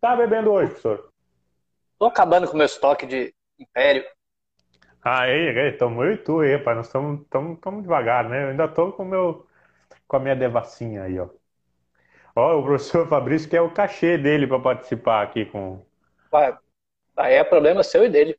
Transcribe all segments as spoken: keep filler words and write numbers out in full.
tá bebendo hoje, professor? Tô acabando com o meu estoque de Império. Ah, aí, aí, tamo eu e tu aí, rapaz. Nós estamos tamo, tamo devagar, né? Eu ainda tô com, o meu, com a minha devassinha aí, ó. Ó, o professor Fabrício quer o cachê dele para participar aqui com. Vai, aí é problema seu e dele.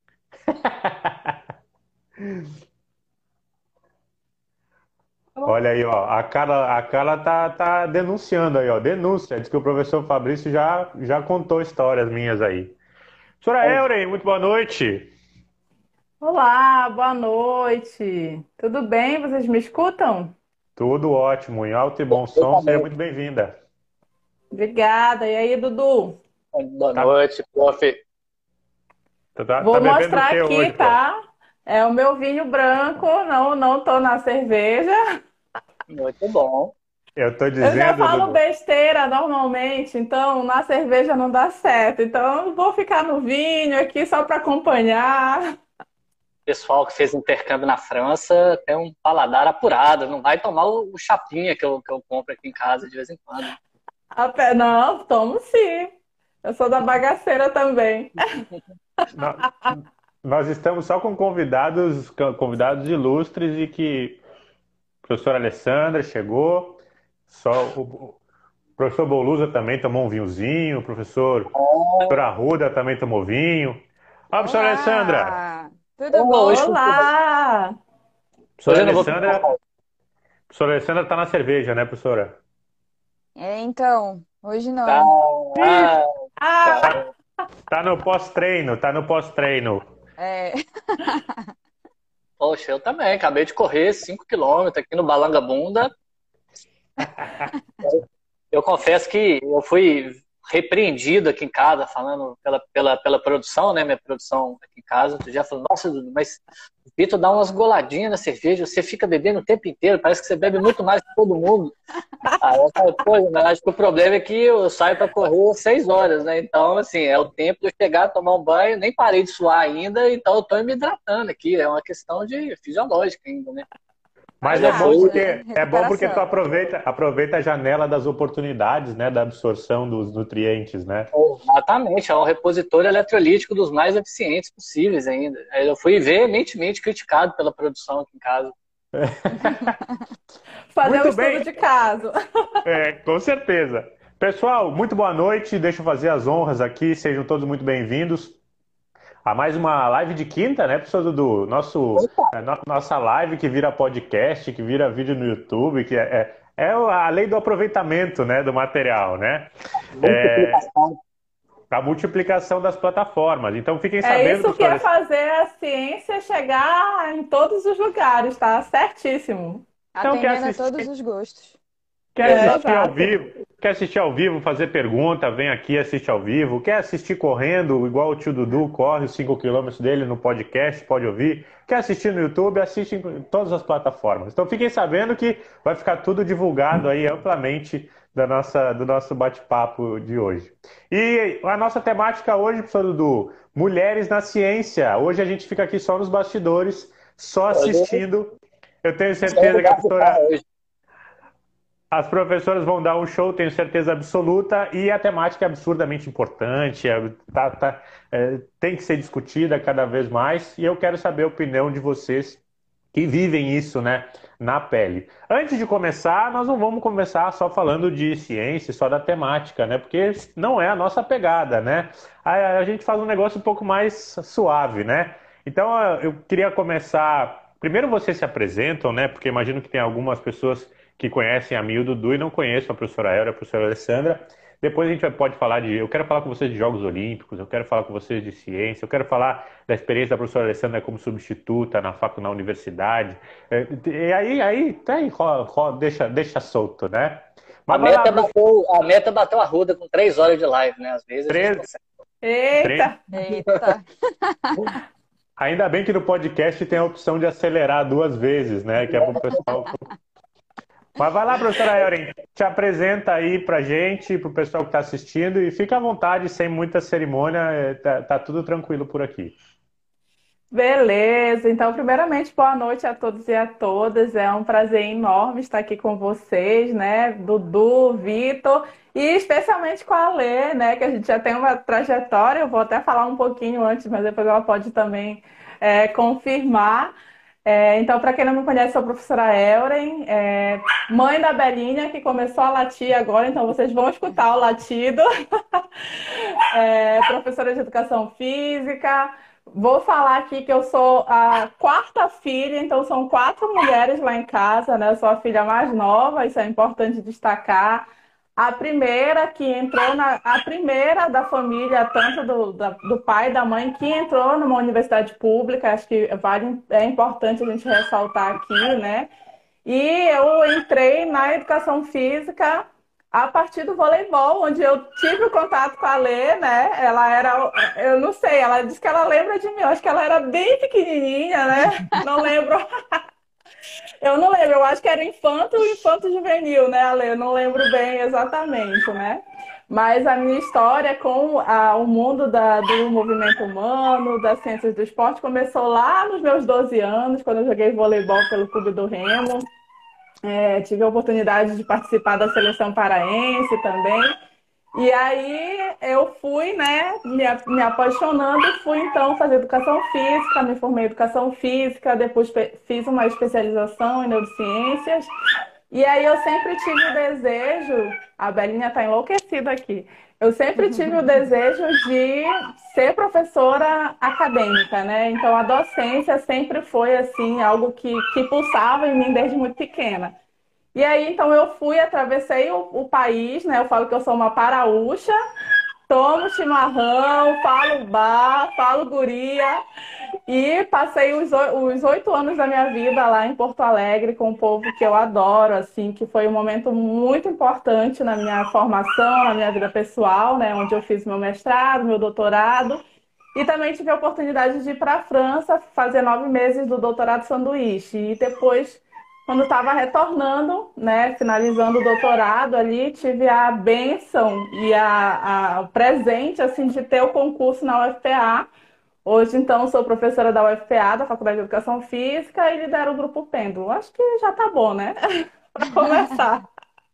Tá bom. Olha aí, ó. A Carla, a Carla tá, tá denunciando aí, ó. Denúncia. Diz que o professor Fabrício já, já contou histórias minhas aí. Professora Então, Euren, muito boa noite. Olá, boa noite. Tudo bem? Vocês me escutam? Tudo ótimo, em alto e bom eu som. Seja também. muito bem-vinda. Obrigada. E aí, Dudu? Boa Tá, noite, prof. tá, tá tá Vou bebendo o mostrar que aqui, hoje, prof? tá? É o meu vinho branco, não, não tô na cerveja. Muito bom. Eu tô Eu já dizendo, falo Dudu. besteira normalmente, então na cerveja não dá certo. Então eu vou ficar no vinho aqui só para acompanhar. Pessoal que fez intercâmbio na França tem um paladar apurado. Não vai tomar o, o chapinha que eu, que eu compro aqui em casa de vez em quando. A pé- Não, tomo sim. Eu sou da bagaceira também. nó- Nós estamos só com convidados, convidados ilustres e que a professora Alessandra chegou, só o, o professor Bolusa também tomou um vinhozinho, o professor, a professora Arruda também tomou vinho. Ah, professora Alessandra, Olá, tudo Oh, hoje, bom? Olá! professora hoje eu não vou tomar. Alessandra, professora Alessandra tá na cerveja, né, professora? É, então, hoje Ah, não. Ih, ah, Ah, cara. tá no pós-treino, tá no pós-treino. É, Poxa, eu também. Acabei de correr cinco quilômetros aqui no Balanga Bunda. Eu confesso que eu fui repreendido aqui em casa, falando pela, pela, pela produção, né? Minha produção aqui em casa. Tu já falou, nossa, Dudu, mas o Vitor dá umas goladinhas na cerveja, você fica bebendo o tempo inteiro, parece que você bebe muito mais que todo mundo. Aí eu falei, pô, mas acho que o problema é que eu saio para correr às seis horas, né? Então, assim, é o tempo de eu chegar, tomar um banho, nem parei de suar ainda, então eu tô me hidratando aqui. É uma questão de fisiológica ainda, né? Aí Mas faz é eu bom parte, fui. né? porque é bom porque tu Recuperação. aproveita, aproveita a janela das oportunidades, né, da absorção dos nutrientes, né? Exatamente, é um repositório eletrolítico dos mais eficientes possíveis ainda. Aí eu fui veementemente criticado pela produção aqui em casa. fazer um Muito estudo bem, de caso. é, com certeza. Pessoal, muito boa noite. Deixa eu fazer as honras aqui. Sejam todos muito bem-vindos a mais uma live de quinta, né, professor Dudu? Nosso, é, no- nossa live que vira podcast, que vira vídeo no YouTube, que é, é, é a lei do aproveitamento, né, do material, né? É, Multiplicação. a multiplicação das plataformas. Então, fiquem É sabendo, isso que é professores. fazer a ciência chegar em todos os lugares, tá? Certíssimo. Então, quer Atendendo a todos assistir? os gostos. Quer É, Exato. assistir ao exato. vivo? Quer assistir ao vivo, fazer pergunta? Vem aqui assistir ao vivo. Quer assistir correndo, igual o tio Dudu corre os cinco quilômetros dele no podcast, pode ouvir. Quer assistir no YouTube? Assiste em todas as plataformas. Então fiquem sabendo que vai ficar tudo divulgado aí amplamente da nossa, do nosso bate-papo de hoje. E a nossa temática hoje, professor Dudu, mulheres na ciência. Hoje a gente fica aqui só nos bastidores, só Hoje assistindo. Eu tenho estamos certeza que a de fala professora hoje. as professoras vão dar um show, tenho certeza absoluta, e a temática é absurdamente importante, é, tá- tá- é, tem que ser discutida cada vez mais, e eu quero saber a opinião de vocês que vivem isso, né, na pele. Antes de começar, nós não vamos começar só falando de ciência, só da temática, né, porque não é a nossa pegada, né? A, a gente faz um negócio um pouco mais suave, né? Então, eu queria começar. Primeiro vocês se apresentam, né? Porque imagino que tem algumas pessoas que conhecem a mim e o Dudu e não conhecem a professora Elra, a professora Alessandra. Depois a gente pode falar de. Eu quero falar com vocês de Jogos Olímpicos, eu quero falar com vocês de ciência, eu quero falar da experiência da professora Alessandra como substituta na facu, na universidade. É, E aí, aí, tá aí, ro- ro- deixa, deixa solto, né? A Mas vai lá, meta prof. bateu, a meta bateu a ruda com três horas de live, né? Às vezes a gente Três, consegue. três. Eita! Eita, Ainda bem que no podcast tem a opção de acelerar duas vezes, né? Que é para o pessoal. Mas vai lá, professora Erin, te apresenta aí pra gente, pro pessoal que está assistindo, e fica à vontade, sem muita cerimônia, é, tá, tá tudo tranquilo por aqui. Beleza, então, primeiramente, boa noite a todos e a todas. É um prazer enorme estar aqui com vocês, né? Dudu, Vitor e especialmente com a Lê, né? Que a gente já tem uma trajetória. Eu vou até falar um pouquinho antes, mas depois ela pode também é, confirmar. É, então, para quem não me conhece, sou a professora Elren, é, mãe da Belinha, que começou a latir agora, então vocês vão escutar o latido. É, professora de educação física. Vou falar aqui que eu sou a quarta filha, então são quatro mulheres lá em casa, né? Eu sou a filha mais nova, isso é importante destacar. A primeira que entrou na, a primeira da família, tanto do, da- do pai e da mãe, que entrou numa universidade pública, acho que vale, é importante a gente ressaltar aqui, né? E eu entrei na educação física a partir do voleibol, onde eu tive o contato com a Lê, né? Ela era, eu não sei, ela disse que ela lembra de mim, eu acho que ela era bem pequenininha, né? Não lembro, eu não lembro, eu acho que era infanto, infanto juvenil, né, Ale? Eu não lembro bem exatamente, né? Mas a minha história com a- o mundo da- do movimento humano, das ciências do esporte, começou lá nos meus doze anos, quando eu joguei voleibol pelo Clube do Remo. É, tive a oportunidade de participar da seleção paraense também. E aí eu fui, né, me, me apaixonando e fui então fazer educação física, me formei em educação física, depois pe- fiz uma especialização em neurociências. E aí eu sempre tive o desejo, a Belinha está enlouquecida aqui. Eu sempre tive o desejo de ser professora acadêmica, né? Então a docência sempre foi assim algo que, que pulsava em mim desde muito pequena. E aí, então, eu fui, atravessei o, o país, né? Eu falo que eu sou uma paraúcha, tomo chimarrão, falo bar, falo guria, e passei os oi- os oito anos da minha vida lá em Porto Alegre com um povo que eu adoro, assim, que foi um momento muito importante na minha formação, na minha vida pessoal, né? Onde eu fiz meu mestrado, meu doutorado. E também tive a oportunidade de ir para a França fazer nove meses do doutorado sanduíche. E depois, quando estava retornando, né, finalizando o doutorado ali, tive a bênção e a, a- o presente assim, de ter o concurso na U F P A. Hoje, então, sou professora da U F P A, da Faculdade de Educação Física, e lidero o Grupo Pêndulo. Acho que já tá bom, né? Para começar.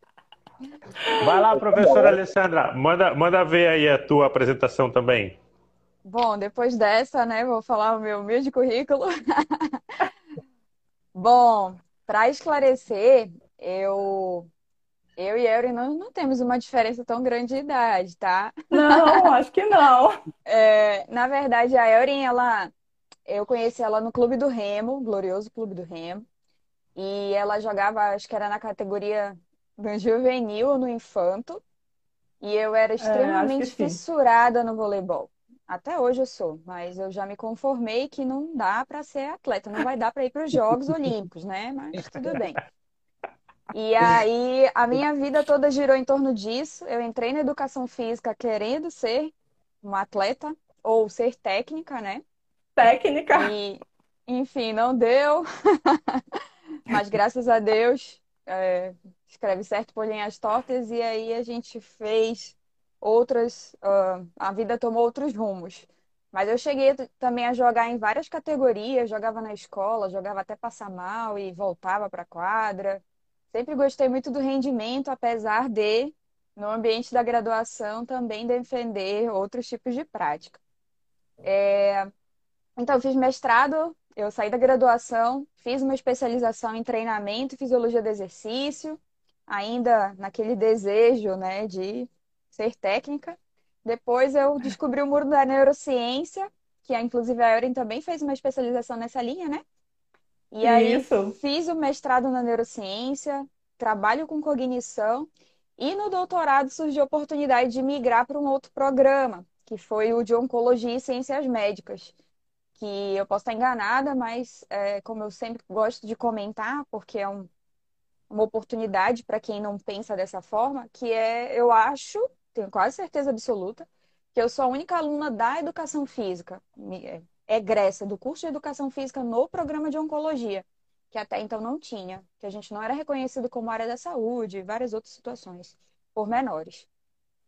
Vai lá, professora Alessandra, manda, manda ver aí a tua apresentação também. Bom, depois dessa, né, vou falar o meu humilde currículo. Bom, para esclarecer, eu, eu e Eury não, não temos uma diferença tão grande de idade, tá? Não, acho que não. É, na verdade, a Eury, ela, eu conheci ela no Clube do Remo, glorioso Clube do Remo, e ela jogava, acho que era na categoria do juvenil ou no infanto. E eu era É, acho que extremamente sim. fissurada no voleibol. Até hoje eu sou, mas eu já me conformei que não dá para ser atleta, não vai dar para ir para os Jogos Olímpicos, né? Mas tudo bem. E aí a minha vida toda girou em torno disso. Eu entrei na educação física querendo ser uma atleta ou ser técnica, né? Técnica. E enfim, não deu, mas graças a Deus, é, escreve certo por linhas tortas, e aí a gente fez outras, ah, a vida tomou outros rumos. Mas eu cheguei t- também a jogar em várias categorias, jogava na escola, jogava até passar mal e voltava para a quadra. Sempre gostei muito do rendimento, apesar de, no ambiente da graduação, também defender outros tipos de prática. Então, eu fiz mestrado, eu saí da graduação, fiz uma especialização em treinamento e fisiologia do exercício, ainda naquele desejo, né, de ser técnica. Depois eu descobri o mundo da neurociência, que a, inclusive a Euren também fez uma especialização nessa linha, né? E aí Isso. fiz o mestrado na neurociência, trabalho com cognição, e no doutorado surgiu a oportunidade de migrar para um outro programa, que foi o de oncologia e ciências médicas, que eu posso estar enganada, mas é, como eu sempre gosto de comentar, porque é um- uma oportunidade para quem não pensa dessa forma, que é, eu acho, tenho quase certeza absoluta, que eu sou a única aluna da educação física, me- é, egressa do curso de educação física no programa de oncologia, que até então não tinha, que a gente não era reconhecido como área da saúde, e várias outras situações, por menores.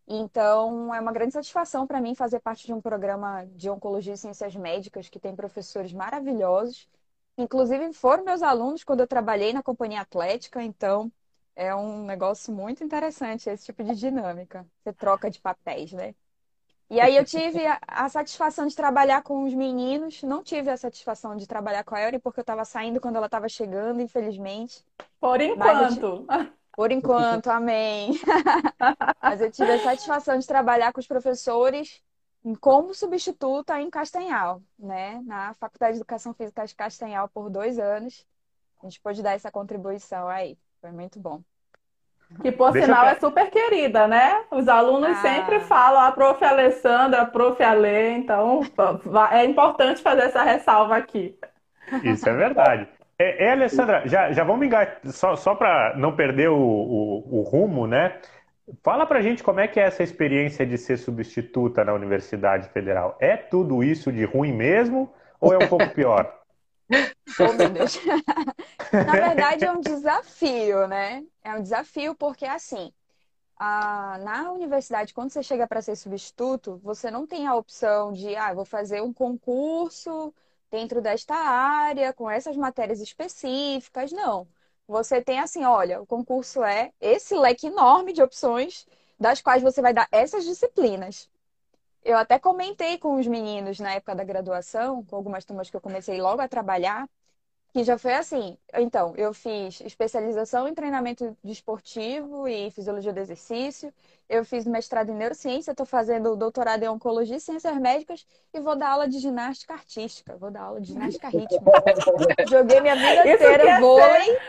Então, é uma grande satisfação para mim fazer parte de um programa de oncologia e ciências médicas que tem professores maravilhosos. Inclusive, foram meus alunos quando eu trabalhei na companhia atlética. Então, é um negócio muito interessante esse tipo de dinâmica. Você troca de papéis, né? E aí eu tive a, a satisfação de trabalhar com os meninos. Não tive a satisfação de trabalhar com a Ellie, porque eu estava saindo quando ela estava chegando, infelizmente. Por Mas eu ti- enquanto. por enquanto, amém. Mas eu tive a satisfação de trabalhar com os professores como substituta em Castanhal, né? Na Faculdade de Educação Física de Castanhal por dois anos. A gente pôde dar essa contribuição aí. Foi muito bom. Que, por Deixa eu... sinal, é pe- super querida, né? Os alunos sempre Ah, falam a prof. Alessandra, a prof. Alê, então va- é importante fazer essa ressalva aqui. Isso é verdade. É, é, Alessandra, já, já vamos engatar, só, só para não perder o, o, o rumo, né? Fala pra gente como é que é essa experiência de ser substituta na Universidade Federal. É tudo isso de ruim mesmo ou é um pouco pior? oh, meu Deus. Na verdade, é um desafio, né? É um desafio porque, assim, a- na universidade, quando você chega para ser substituto, você não tem a opção de, ah, vou fazer um concurso dentro desta área, com essas matérias específicas. Não. Você tem assim, olha, o concurso é esse leque enorme de opções, das quais você vai dar essas disciplinas. Eu até comentei com os meninos na época da graduação, com algumas turmas que eu comecei logo a trabalhar, que já foi assim. Então, eu fiz especialização em treinamento desportivo e fisiologia do exercício. Eu fiz mestrado em neurociência, estou fazendo doutorado em oncologia e ciências médicas e vou dar aula de ginástica artística, vou dar aula de ginástica rítmica. Joguei minha vida Isso que inteira é ser vôlei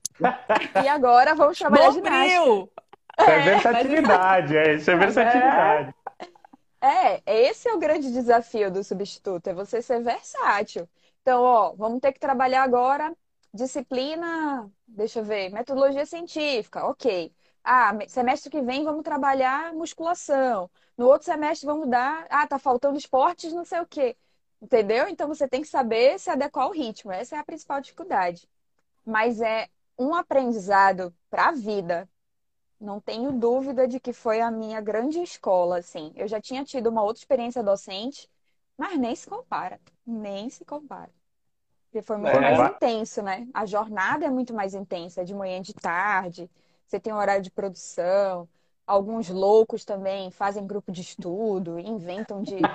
e agora vamos trabalhar ginástica. bombril! Isso é Mas isso versatilidade, é, isso é é, versatilidade. É, esse é o grande desafio do substituto, é você ser versátil. Então, ó, vamos ter que trabalhar agora disciplina, deixa eu ver, metodologia científica, ok. Ah, me- semestre que vem vamos trabalhar musculação. No outro semestre vamos dar, ah, tá faltando esportes, não sei o quê. Entendeu? Então você tem que saber se adequar ao ritmo. Essa é a principal dificuldade. Mas é um aprendizado para a vida. Não tenho dúvida de que foi a minha grande escola, assim. Eu já tinha tido uma outra experiência docente, mas nem se compara, nem se compara. Porque foi muito Va- mais É, va- intenso, né? A jornada é muito mais intensa, é de manhã e de tarde, você tem um horário de produção. Alguns loucos também fazem grupo de estudo, inventam de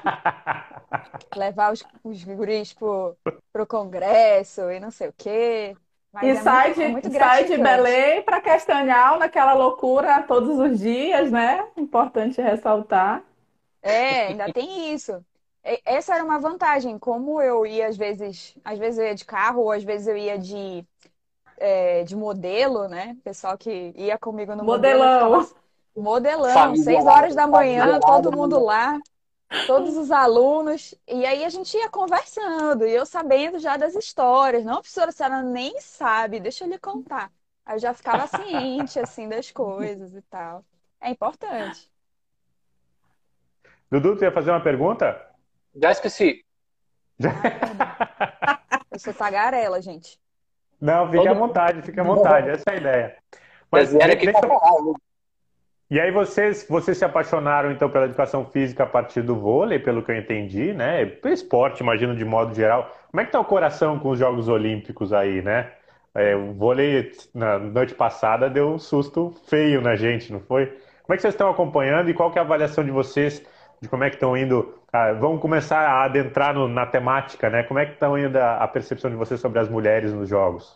levar os, os guris pro, pro congresso e não sei o quê. Mas e é muito, sai é muito de, sai de gratificante. Belém para Castanhal naquela loucura todos os dias, né? Importante ressaltar. É, ainda tem isso. E- Essa era uma vantagem. Como eu ia, às vezes, às vezes eu ia de carro, ou às vezes eu ia de, é, de modelo, né? O pessoal que ia comigo no modelo, eu ficava Modelão. modelão, seis horas famigerado, da manhã, todo famigerado, mundo né? lá, todos os alunos. E aí a gente ia conversando, e eu sabendo já das histórias. Não, professora, a senhora nem sabe, deixa eu lhe contar. Aí eu já ficava ciente, assim, das coisas e tal. É importante. Dudu, tu ia fazer uma pergunta? Já esqueci. Ah, perdão. Eu sou tagarela, gente. Não, fique à Todo vontade, fique à vontade, essa é a ideia. Vocês Mas vieram de- aqui deixa eu... comparar, viu? E aí vocês, vocês se apaixonaram então pela educação física a partir do vôlei, pelo que eu entendi, né? Pelo esporte, imagino, de modo geral. Como é que tá o coração com os Jogos Olímpicos aí, né? É, o vôlei na noite passada deu um susto feio na gente, não foi? Como é que vocês estão acompanhando e qual que é a avaliação de vocês de como é que estão indo? Ah, vamos começar a adentrar no- na temática, né? Como é que estão indo a, a percepção de vocês sobre as mulheres nos Jogos?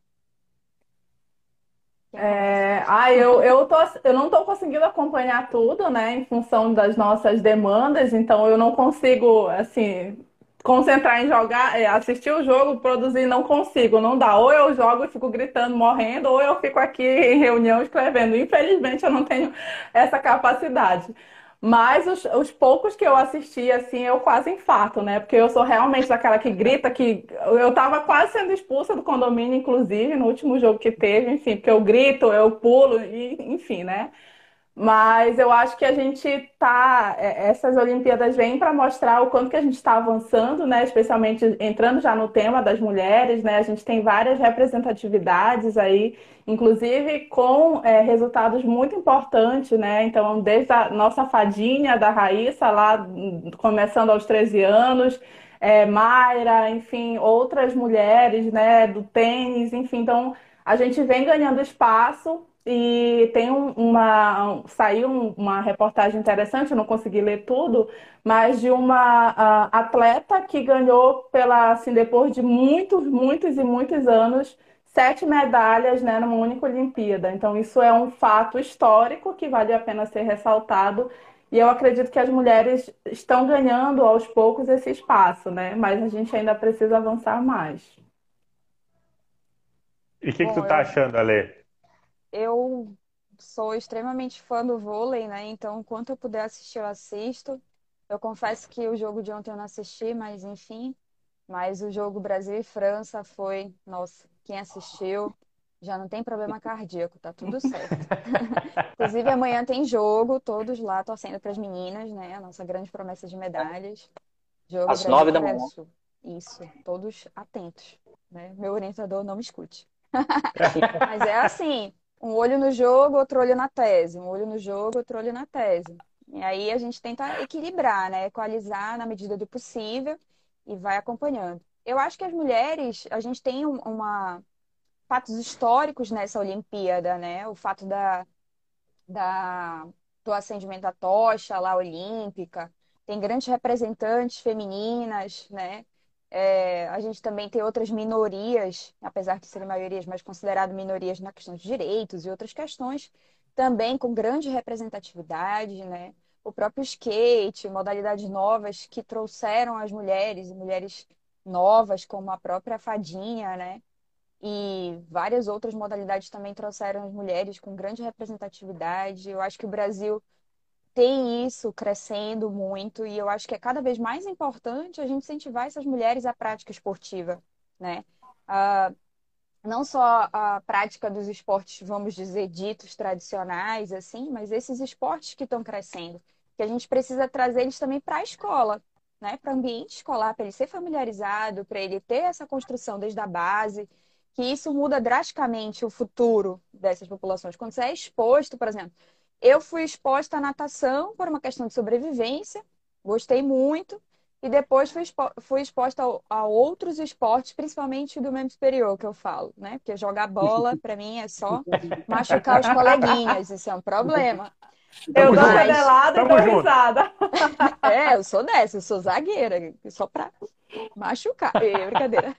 Quem começa? É, ah, eu, eu tô, eu não estou conseguindo acompanhar tudo, né, em função das nossas demandas, então eu não consigo, assim, concentrar em jogar, é, assistir o jogo, produzir, não consigo, não dá. Ou eu jogo e fico gritando, morrendo, ou eu fico aqui em reunião escrevendo. Infelizmente, eu não tenho essa capacidade. Mas os, os poucos que eu assisti, assim, eu quase infarto, né? Porque eu sou realmente daquela que grita, que eu tava quase sendo expulsa do condomínio, inclusive, no último jogo que teve, enfim, porque eu grito, eu pulo, e, enfim, né? Mas eu acho que a gente tá. é, Essas Olimpíadas vêm para mostrar o quanto que a gente está avançando, né? Especialmente entrando já no tema das mulheres, né? A gente tem várias representatividades aí, inclusive com é, resultados muito importantes, né? Então, desde a nossa fadinha da Raíssa, lá hum, começando aos treze anos, é, Mayra, enfim, outras mulheres, né? Do tênis, enfim. Então, a gente vem ganhando espaço. E tem um- uma, um- saiu um- uma reportagem interessante, eu não consegui ler tudo, mas de uma ah, atleta que ganhou pela, assim, depois de muitos, muitos e muitos anos, sete medalhas, né, numa única Olimpíada. Então, isso é um fato histórico que vale a pena ser ressaltado. E eu acredito que as mulheres estão ganhando aos poucos esse espaço, né? Mas a gente ainda precisa avançar mais. E o que que tu Bom, tá eu, achando, Ale? eu sou extremamente fã do vôlei, né? Então, enquanto eu puder assistir, eu assisto. Eu confesso que o jogo de ontem eu não assisti, mas enfim. Mas o jogo Brasil e França foi, nossa, quem assistiu já não tem problema cardíaco, tá tudo certo. Inclusive, amanhã tem jogo, todos lá torcendo para as meninas, né? A nossa grande promessa de medalhas. Jogo Às Brasil e nove da Coreia do manhã. Sul. Isso, todos atentos, né? Meu orientador não me escute. Mas é assim, um olho no jogo, outro olho na tese. Um olho no jogo, outro olho na tese. E aí a gente tenta equilibrar, né? Equalizar na medida do possível e vai acompanhando. Eu acho que as mulheres, a gente tem um- uma fatos históricos nessa Olimpíada, né? O fato da, da do acendimento da tocha lá olímpica, tem grandes representantes femininas, né? É, a gente também tem outras minorias, apesar de serem maiorias, mas considerado minorias na questão de direitos e outras questões, também com grande representatividade, né? O próprio skate, modalidades novas que trouxeram as mulheres, e mulheres novas, como a própria fadinha, né? E várias outras modalidades também trouxeram as mulheres com grande representatividade. Eu acho que o Brasil tem isso crescendo muito e eu acho que é cada vez mais importante a gente incentivar essas mulheres à prática esportiva, né? Ah, não só a prática dos esportes, vamos dizer, ditos tradicionais, assim, mas esses esportes que estão crescendo, que a gente precisa trazer eles também para a escola, né? Para o ambiente escolar, para ele ser familiarizado, para ele ter essa construção desde a base, que isso muda drasticamente o futuro dessas populações. Quando você é exposto, por exemplo, eu fui exposta à natação por uma questão de sobrevivência, gostei muito. E depois fui, expo fui exposta a, a outros esportes, principalmente do membro superior, que eu falo, né? Porque jogar bola, para mim, é só machucar os coleguinhas, isso é um problema. Eu Tamo dou junto. Mas, canelada e Tamo dou junto. risada. é, eu sou dessa, eu sou zagueira, só pra machucar. É, brincadeira.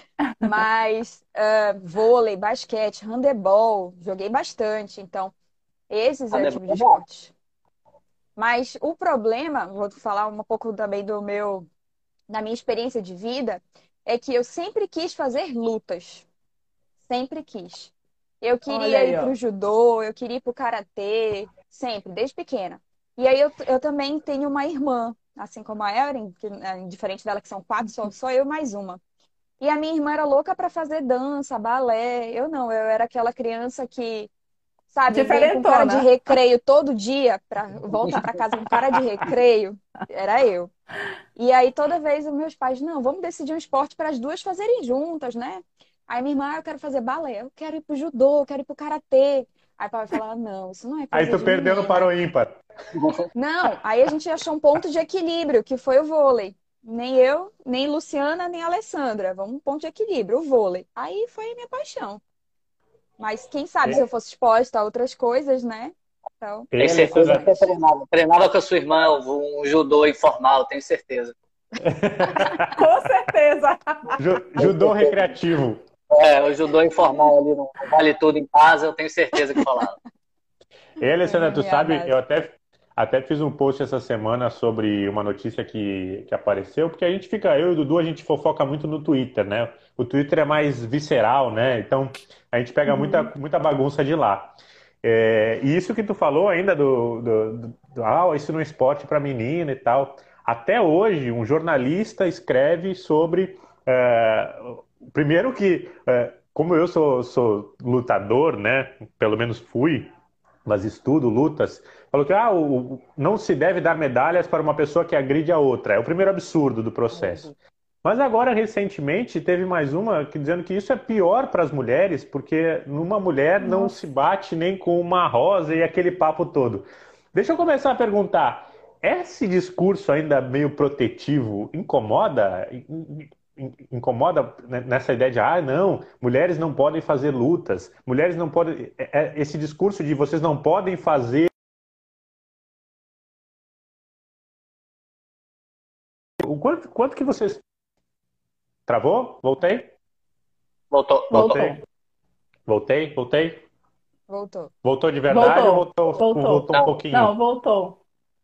Mas, ah, vôlei, basquete, handebol, joguei bastante. Então, esses é o tipo de Handebol é bom. esporte. Mas o problema, vou falar um pouco também do meu na minha experiência de vida, é que eu sempre quis fazer lutas. Sempre quis. Eu Olha queria ir aí, para o ó. judô, eu queria ir para o karatê, sempre, desde pequena. E aí eu, eu também tenho uma irmã, assim como a Erin, que, é, diferente dela, que são quatro, só, só eu mais uma. E a minha irmã era louca para fazer dança, balé. Eu não, eu era aquela criança que, sabe, vem com cara de Diferentona. recreio todo dia para voltar para casa com cara de recreio. Era eu. E aí, toda vez, os meus pais, não, vamos decidir um esporte para as duas fazerem juntas, né? Aí minha irmã, ah, eu quero fazer balé, eu quero ir pro judô, eu quero ir pro karatê. Aí o pai falava, não, isso não é Aí coisa tu de perdeu no para menina. o ímpar. Não, aí a gente achou um ponto de equilíbrio, que foi o vôlei. Nem eu, nem Luciana, nem Alessandra. Vamos um ponto de equilíbrio, o vôlei. Aí foi a minha paixão. Mas quem sabe se eu E, fosse exposta a outras coisas, né? Então, e Tenho certeza que Alessandra, você interessante. treinava. Treinava com a sua irmã um judô informal, tenho certeza. Com certeza. ju- Tenho judô certeza. recreativo. É, o judô informal ali no no Vale Tudo em casa, eu tenho certeza que falava. E Alessandra, É, tu minha sabe, eu base. até, até fiz um post essa semana sobre uma notícia que, que apareceu, porque a gente fica, eu e o Dudu, a gente fofoca muito no Twitter, né? O Twitter é mais visceral, né? Então a gente pega muita, Uhum. muita bagunça de lá. É, e isso que tu falou ainda do, do, do, do ah, isso não é esporte para menina e tal. Até hoje, um jornalista escreve sobre. é, primeiro que, é, como eu sou, sou lutador, né? Pelo menos fui. mas estudo, lutas, falou que ah, o, o- não se deve dar medalhas para uma pessoa que agride a outra. É o primeiro absurdo do Meu processo. Deus. Mas agora, recentemente, teve mais uma que dizendo que isso é pior para as mulheres, porque numa mulher não se Nossa. bate nem com uma rosa e aquele papo todo. Deixa eu começar a perguntar: esse discurso ainda meio protetivo incomoda? In- in- Incomoda nessa ideia de, ah, não, mulheres não podem fazer lutas, mulheres não podem. é- é- Esse discurso de vocês não podem fazer. O quanto, quanto que vocês. Travou? Voltei? Voltou, voltou. Voltou. Voltei? Voltei? Voltei? Voltou. Voltou de verdade ou Voltou. voltou, Voltou. voltou um Não, pouquinho? Não, voltou.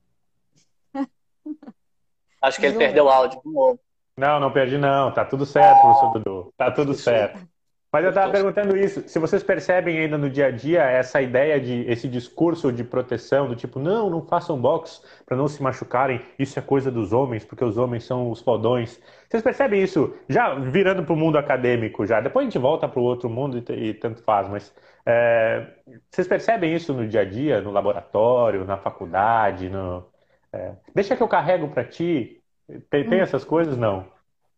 acho que ele Zoom. perdeu o áudio de novo. Não, não perdi não. Tá tudo certo, professor Dudu. Tá tudo Fechou, certo. Mas eu estava fechou. perguntando isso, se vocês percebem ainda no dia a dia essa ideia de, esse discurso de proteção, do tipo, não, não façam boxe para não se machucarem, isso é coisa dos homens, porque os homens são os fodões. Vocês percebem isso já virando para o mundo acadêmico já? Depois a gente volta para o outro mundo e, e tanto faz, mas é, vocês percebem isso no dia a dia, no laboratório, na faculdade, no, é, deixa que eu carrego para ti. Tem, tem essas coisas? Não.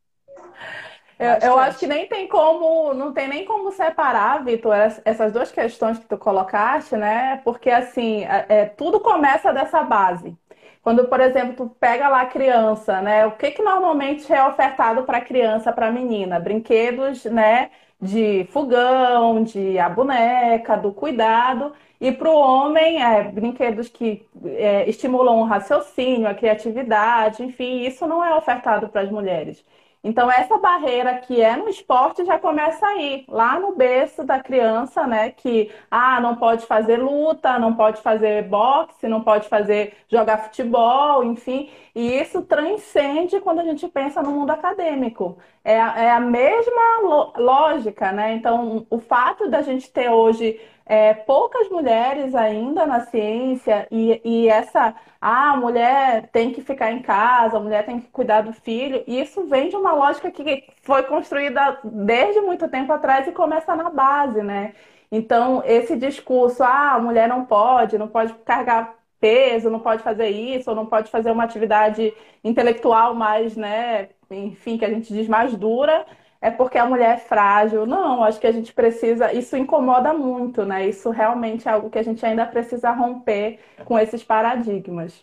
Eu, eu acho que Bastante. nem tem como, não tem nem como separar, Vitor, es- essas duas questões que tu colocaste, né? Porque assim, é, é, tudo começa dessa base. Quando, por exemplo, tu pega lá a criança, né? O que que normalmente é ofertado para a criança, para a menina? Brinquedos, né? De fogão, de a boneca, do cuidado. E para o homem, é, brinquedos que é, estimulam o raciocínio, a criatividade, enfim, isso não é ofertado para as mulheres. Então, essa barreira que é no esporte já começa aí, lá no berço da criança, né? Que, ah, não pode fazer luta, não pode fazer boxe, não pode fazer jogar futebol, enfim. E isso transcende quando a gente pensa no mundo acadêmico. É, a- é a mesma lo- lógica, né? Então, o fato da gente ter hoje é, poucas mulheres ainda na ciência e, e essa ah, a mulher tem que ficar em casa, a mulher tem que cuidar do filho. E isso vem de uma lógica que foi construída desde muito tempo atrás e começa na base, né? Então, esse discurso, ah, a mulher não pode, não pode carregar peso, não pode fazer isso, ou não pode fazer uma atividade intelectual mais, né, enfim, que a gente diz mais dura, é porque a mulher é frágil. Não, acho que a gente precisa, isso incomoda muito, né? Isso realmente é algo que a gente ainda precisa romper com esses paradigmas.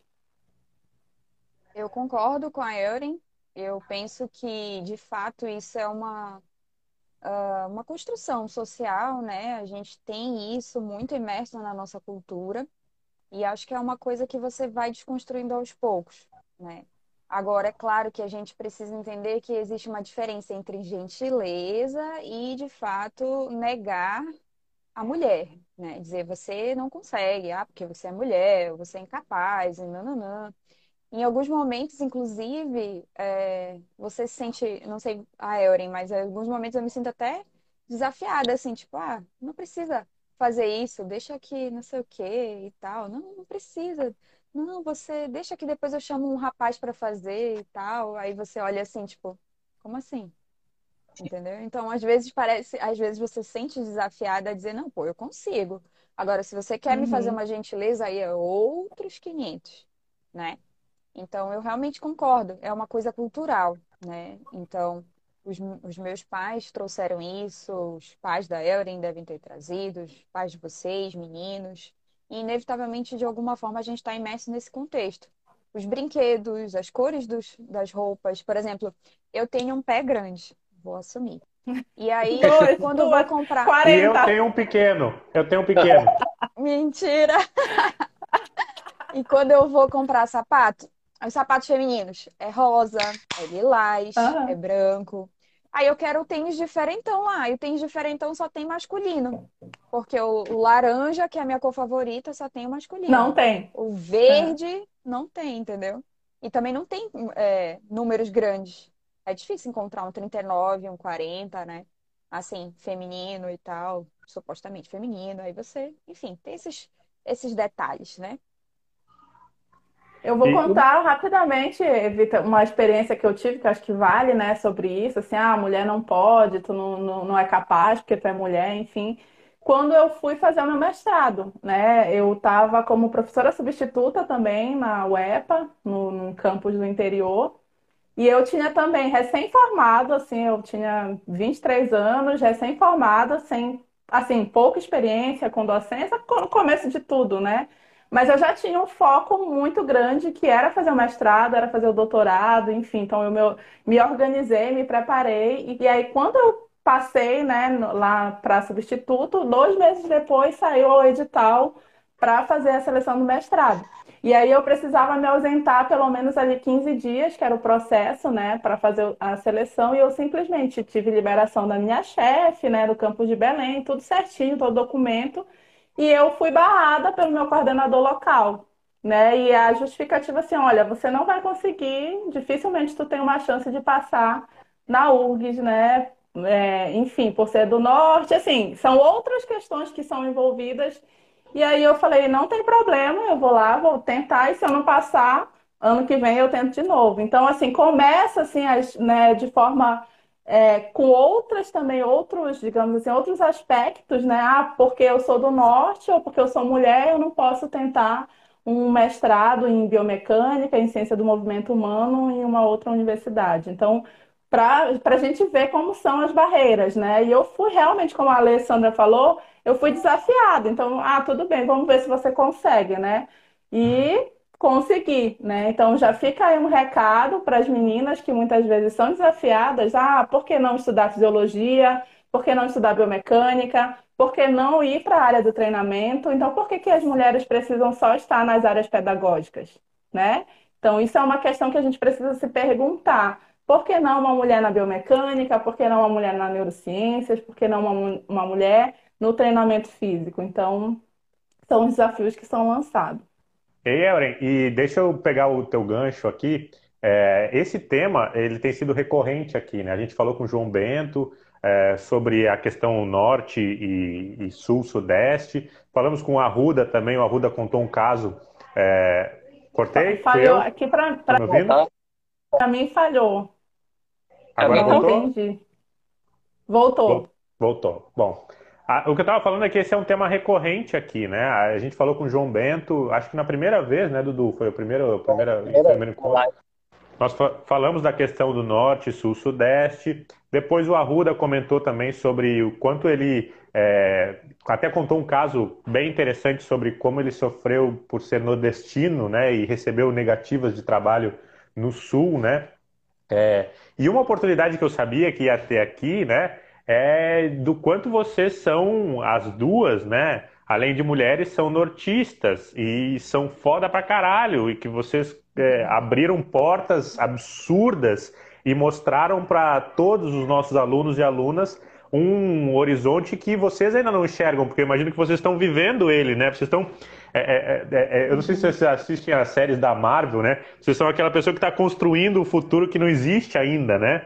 Eu concordo com a Euren. Eu penso que, de fato, isso é uma, ah, uma construção social, né? A gente tem isso muito imerso na nossa cultura. E acho que é uma coisa que você vai desconstruindo aos poucos, né? Agora, é claro que a gente precisa entender que existe uma diferença entre gentileza e, de fato, negar a mulher, né? Dizer você não consegue, ah, porque você é mulher, você é incapaz, e nananã. Em alguns momentos, inclusive, é, você se sente, não sei a Euren, mas em alguns momentos eu me sinto até desafiada, assim, tipo, ah, não precisa fazer isso, deixa que não sei o quê e tal. Não, não precisa. Não, você deixa que depois eu chamo um rapaz para fazer e tal. Aí você olha assim, tipo, como assim? Entendeu? Então, às vezes parece, às vezes você se sente desafiada a dizer, não, pô, eu consigo. Agora, se você quer me fazer Uhum. uma gentileza, aí é outros quinhentos, né? Então, eu realmente concordo, é uma coisa cultural, né? Então, os, os meus pais trouxeram isso, os pais da Euren devem ter trazido, os pais de vocês, meninos, e inevitavelmente, de alguma forma, a gente está imerso nesse contexto. Os brinquedos, as cores dos, das roupas, por exemplo, eu tenho um pé grande, vou assumir. E aí, Dois, quando eu vou duas, comprar. E eu quarenta. tenho um pequeno. Eu tenho um pequeno. Mentira! E quando eu vou comprar sapato, os sapatos femininos é rosa, é lilás, é Aham. branco. Aí eu quero o tênis diferentão lá. E o tênis diferentão só tem masculino. Porque o, o laranja, que é a minha cor favorita, só tem o masculino. Não tem. O É. verde não tem, entendeu? E também não tem é, números grandes. É difícil encontrar um trinta e nove, um quarenta, né? Assim, feminino e tal, supostamente feminino. Aí você, enfim, tem esses, esses detalhes, né? Eu vou E uma, contar rapidamente, Vitor, uma experiência que eu tive, que acho que vale, né, sobre isso, assim, ah, a mulher não pode, tu não, não, não é capaz porque tu é mulher, enfim. quando eu fui fazer o meu mestrado, né? Eu estava como professora substituta também na U E P A, no, num campus do interior. E eu tinha também recém-formado, assim, eu tinha vinte e três anos, recém-formada, sem, assim, pouca experiência com docência, no começo de tudo, né? Mas eu já tinha um foco muito grande, que era fazer o mestrado, era fazer o doutorado, enfim. Então eu me, me organizei, me preparei. E aí, quando eu passei, né, no- lá para substituto, dois meses depois saiu o edital para fazer a seleção do mestrado. E aí eu precisava me ausentar pelo menos ali quinze dias, que era o processo, né, para fazer a seleção, e eu simplesmente tive liberação da minha chefe, né, do campus de Belém, tudo certinho, todo documento, e eu fui barrada pelo meu coordenador local, né? E a justificativa assim, olha, você não vai conseguir, dificilmente tu tem uma chance de passar na U R G S, né? É, enfim, por ser do norte, assim, são outras questões que são envolvidas e aí eu falei, não tem problema, eu vou lá, vou tentar, e se eu não passar, ano que vem eu tento de novo. Então, assim, começa assim, as- né, de forma é, com outras também, outros, digamos assim, outros aspectos, né? Ah, porque eu sou do norte ou porque eu sou mulher, eu não posso tentar um mestrado em biomecânica, em ciência do movimento humano em uma outra universidade. Então, para para a gente ver como são as barreiras, né? E eu fui realmente, como a Alessandra falou, eu fui desafiada. Então, ah, tudo bem, vamos ver se você consegue, né? E consegui, né? Então, já fica aí um recado para as meninas que muitas vezes são desafiadas. Ah, por que não estudar fisiologia? Por que não estudar biomecânica? Por que não ir para a área do treinamento? Então, por que que as mulheres precisam só estar nas áreas pedagógicas, né? Então, isso é uma questão que a gente precisa se perguntar. Por que não uma mulher na biomecânica? Por que não uma mulher na neurociências? Por que não uma, mu- uma mulher no treinamento físico? Então, são os desafios que são lançados. Ei, Euren, e deixa eu pegar o teu gancho aqui. É, esse tema, ele tem sido recorrente aqui, né? A gente falou com o João Bento, é, sobre a questão norte e, e sul-sudeste. Falamos com o Arruda também, o Arruda contou um caso. É, Fa- cortei? Fui Falhou eu? aqui para Tá me ouvindo? Tá? mim, falhou. Pra mim Agora Não também. voltou? entendi. Vol- Voltou. Voltou. Bom, a- o que eu estava falando é que esse é um tema recorrente aqui, né? A gente falou com o João Bento, acho que na primeira vez, né, Dudu? Foi o primeiro, o primeiro, o Primeira primeiro encontro. live. Nós fa- falamos da questão do norte, sul, sudeste. Depois o Arruda comentou também sobre o quanto ele é, até contou um caso bem interessante sobre como ele sofreu por ser nordestino, né, e recebeu negativas de trabalho no sul, né? É, e uma oportunidade que eu sabia que ia ter aqui, né, é do quanto vocês são, as duas, né, além de mulheres, são nortistas e são foda pra caralho, e que vocês é, abriram portas absurdas e mostraram para todos os nossos alunos e alunas um horizonte que vocês ainda não enxergam, porque eu imagino que vocês estão vivendo ele, né? Vocês estão. é, é, é, é, eu não sei se Uhum. vocês assistem as séries da Marvel, né? Vocês são aquela pessoa que está construindo o futuro que não existe ainda, né?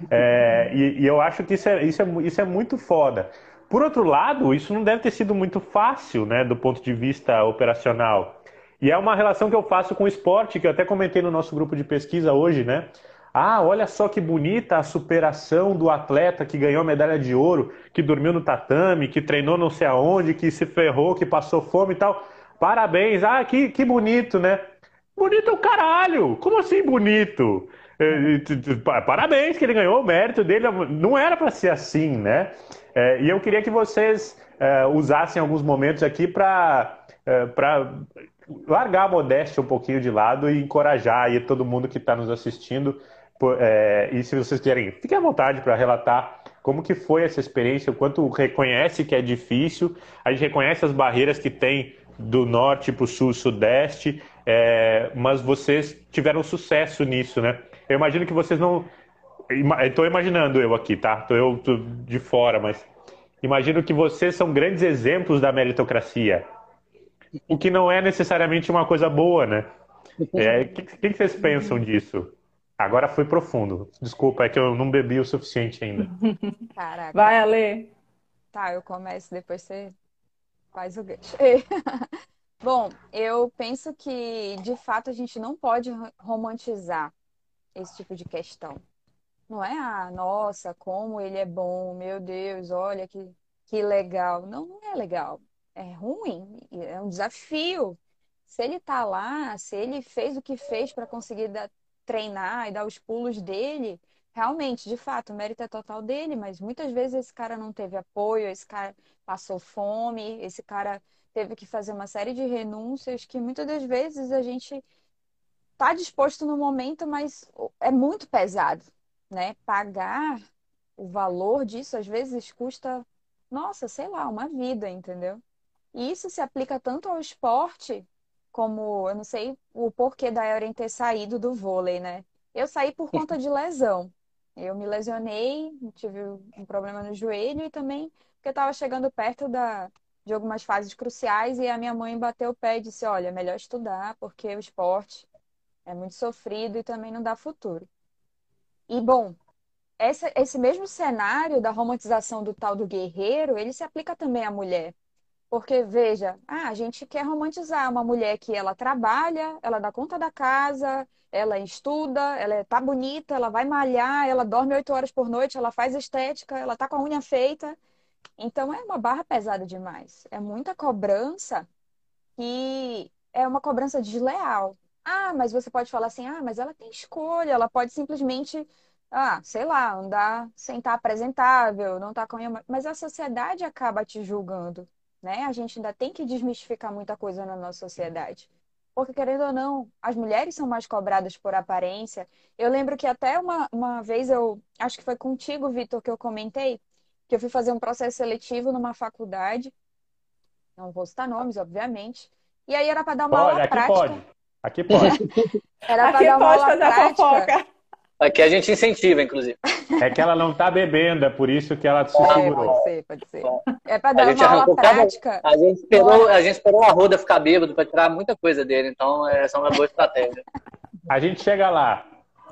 É, e, e eu acho que isso é, isso, é, isso é muito foda. Por outro lado, isso não deve ter sido muito fácil, né, do ponto de vista operacional. E é uma relação que eu faço com o esporte, que eu até comentei no nosso grupo de pesquisa hoje, né? Ah, olha só que bonita a superação do atleta que ganhou medalha de ouro, que dormiu no tatame, que treinou não sei aonde, que se ferrou, que passou fome e tal. Parabéns, ah, que, que bonito, né? Bonito é o caralho! Como assim bonito? É, tu- tu- pa- Parabéns que ele ganhou o mérito dele. Não era para ser assim, né? É, e eu queria que vocês é, usassem alguns momentos aqui para para largar a modéstia um pouquinho de lado e encorajar aí todo mundo que está nos assistindo. Por- é, e se vocês quiserem, fiquem à vontade para relatar como que foi essa experiência, o quanto reconhece que é difícil, a gente reconhece as barreiras que tem do norte para o sul, sudeste, é, mas vocês tiveram sucesso nisso, né? Eu imagino que vocês não. Estou imaginando eu aqui, tá? Estou eu tô de fora, mas imagino que vocês são grandes exemplos da meritocracia, o que não é necessariamente uma coisa boa, né? É, o que, que que vocês pensam disso? Agora foi profundo. Desculpa, é que eu não bebi o suficiente ainda. Caraca. Vai, Ale. Tá, eu começo, depois você faz o gancho. Bom, eu penso que, de fato, a gente não pode ro- romantizar esse tipo de questão. Não é, ah, nossa, como ele é bom, meu Deus, olha que, que legal. Não, não é legal. É ruim, é um desafio. Se ele tá lá, se ele fez o que fez para conseguir dar- treinar e dar os pulos dele, realmente, de fato, o mérito é total dele, mas muitas vezes esse cara não teve apoio, esse cara passou fome, esse cara teve que fazer uma série de renúncias que muitas das vezes a gente tá disposto no momento, mas é muito pesado, né? Pagar o valor disso às vezes custa, nossa, sei lá, uma vida, entendeu? E isso se aplica tanto ao esporte, como, eu não sei o porquê da Eren ter saído do vôlei, né? Eu saí por conta de lesão. Eu me lesionei, tive um problema no joelho e também porque eu estava chegando perto da, de algumas fases cruciais e a minha mãe bateu o pé e disse, olha, é melhor estudar porque o esporte é muito sofrido e também não dá futuro. E, bom, essa, esse mesmo cenário da romantização do tal do guerreiro, ele se aplica também à mulher. Porque, veja, ah, a gente quer romantizar uma mulher que ela trabalha, ela dá conta da casa, ela estuda, ela tá bonita, ela vai malhar, ela dorme oito horas por noite, ela faz estética, ela tá com a unha feita. Então é uma barra pesada demais. É muita cobrança que é uma cobrança desleal. Ah, mas você pode falar assim, ah, mas ela tem escolha, ela pode simplesmente, ah, sei lá, andar sem estar apresentável, não estar com a unha... Mas a sociedade acaba te julgando, né? A gente ainda tem que desmistificar muita coisa na nossa sociedade. Porque, querendo ou não, as mulheres são mais cobradas por aparência. Eu lembro que até uma, uma vez eu, acho que foi contigo, Vitor, que eu comentei, que eu fui fazer um processo seletivo numa faculdade, não vou citar nomes, obviamente. E aí era para dar uma Pode, aula aqui pode. prática. Aqui pode. Era para Aqui dar uma pode aula fazer a prática. fofoca. Aqui a gente incentiva, inclusive. É que ela não tá bebendo, é por isso que ela se É, segurou. pode ser, pode ser. É para A dar gente uma aula arrancou cada. prática. A gente esperou, a gente esperou a Arruda ficar bêbado para tirar muita coisa dele, então essa é uma boa estratégia. A gente chega lá.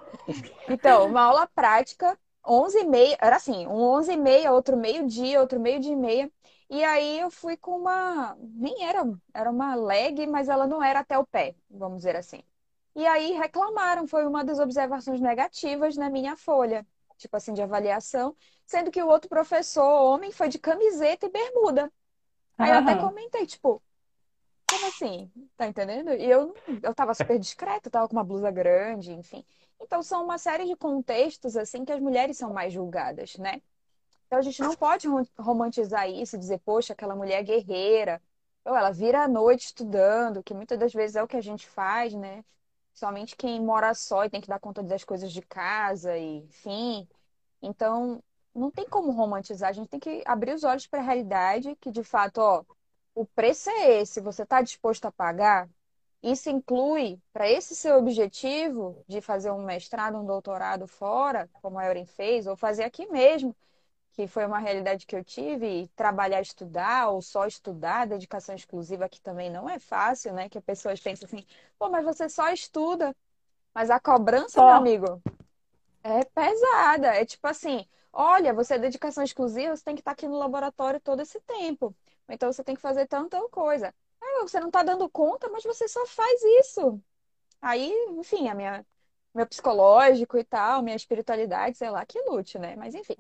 Então, uma aula prática, onze e meia, era assim, um onze e meia, outro meio-dia, outro meio-dia e meia. E aí eu fui com uma, nem era, era uma leg, mas ela não era até o pé, vamos dizer assim. E aí reclamaram, foi uma das observações negativas na minha folha, tipo assim, de avaliação, sendo que o outro professor, homem, foi de camiseta e bermuda. Aí eu até Aham. comentei, tipo, como assim? Tá entendendo? E eu, eu tava super discreta, tava com uma blusa grande, enfim. Então, são uma série de contextos, assim, que as mulheres são mais julgadas, né? Então, a gente não pode rom- romantizar isso e dizer, poxa, aquela mulher é guerreira. Ou ela vira à noite estudando, que muitas das vezes é o que a gente faz, né? Somente quem mora só e tem que dar conta das coisas de casa, e enfim. Então, não tem como romantizar, a gente tem que abrir os olhos para a realidade, que de fato, ó, o preço é esse, você está disposto a pagar? Isso inclui, para esse seu objetivo de fazer um mestrado, um doutorado fora, como a Euren fez, ou fazer aqui mesmo, que foi uma realidade que eu tive, e trabalhar, estudar, ou só estudar, dedicação exclusiva, que também não é fácil, né? Que as pessoas pensam assim, pô, mas você só estuda. Mas a cobrança, meu Só. amigo, é pesada. É tipo assim, olha, você é dedicação exclusiva, você tem que estar aqui no laboratório todo esse tempo. Então você tem que fazer tanta coisa. Ah, você não está dando conta, mas você só faz isso. Aí, enfim, a minha, meu psicológico e tal, minha espiritualidade, sei lá, que lute, né? Mas enfim,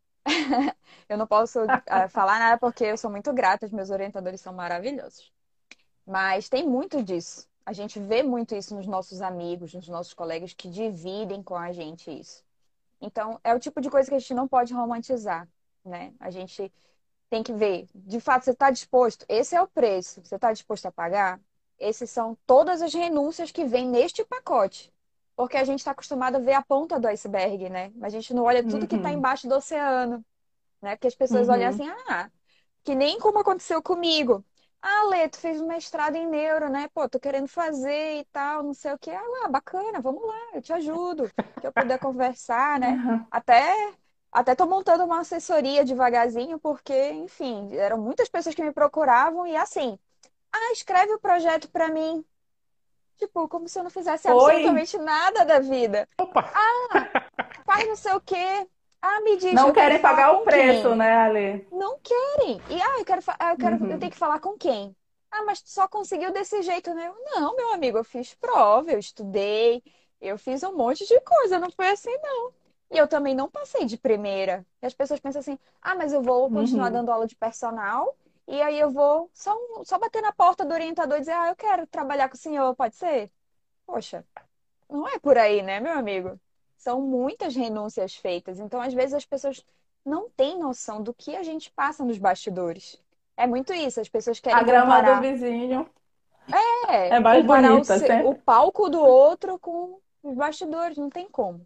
eu não posso ah, falar nada porque eu sou muito grata, os meus orientadores são maravilhosos. Mas tem muito disso. A gente vê muito isso nos nossos amigos, nos nossos colegas que dividem com a gente isso. Então, é o tipo de coisa que a gente não pode romantizar, né? A gente tem que ver, de fato, você está disposto? Esse é o preço. Você está disposto a pagar? Esses são todas as renúncias que vêm neste pacote. Porque a gente está acostumado a ver a ponta do iceberg, né? Mas a gente não olha tudo que está Uhum. embaixo do oceano, né? Porque as pessoas olham Uhum. assim, ah, que nem como aconteceu comigo. Ah, Lê, tu fez um mestrado em neuro, né? Pô, tô querendo fazer e tal, não sei o quê. Ah lá, bacana, vamos lá, eu te ajudo. Que eu puder conversar, né? Aham. Até, até tô montando uma assessoria devagarzinho, porque, enfim, eram muitas pessoas que me procuravam e assim, ah, escreve o projeto pra mim. Tipo, como se eu não fizesse Oi, absolutamente nada da vida. Opa! Faz não sei o quê. Ah, me diz, não eu tenho que querem falar pagar o com preço, quem? né, Ale? Não querem. E ah, eu quero, fa- ah, eu quero, eu tenho Uhum. que falar com quem? Ah, mas tu só conseguiu desse jeito, né? Eu, não, meu amigo, eu fiz prova, eu estudei, eu fiz um monte de coisa, não foi assim, não. E eu também não passei de primeira. E as pessoas pensam assim, ah, mas eu vou continuar Uhum. dando aula de personal e aí eu vou só, um- só bater na porta do orientador e dizer, ah, eu quero trabalhar com o senhor, pode ser? Poxa, não é por aí, né, meu amigo? São muitas renúncias feitas. Então, às vezes, as pessoas não têm noção do que a gente passa nos bastidores. É muito isso, as pessoas A querem grama do comparar, vizinho é, é mais comparar o, bonita, se- o sempre. palco do outro com os bastidores, não tem como.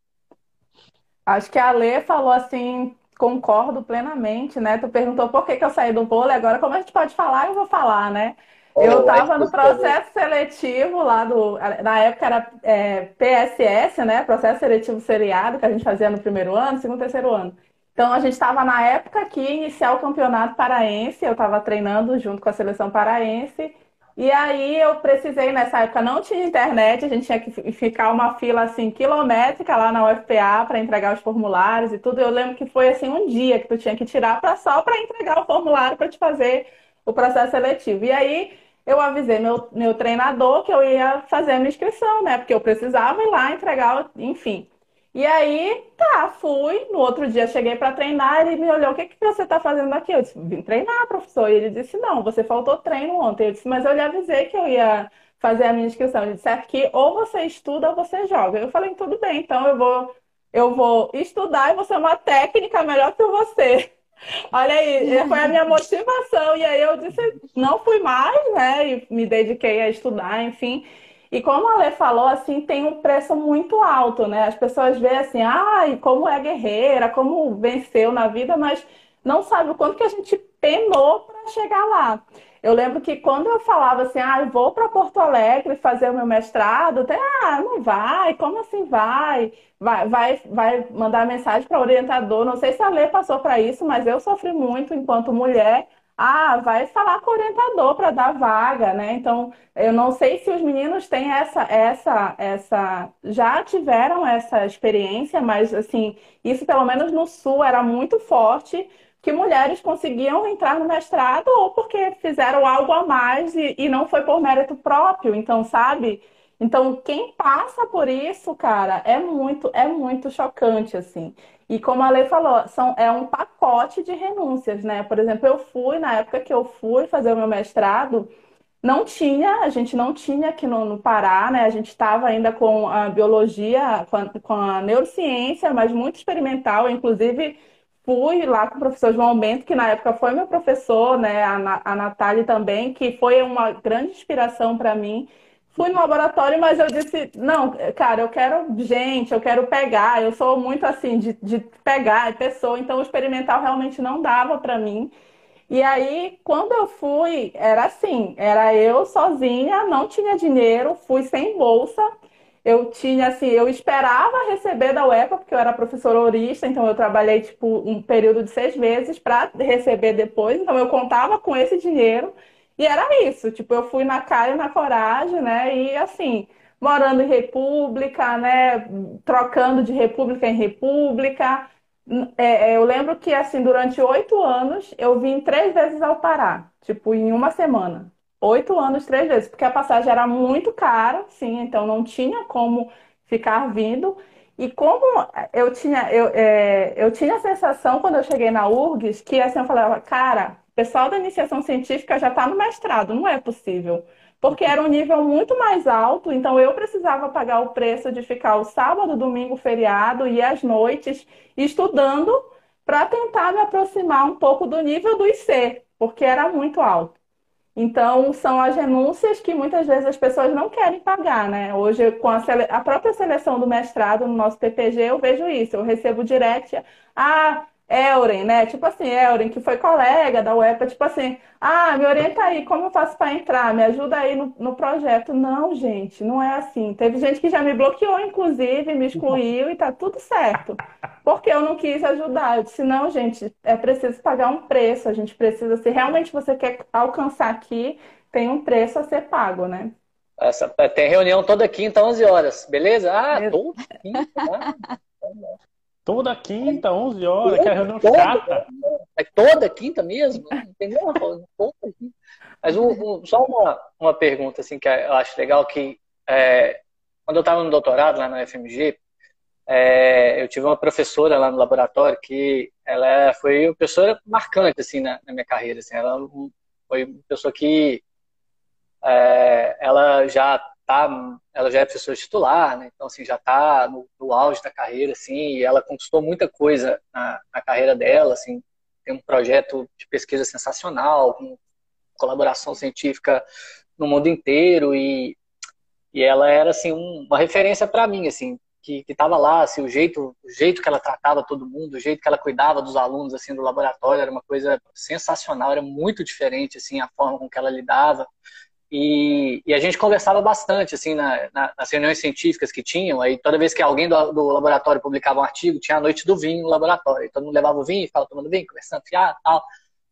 Acho que a Lê falou assim, concordo plenamente, né? Tu perguntou por que que eu saí do vôlei, agora como a gente pode falar, eu vou falar, né? Eu Oh, é estava no por favor. processo seletivo lá do. Na época era é, P S S, né? Processo seletivo seriado, que a gente fazia no primeiro ano, segundo, terceiro ano. Então a gente estava na época que ia iniciar o campeonato paraense, eu estava treinando junto com a seleção paraense. E aí eu precisei, nessa época não tinha internet, a gente tinha que fi- ficar uma fila assim quilométrica lá na U F P A para entregar os formulários e tudo. Eu lembro que foi assim um dia que tu tinha que tirar para só para entregar o formulário para te fazer o processo seletivo. E aí eu avisei meu, meu treinador que eu ia fazer a minha inscrição, né? Porque eu precisava ir lá entregar, o- enfim. E aí, tá, fui. No outro dia cheguei para treinar, ele me olhou, o que que você está fazendo aqui? Eu disse, vim treinar, professor. E ele disse, não, você faltou treino ontem. Eu disse, mas eu lhe avisei que eu ia fazer a minha inscrição. Ele disse, aqui ou você estuda ou você joga. Eu falei, tudo bem, então eu vou, eu vou estudar e vou ser uma técnica melhor que você. Olha aí, foi a minha motivação. E aí eu disse, não fui mais, né? E me dediquei a estudar, enfim. E como a Lê falou, assim, tem um preço muito alto, né? As pessoas veem assim, ai, como é guerreira, como venceu na vida, mas não sabe o quanto que a gente penou para chegar lá. Eu lembro que quando eu falava assim, ah, eu vou para Porto Alegre fazer o meu mestrado, até, ah, não vai, como assim vai? Vai, vai, vai mandar mensagem para o orientador. Não sei se a Lê passou para isso, mas eu sofri muito enquanto mulher. Ah, vai falar com o orientador para dar vaga, né? Então, eu não sei se os meninos têm essa, essa, essa, já tiveram essa experiência, mas assim, isso pelo menos no Sul era muito forte, que mulheres conseguiam entrar no mestrado ou porque fizeram algo a mais e, e não foi por mérito próprio. Então, sabe? Então, quem passa por isso, cara, é muito, é muito chocante, assim. E como a Lei falou, são, é um pacote de renúncias, né? Por exemplo, eu fui, na época que eu fui fazer o meu mestrado, não tinha, a gente não tinha aqui no, no Pará, né? A gente estava ainda com a biologia, com a, com a neurociência, mas muito experimental. Inclusive, fui lá com o professor João Bento, que na época foi meu professor, né? A, Na- a Natália também, que foi uma grande inspiração para mim. Fui no laboratório, mas eu disse, não, cara, eu quero gente, eu quero pegar. Eu sou muito assim de, de pegar pessoa, então o experimental realmente não dava para mim. E aí, quando eu fui, era assim, era eu sozinha, não tinha dinheiro, fui sem bolsa. Eu tinha assim, eu esperava receber da UEPA, porque eu era professora horista, então eu trabalhei tipo um período de seis meses para receber depois, então eu contava com esse dinheiro. E era isso, tipo, eu fui na cara e na coragem, né? E assim, morando em república, né? Trocando de república em república. É, é, eu lembro que, assim, durante oito anos, eu vim três vezes ao Pará, tipo, em uma semana. Oito anos, três vezes, porque a passagem era muito cara, sim, então não tinha como ficar vindo. E como eu tinha, eu, é, eu tinha a sensação, quando eu cheguei na U R G S, que assim, eu falava, cara, o pessoal da iniciação científica já está no mestrado, não é possível. Porque era um nível muito mais alto, então eu precisava pagar o preço de ficar o sábado, domingo, feriado e as noites estudando para tentar me aproximar um pouco do nível do I C, porque era muito alto. Então, são as renúncias que muitas vezes as pessoas não querem pagar, né? Hoje, com a, sele... a própria seleção do mestrado no nosso P P G, eu vejo isso. Eu recebo direct, ah, Euren, né? Tipo assim, Euren, que foi colega da UEPA, tipo assim, ah, me orienta aí, como eu faço para entrar? Me ajuda aí no, no projeto. Não, gente, não é assim. Teve gente que já me bloqueou, inclusive, me excluiu e tá tudo certo. Porque eu não quis ajudar. Eu disse, não, gente, é preciso pagar um preço. A gente precisa, se realmente você quer alcançar aqui, tem um preço a ser pago, né? Essa, tem reunião toda quinta, onze horas, beleza? Ah, É, toda quinta, ah, Toda quinta, onze horas, toda, aquela reunião toda, chata. é toda quinta mesmo, entendeu? Toda quinta. Mas o- o- só uma, uma pergunta assim que eu acho legal que é, quando eu estava no doutorado lá na U F M G, É, eu tive uma professora lá no laboratório que ela é- foi uma professora marcante assim na, na minha carreira. Assim, ela um- foi uma pessoa que é, ela já tá, ela já é professora titular, né? Então assim já está no, no auge da carreira, assim, e ela conquistou muita coisa na, na carreira dela, assim, tem um projeto de pesquisa sensacional, com colaboração científica no mundo inteiro e e ela era assim um- uma referência para mim, assim, que que estava lá, assim, o jeito, o jeito que ela tratava todo mundo, o jeito que ela cuidava dos alunos assim do laboratório era uma coisa sensacional, era muito diferente assim a forma com que ela lidava. E, e a gente conversava bastante assim na, na, nas reuniões científicas que tinham. Aí toda vez que alguém do, do laboratório publicava um artigo, tinha a noite do vinho no laboratório. E todo mundo levava o vinho, ficava tomando vinho, conversando, fiado, tal.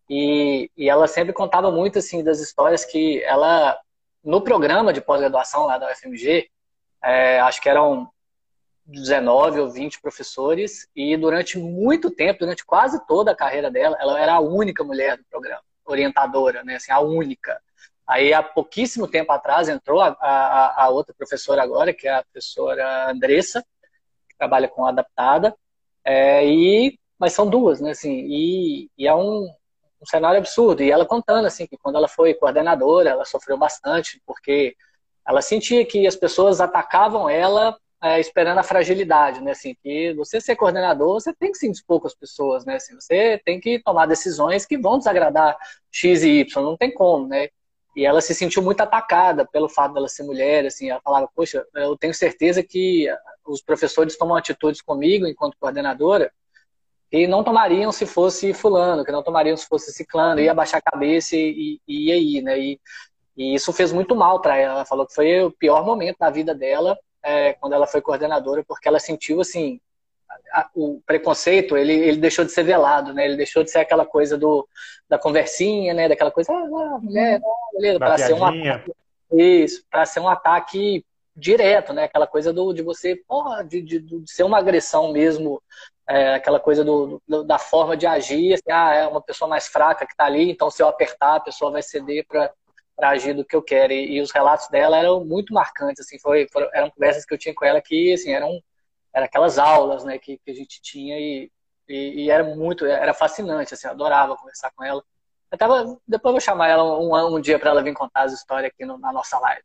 E, e ela sempre contava muito assim das histórias que ela no programa de pós-graduação lá da U F M G, é, acho que eram dezenove ou vinte professores, e durante muito tempo, durante quase toda a carreira dela, ela era a única mulher do programa, orientadora, né? Assim, a única. Aí, há pouquíssimo tempo atrás, entrou a, a, a outra professora agora, que é a professora Andressa, que trabalha com adaptada, é, e, mas são duas, né? Assim, e, e é um, um cenário absurdo. E ela contando assim, que quando ela foi coordenadora, ela sofreu bastante, porque ela sentia que as pessoas atacavam ela é, esperando a fragilidade, né? Assim, que você ser coordenador, você tem que se indispor com as pessoas, né? Assim, você tem que tomar decisões que vão desagradar X e Y, não tem como, né? E ela se sentiu muito atacada pelo fato dela ser mulher, assim, ela falava, poxa, eu tenho certeza que os professores tomam atitudes comigo enquanto coordenadora e não tomariam se fosse fulano, que não tomariam se fosse ciclano, ia baixar a cabeça e, e ia aí, né? E, e isso fez muito mal para ela. Ela falou que foi o pior momento da vida dela é, quando ela foi coordenadora, porque ela sentiu assim a, o preconceito, ele, ele deixou de ser velado, né? Ele deixou de ser aquela coisa do da conversinha, né? Daquela coisa, ah, mulher, ah, beleza, Da para ser um piadinha. ataque, isso, para ser um ataque direto, né? Aquela coisa do de você, porra, de, de, de ser uma agressão mesmo. É, aquela coisa do, do, da forma de agir, assim, ah, é uma pessoa mais fraca que está ali, então se eu apertar, a pessoa vai ceder para para agir do que eu quero. E, e, os relatos dela eram muito marcantes, assim, foi, foram, eram conversas que eu tinha com ela que, assim, eram, eram aquelas aulas, né, que, que a gente tinha e, e, e, era muito, era fascinante, assim, eu adorava conversar com ela. Eu tava, depois eu vou chamar ela um, um dia para ela vir contar as histórias aqui no, na nossa live.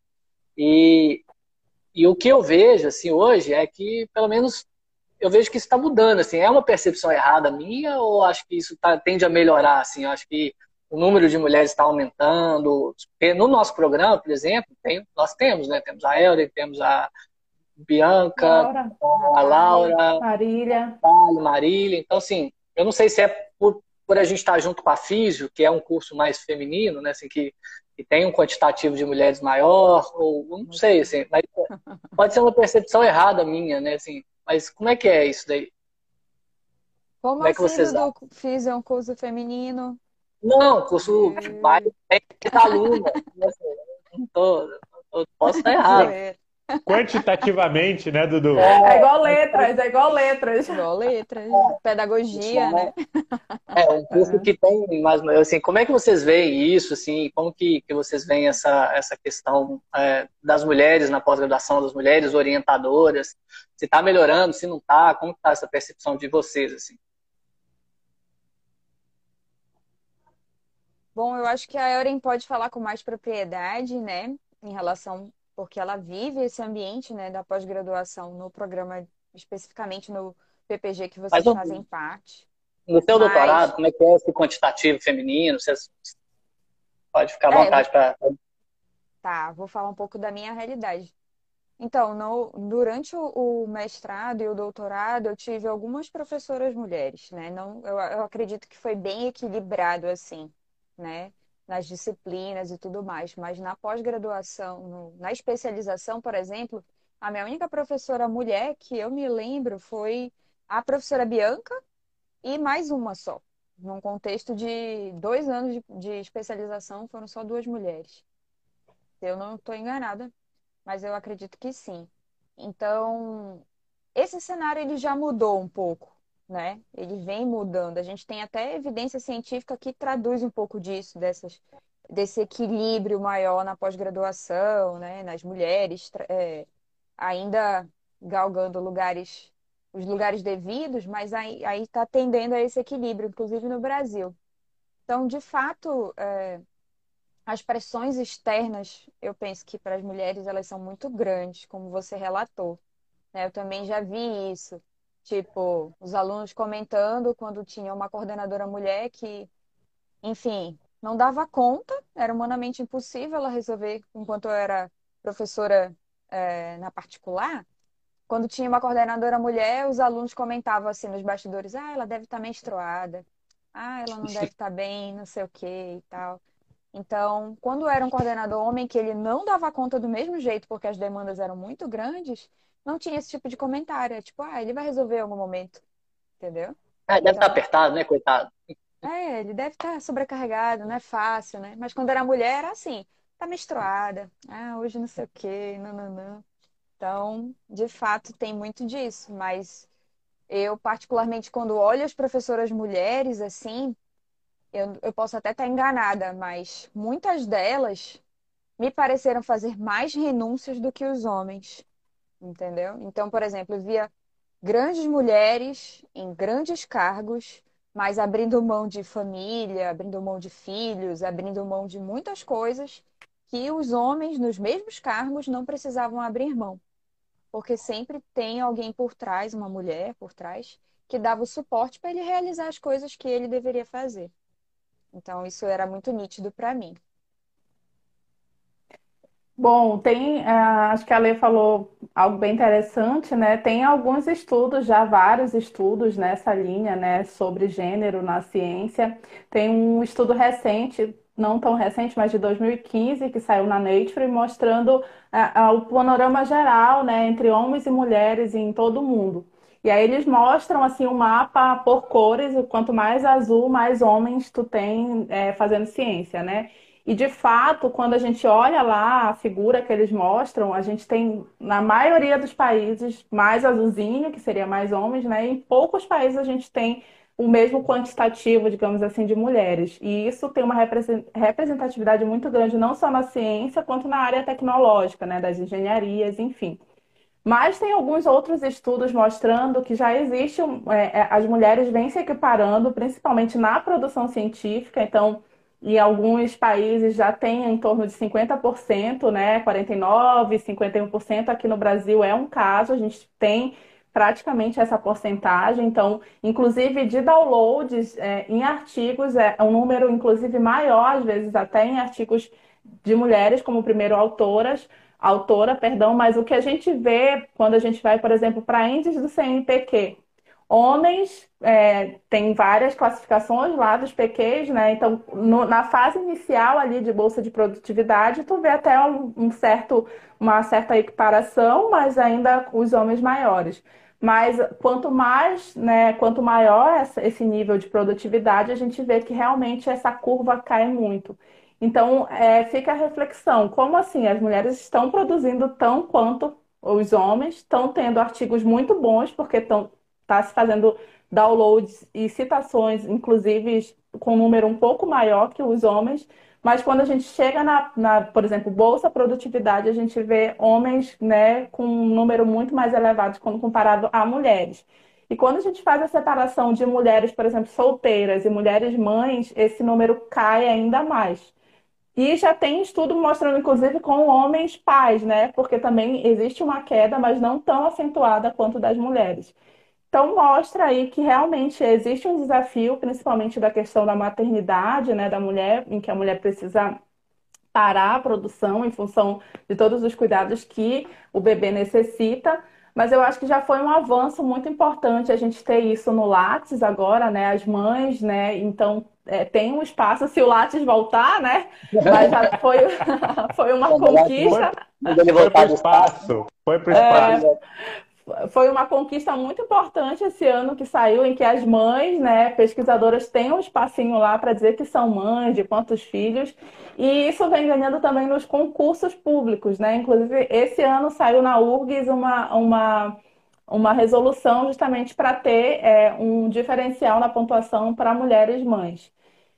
E, e o que eu vejo, assim, hoje é que, pelo menos, eu vejo que isso está mudando, assim, é uma percepção errada minha ou acho que isso tá, tende a melhorar, assim, eu acho que o número de mulheres está aumentando. No nosso programa, por exemplo, tem, nós temos, né? Temos a Elder, temos a Bianca, Laura, a Natália. Laura, Marília. a Marília. Então, assim, eu não sei se é por, por a gente estar junto com a Físio, que é um curso mais feminino, né? Assim, que, que tem um quantitativo de mulheres maior, ou não sei, assim, mas pode ser uma percepção errada minha, né? Assim, mas como é que é isso daí? Como Como é que assim, vocês Dudu? Fiz um curso feminino. não, curso mais Eu... da aluna. Não tô, eu posso estar errado. Zoeira. Quantitativamente, né, Dudu? É igual letras, é igual letras. Igual letras, pedagogia, né? É um curso É. que tem mais, assim, como é que vocês veem isso, assim, como que, que vocês veem essa, essa questão é, das mulheres na pós-graduação, das mulheres orientadoras, se está melhorando, se não está, como está essa percepção de vocês, assim? Bom, eu acho que a Euren pode falar com mais propriedade, né, em relação, porque ela vive esse ambiente, né, da pós-graduação no programa, especificamente no P P G que Mas vocês fazem no parte. no seu doutorado, Mas, como é que é esse quantitativo feminino? Vocês pode ficar à é, vontade para... tá, vou falar um pouco da minha realidade. Então, no- durante o, o mestrado e o doutorado, eu tive algumas professoras mulheres, né? Não, eu, eu acredito que foi bem equilibrado, assim, né? Nas disciplinas e tudo mais. Mas na pós-graduação, no- na especialização, por exemplo, a minha única professora mulher que eu me lembro foi a professora Bianca e mais uma só. Num contexto de dois anos de, de especialização, foram só duas mulheres. Se eu não estou enganada, mas eu acredito que sim. Então, esse cenário ele já mudou um pouco, né? Ele vem mudando. A gente tem até evidência científica que traduz um pouco disso, dessas, desse equilíbrio maior na pós-graduação, né? Nas mulheres, tra- é, ainda galgando lugares os lugares devidos, mas aí está tendendo a esse equilíbrio, inclusive no Brasil. Então, de fato, é, as pressões externas, eu penso que para as mulheres elas são muito grandes, como você relatou, né? Eu também já vi isso. Tipo, os alunos comentando quando tinha uma coordenadora mulher que, enfim, não dava conta, era humanamente impossível ela resolver enquanto eu era professora, é, na particular. Quando tinha uma coordenadora mulher, os alunos comentavam assim nos bastidores: ah, ela deve estar menstruada, ah, ela não deve estar bem, não sei o que e tal. Então, quando era um coordenador homem que ele não dava conta do mesmo jeito, porque as demandas eram muito grandes, não tinha esse tipo de comentário. É tipo, ah, ele vai resolver em algum momento, entendeu? É, deve estar Então, apertado, né, coitado? é, ele deve estar sobrecarregado, não é fácil, né? Mas quando era mulher, era assim, tá menstruada, ah, hoje não sei o quê, não, não, não. Então, de fato, tem muito disso, mas eu, particularmente, quando olho as professoras mulheres, assim, eu, eu posso até estar enganada, mas muitas delas me pareceram fazer mais renúncias do que os homens, entendeu? Então, por exemplo, eu via grandes mulheres em grandes cargos, mas abrindo mão de família, abrindo mão de filhos, abrindo mão de muitas coisas que os homens nos mesmos cargos não precisavam abrir mão, porque sempre tem alguém por trás, uma mulher por trás, que dava o suporte para ele realizar as coisas que ele deveria fazer. Então, isso era muito nítido para mim. Bom, tem, ah, acho que a Lê falou algo bem interessante, né? Tem alguns estudos, já vários estudos nessa linha, né, sobre gênero na ciência. Tem um estudo recente, não tão recente, mas de dois mil e quinze, que saiu na Nature, mostrando ah, ah, o panorama geral, né, entre homens e mulheres em todo o mundo. E aí eles mostram assim o mapa por cores, e quanto mais azul, mais homens tu tem eh, fazendo ciência, né? E de fato, quando a gente olha lá a figura que eles mostram, a gente tem, na maioria dos países, mais azulzinho, que seria mais homens, né? E em poucos países a gente tem o mesmo quantitativo, digamos assim, de mulheres. E isso tem uma represen- representatividade muito grande, não só na ciência, quanto na área tecnológica, né? Das engenharias, enfim. Mas tem alguns outros estudos mostrando que já existe, um- é, é, as mulheres vêm se equiparando, principalmente na produção científica. Então, em alguns países já tem em torno de cinquenta por cento, né? quarenta e nove, cinquenta e um por cento. Aqui no Brasil é um caso, a gente tem praticamente essa porcentagem. Então, inclusive de downloads, é, em artigos, é um número inclusive maior, às vezes até em artigos de mulheres como primeiro autoras autora, perdão, mas o que a gente vê quando a gente vai, por exemplo, para índices do C N P Q, homens é, tem várias classificações lá dos P Qs, né? Então, no- na fase inicial ali de bolsa de produtividade, tu vê até um, um certo, uma certa equiparação, mas ainda os homens maiores. Mas quanto mais, né, quanto maior essa- esse nível de produtividade, a gente vê que realmente essa curva cai muito. Então, é, fica a reflexão, como assim as mulheres estão produzindo tão quanto os homens, estão tendo artigos muito bons, porque estão tá se fazendo downloads e citações, inclusive com um número um pouco maior que os homens, mas quando a gente chega na, na, por exemplo, Bolsa Produtividade, a gente vê homens, né, com um número muito mais elevado quando comparado a mulheres. E quando a gente faz a separação de mulheres, por exemplo, solteiras e mulheres mães, esse número cai ainda mais. E já tem estudo mostrando, inclusive, com homens pais, né? Porque também existe uma queda, mas não tão acentuada quanto das mulheres. Então, mostra aí que realmente existe um desafio, principalmente da questão da maternidade, né, da mulher, em que a mulher precisa parar a produção em função de todos os cuidados que o bebê necessita. Mas eu acho que já foi um avanço muito importante a gente ter isso no Lattes agora, né? As mães, né? Então, é, tem um espaço se o Lattes voltar, né? Mas já foi, foi uma É melhor que Foi, conquista. quando ele foi para o voltar do espaço. espaço, foi para o Quando espaço. ele- Foi uma conquista muito importante esse ano que saiu, em que as mães, né, pesquisadoras têm um espacinho lá para dizer que são mães, de quantos filhos, e isso vem ganhando também nos concursos públicos, né? Inclusive, esse ano saiu na URGS uma, uma, uma resolução justamente para ter é, um diferencial na pontuação para mulheres mães.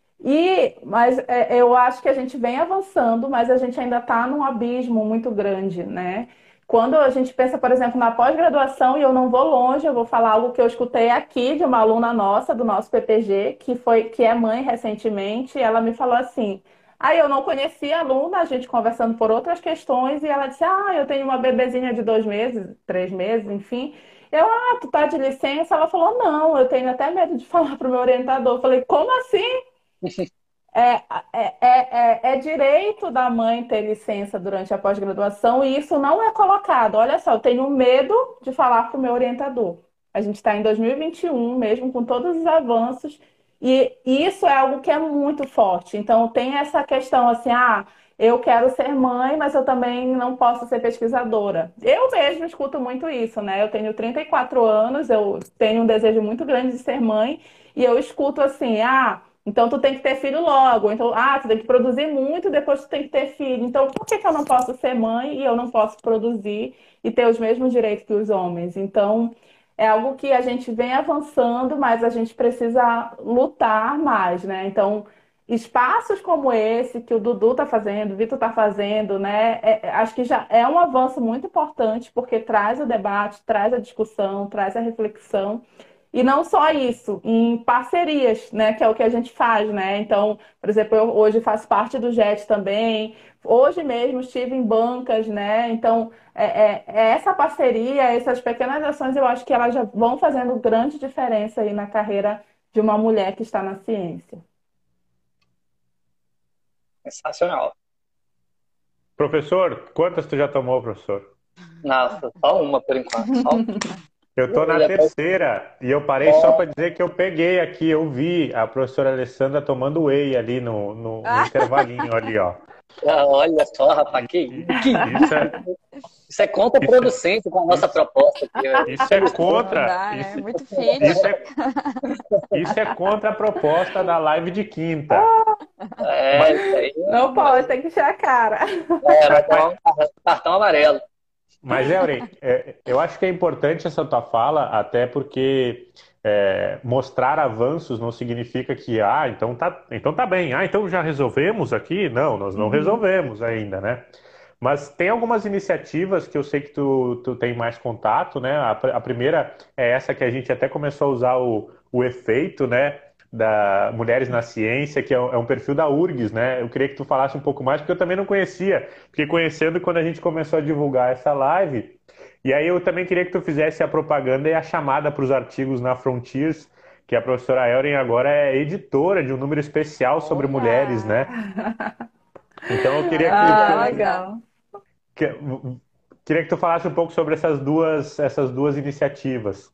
E, mas é, eu acho que a gente vem avançando, mas a gente ainda está num abismo muito grande, né? quando a gente pensa, por exemplo, na pós-graduação, e eu não vou longe, eu vou falar algo que eu escutei aqui de uma aluna nossa, do nosso P P G, que foi, que é mãe recentemente, e ela me falou assim, aí eu não conhecia a aluna, a gente conversando por outras questões, e ela disse, ah, eu tenho uma bebezinha de dois meses, três meses, enfim. Eu, ah, tu tá de licença? Ela falou, não, eu tenho até medo de falar pro meu orientador. Eu falei, como assim? É, é, é, é, é direito da mãe ter licença durante a pós-graduação e isso não é colocado. Olha só, eu tenho medo de falar para o meu orientador. A gente está em dois mil e vinte e um, mesmo com todos os avanços, e isso é algo que é muito forte. Então, tem essa questão assim, ah, eu quero ser mãe, mas eu também não posso ser pesquisadora. Eu mesmo escuto muito isso, né? Eu tenho trinta e quatro anos, eu tenho um desejo muito grande de ser mãe, e eu escuto assim, ah. Então, tu tem que ter filho logo. Então, ah, tu tem que produzir muito, depois tu tem que ter filho. Então, por que que eu não posso ser mãe e eu não posso produzir e ter os mesmos direitos que os homens? Então, é algo que a gente vem avançando, mas a gente precisa lutar mais, né? Então, espaços como esse que o Dudu está fazendo, o Vitor está fazendo, né? É- é- acho que já é um avanço muito importante, porque traz o debate, traz a discussão, traz a reflexão. E não só isso, em parcerias, né, que é o que a gente faz, né? Então, por exemplo, eu hoje faço parte do JET também. Hoje mesmo estive em bancas, né? Então, é, é- é essa parceria, essas pequenas ações, eu acho que elas já vão fazendo grande diferença aí na carreira de uma mulher que está na ciência. Sensacional. Professor, quantas tu já tomou, professor? Nossa, só uma por enquanto. Só uma. Eu tô na Depois- terceira e eu parei só para dizer que eu peguei aqui, eu vi a professora Alessandra tomando whey ali no, no, no intervalinho ali, ó. Ah, olha só, rapaz, que que Isso é, isso é contraproducente com a nossa proposta aqui, velho. isso é Não contra, dá, né? isso, Muito filho. isso é, isso é contra a proposta da live de quinta. É, isso aí Não pode, tem que encher a cara. é, vai tomar um cartão amarelo. Mas, Euren, é, eu acho que é importante essa tua fala, até porque é, mostrar avanços não significa que, ah, então tá, então tá bem, ah, então já resolvemos aqui? Não, nós não resolvemos ainda, né? Mas tem algumas iniciativas que eu sei que tu, tu tem mais contato, né? A, pr- a primeira é essa que a gente até começou a usar o, o efeito, né? Da Mulheres na Ciência, que é um, é um perfil da URGS, né? Eu queria que tu falasse um pouco mais, porque eu também não conhecia. Fiquei conhecendo quando a gente começou a divulgar essa live. E aí eu também queria que tu fizesse a propaganda e a chamada para os artigos na Frontiers, que a professora Euren agora é editora de um número especial sobre Olha! mulheres, né? Então eu queria que, Ah, que- legal. que- queria que tu falasse um pouco sobre essas duas, essas duas iniciativas.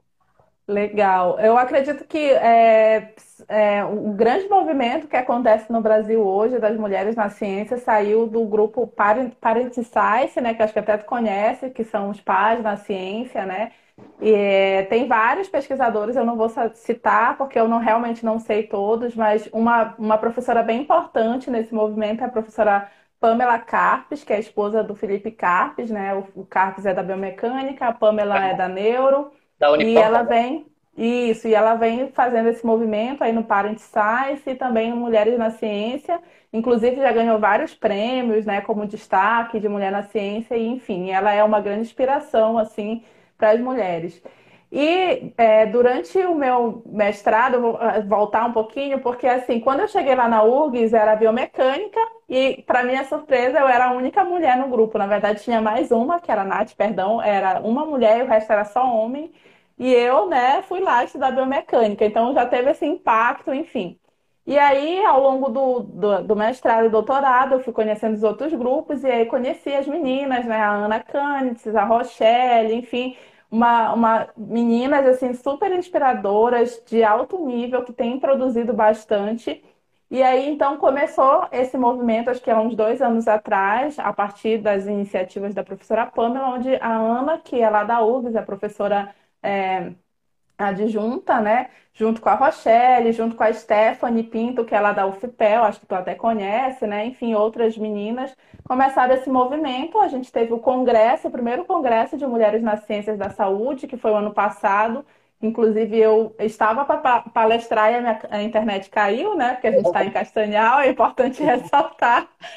Legal. Eu acredito que é, é, o grande movimento que acontece no Brasil hoje das mulheres na ciência saiu do grupo Parent, Parent Science, né, que acho que até tu conhece, que são os pais na ciência, né? E é, tem vários pesquisadores, eu não vou sa- citar porque eu não realmente não sei todos, mas uma, uma professora bem importante nesse movimento é a professora Pamela Carpes, que é a esposa do Felipe Carpes, né? O, o Carpes é da biomecânica, a Pamela é da neuro. Da E ela Unipampa, né? vem, isso, e ela vem fazendo esse movimento aí no Parent Science e também no Mulheres na Ciência. Inclusive já ganhou vários prêmios, né, como destaque de mulher na ciência, e enfim, ela é uma grande inspiração, assim, para as mulheres. E é, durante o meu mestrado, eu vou eh, voltar um pouquinho, porque assim, quando eu cheguei lá na URGS, era biomecânica, e para minha surpresa, eu era a única mulher no grupo. Na verdade, tinha mais uma, que era a Nath, perdão, era uma mulher e o resto era só homem. E eu, né, fui lá estudar biomecânica, então já teve esse impacto, enfim. E aí, ao longo do, do, do mestrado e doutorado, eu fui conhecendo os outros grupos, e aí conheci as meninas, né, a Ana Canitz, a Rochelle, enfim, uma, uma, meninas, assim, super inspiradoras, de alto nível, que têm produzido bastante. E aí, então, começou esse movimento, acho que há uns dois anos atrás, a partir das iniciativas da professora Pamela, onde a Ana, que é lá da URGS, a professora é, adjunta, né? Junto com a Rochelle, junto com a Stephanie Pinto, que é lá da U F P E L, acho que tu até conhece, né? Enfim, outras meninas começaram esse movimento. A gente teve o congresso, o primeiro congresso de mulheres nas ciências da saúde, que foi o ano passado. Inclusive, eu estava para palestrar e a, minha, a internet caiu, né? Porque a gente está em Castanhal, é importante ressaltar.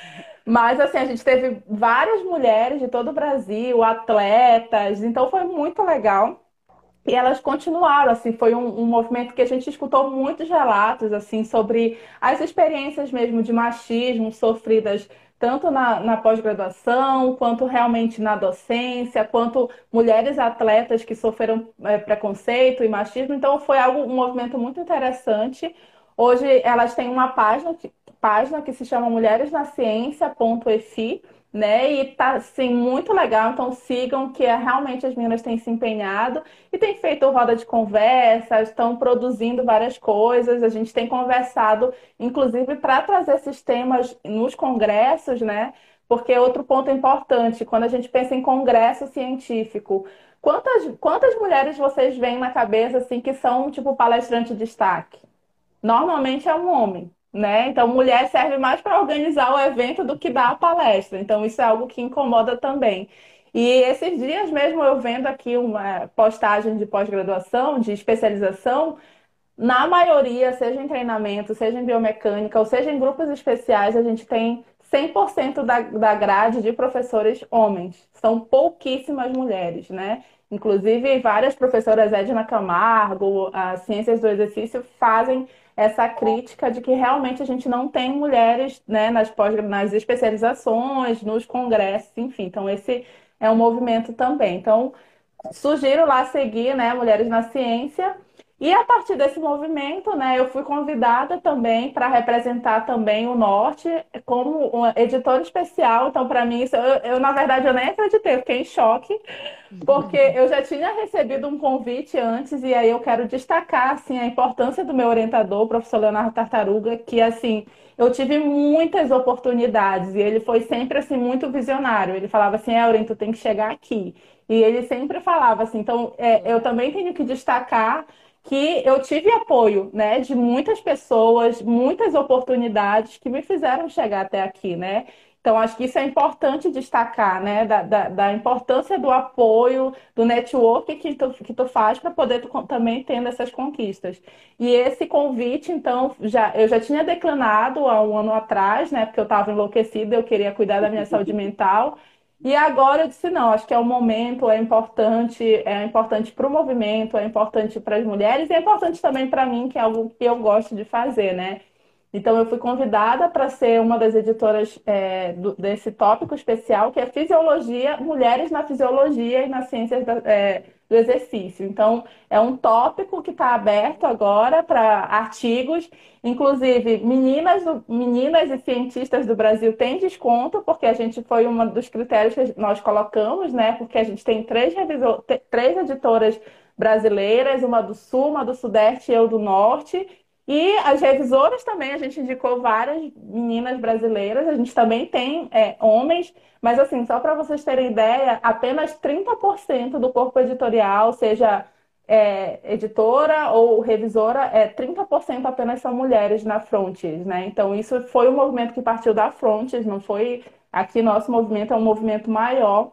Mas assim, a gente teve várias mulheres de todo o Brasil, atletas, então foi muito legal. E elas continuaram, assim, foi um, um movimento que a gente escutou muitos relatos, assim, sobre as experiências mesmo de machismo sofridas tanto na, na pós-graduação, quanto realmente na docência, quanto mulheres atletas que sofreram é, preconceito e machismo. Então, foi algo, um movimento muito interessante. Hoje, elas têm uma página, que- página que se chama mulheres na ciência ponto e f i, né? E tá, assim, muito legal. Então, sigam, que é, realmente as meninas têm se empenhado e tem feito roda de conversa, estão produzindo várias coisas. A gente tem conversado, inclusive, para trazer esses temas nos congressos, né? Porque outro ponto importante, quando a gente pensa em congresso científico, quantas, quantas mulheres vocês veem na cabeça assim que são tipo palestrante de destaque? Normalmente é um homem, né? Então, mulher serve mais para organizar o evento do que dar a palestra. Então, isso é algo que incomoda também. E esses dias mesmo eu vendo aqui uma postagem de pós-graduação, de especialização, na maioria, seja em treinamento, seja em biomecânica, ou seja em grupos especiais, a gente tem cem por cento da, da grade de professores homens. São pouquíssimas mulheres, né? Inclusive, várias professoras, Edna Camargo, as Ciências do Exercício, fazem essa crítica de que realmente a gente não tem mulheres, né, nas pós, nas especializações, nos congressos, enfim. Então, esse é um movimento também. Então, sugiro lá seguir, né, Mulheres na Ciência. E a partir desse movimento, né, eu fui convidada também para representar também o Norte como uma editora especial. Então, para mim, isso, eu, eu, na verdade, eu nem acreditei, eu fiquei em choque, porque eu já tinha recebido um convite antes, e aí eu quero destacar, assim, a importância do meu orientador, o professor Leonardo Tartaruga, que, assim, eu tive muitas oportunidades, e ele foi sempre, assim, muito visionário. Ele falava assim, Elrin, tu tem que chegar aqui. E ele sempre falava assim, então, é, eu também tenho que destacar que eu tive apoio, né, de muitas pessoas, muitas oportunidades que me fizeram chegar até aqui, né? Então, acho que isso é importante destacar, né? Da, da, da importância do apoio, do network que tu, que tu faz para poder tu também tendo essas conquistas. E esse convite, então, já, eu já tinha declinado há um ano atrás, né? Porque eu estava enlouquecida, eu queria cuidar da minha saúde mental. E agora eu disse, não, acho que é o momento, é importante, é importante para o movimento, é importante para as mulheres e é importante também para mim, que é algo que eu gosto de fazer, né? Então, eu fui convidada para ser uma das editoras é, do- desse tópico especial, que é Fisiologia, Mulheres na Fisiologia e nas Ciências da- é, do Exercício. Então, é um tópico que está aberto agora para artigos. Inclusive, meninas, do- meninas e cientistas do Brasil têm desconto, porque a gente foi um dos critérios que nós colocamos, né? Porque a gente tem três, revisor, te- três editoras brasileiras, uma do Sul, uma do Sudeste e eu do Norte. E as revisoras também, a gente indicou várias meninas brasileiras, a gente também tem é, homens, mas assim, só para vocês terem ideia, apenas trinta por cento do corpo editorial, seja é, editora ou revisora, é, trinta por cento apenas são mulheres na Frontiers, né? Então, isso foi um movimento que partiu da Frontiers, não foi... Aqui, nosso movimento é um movimento maior,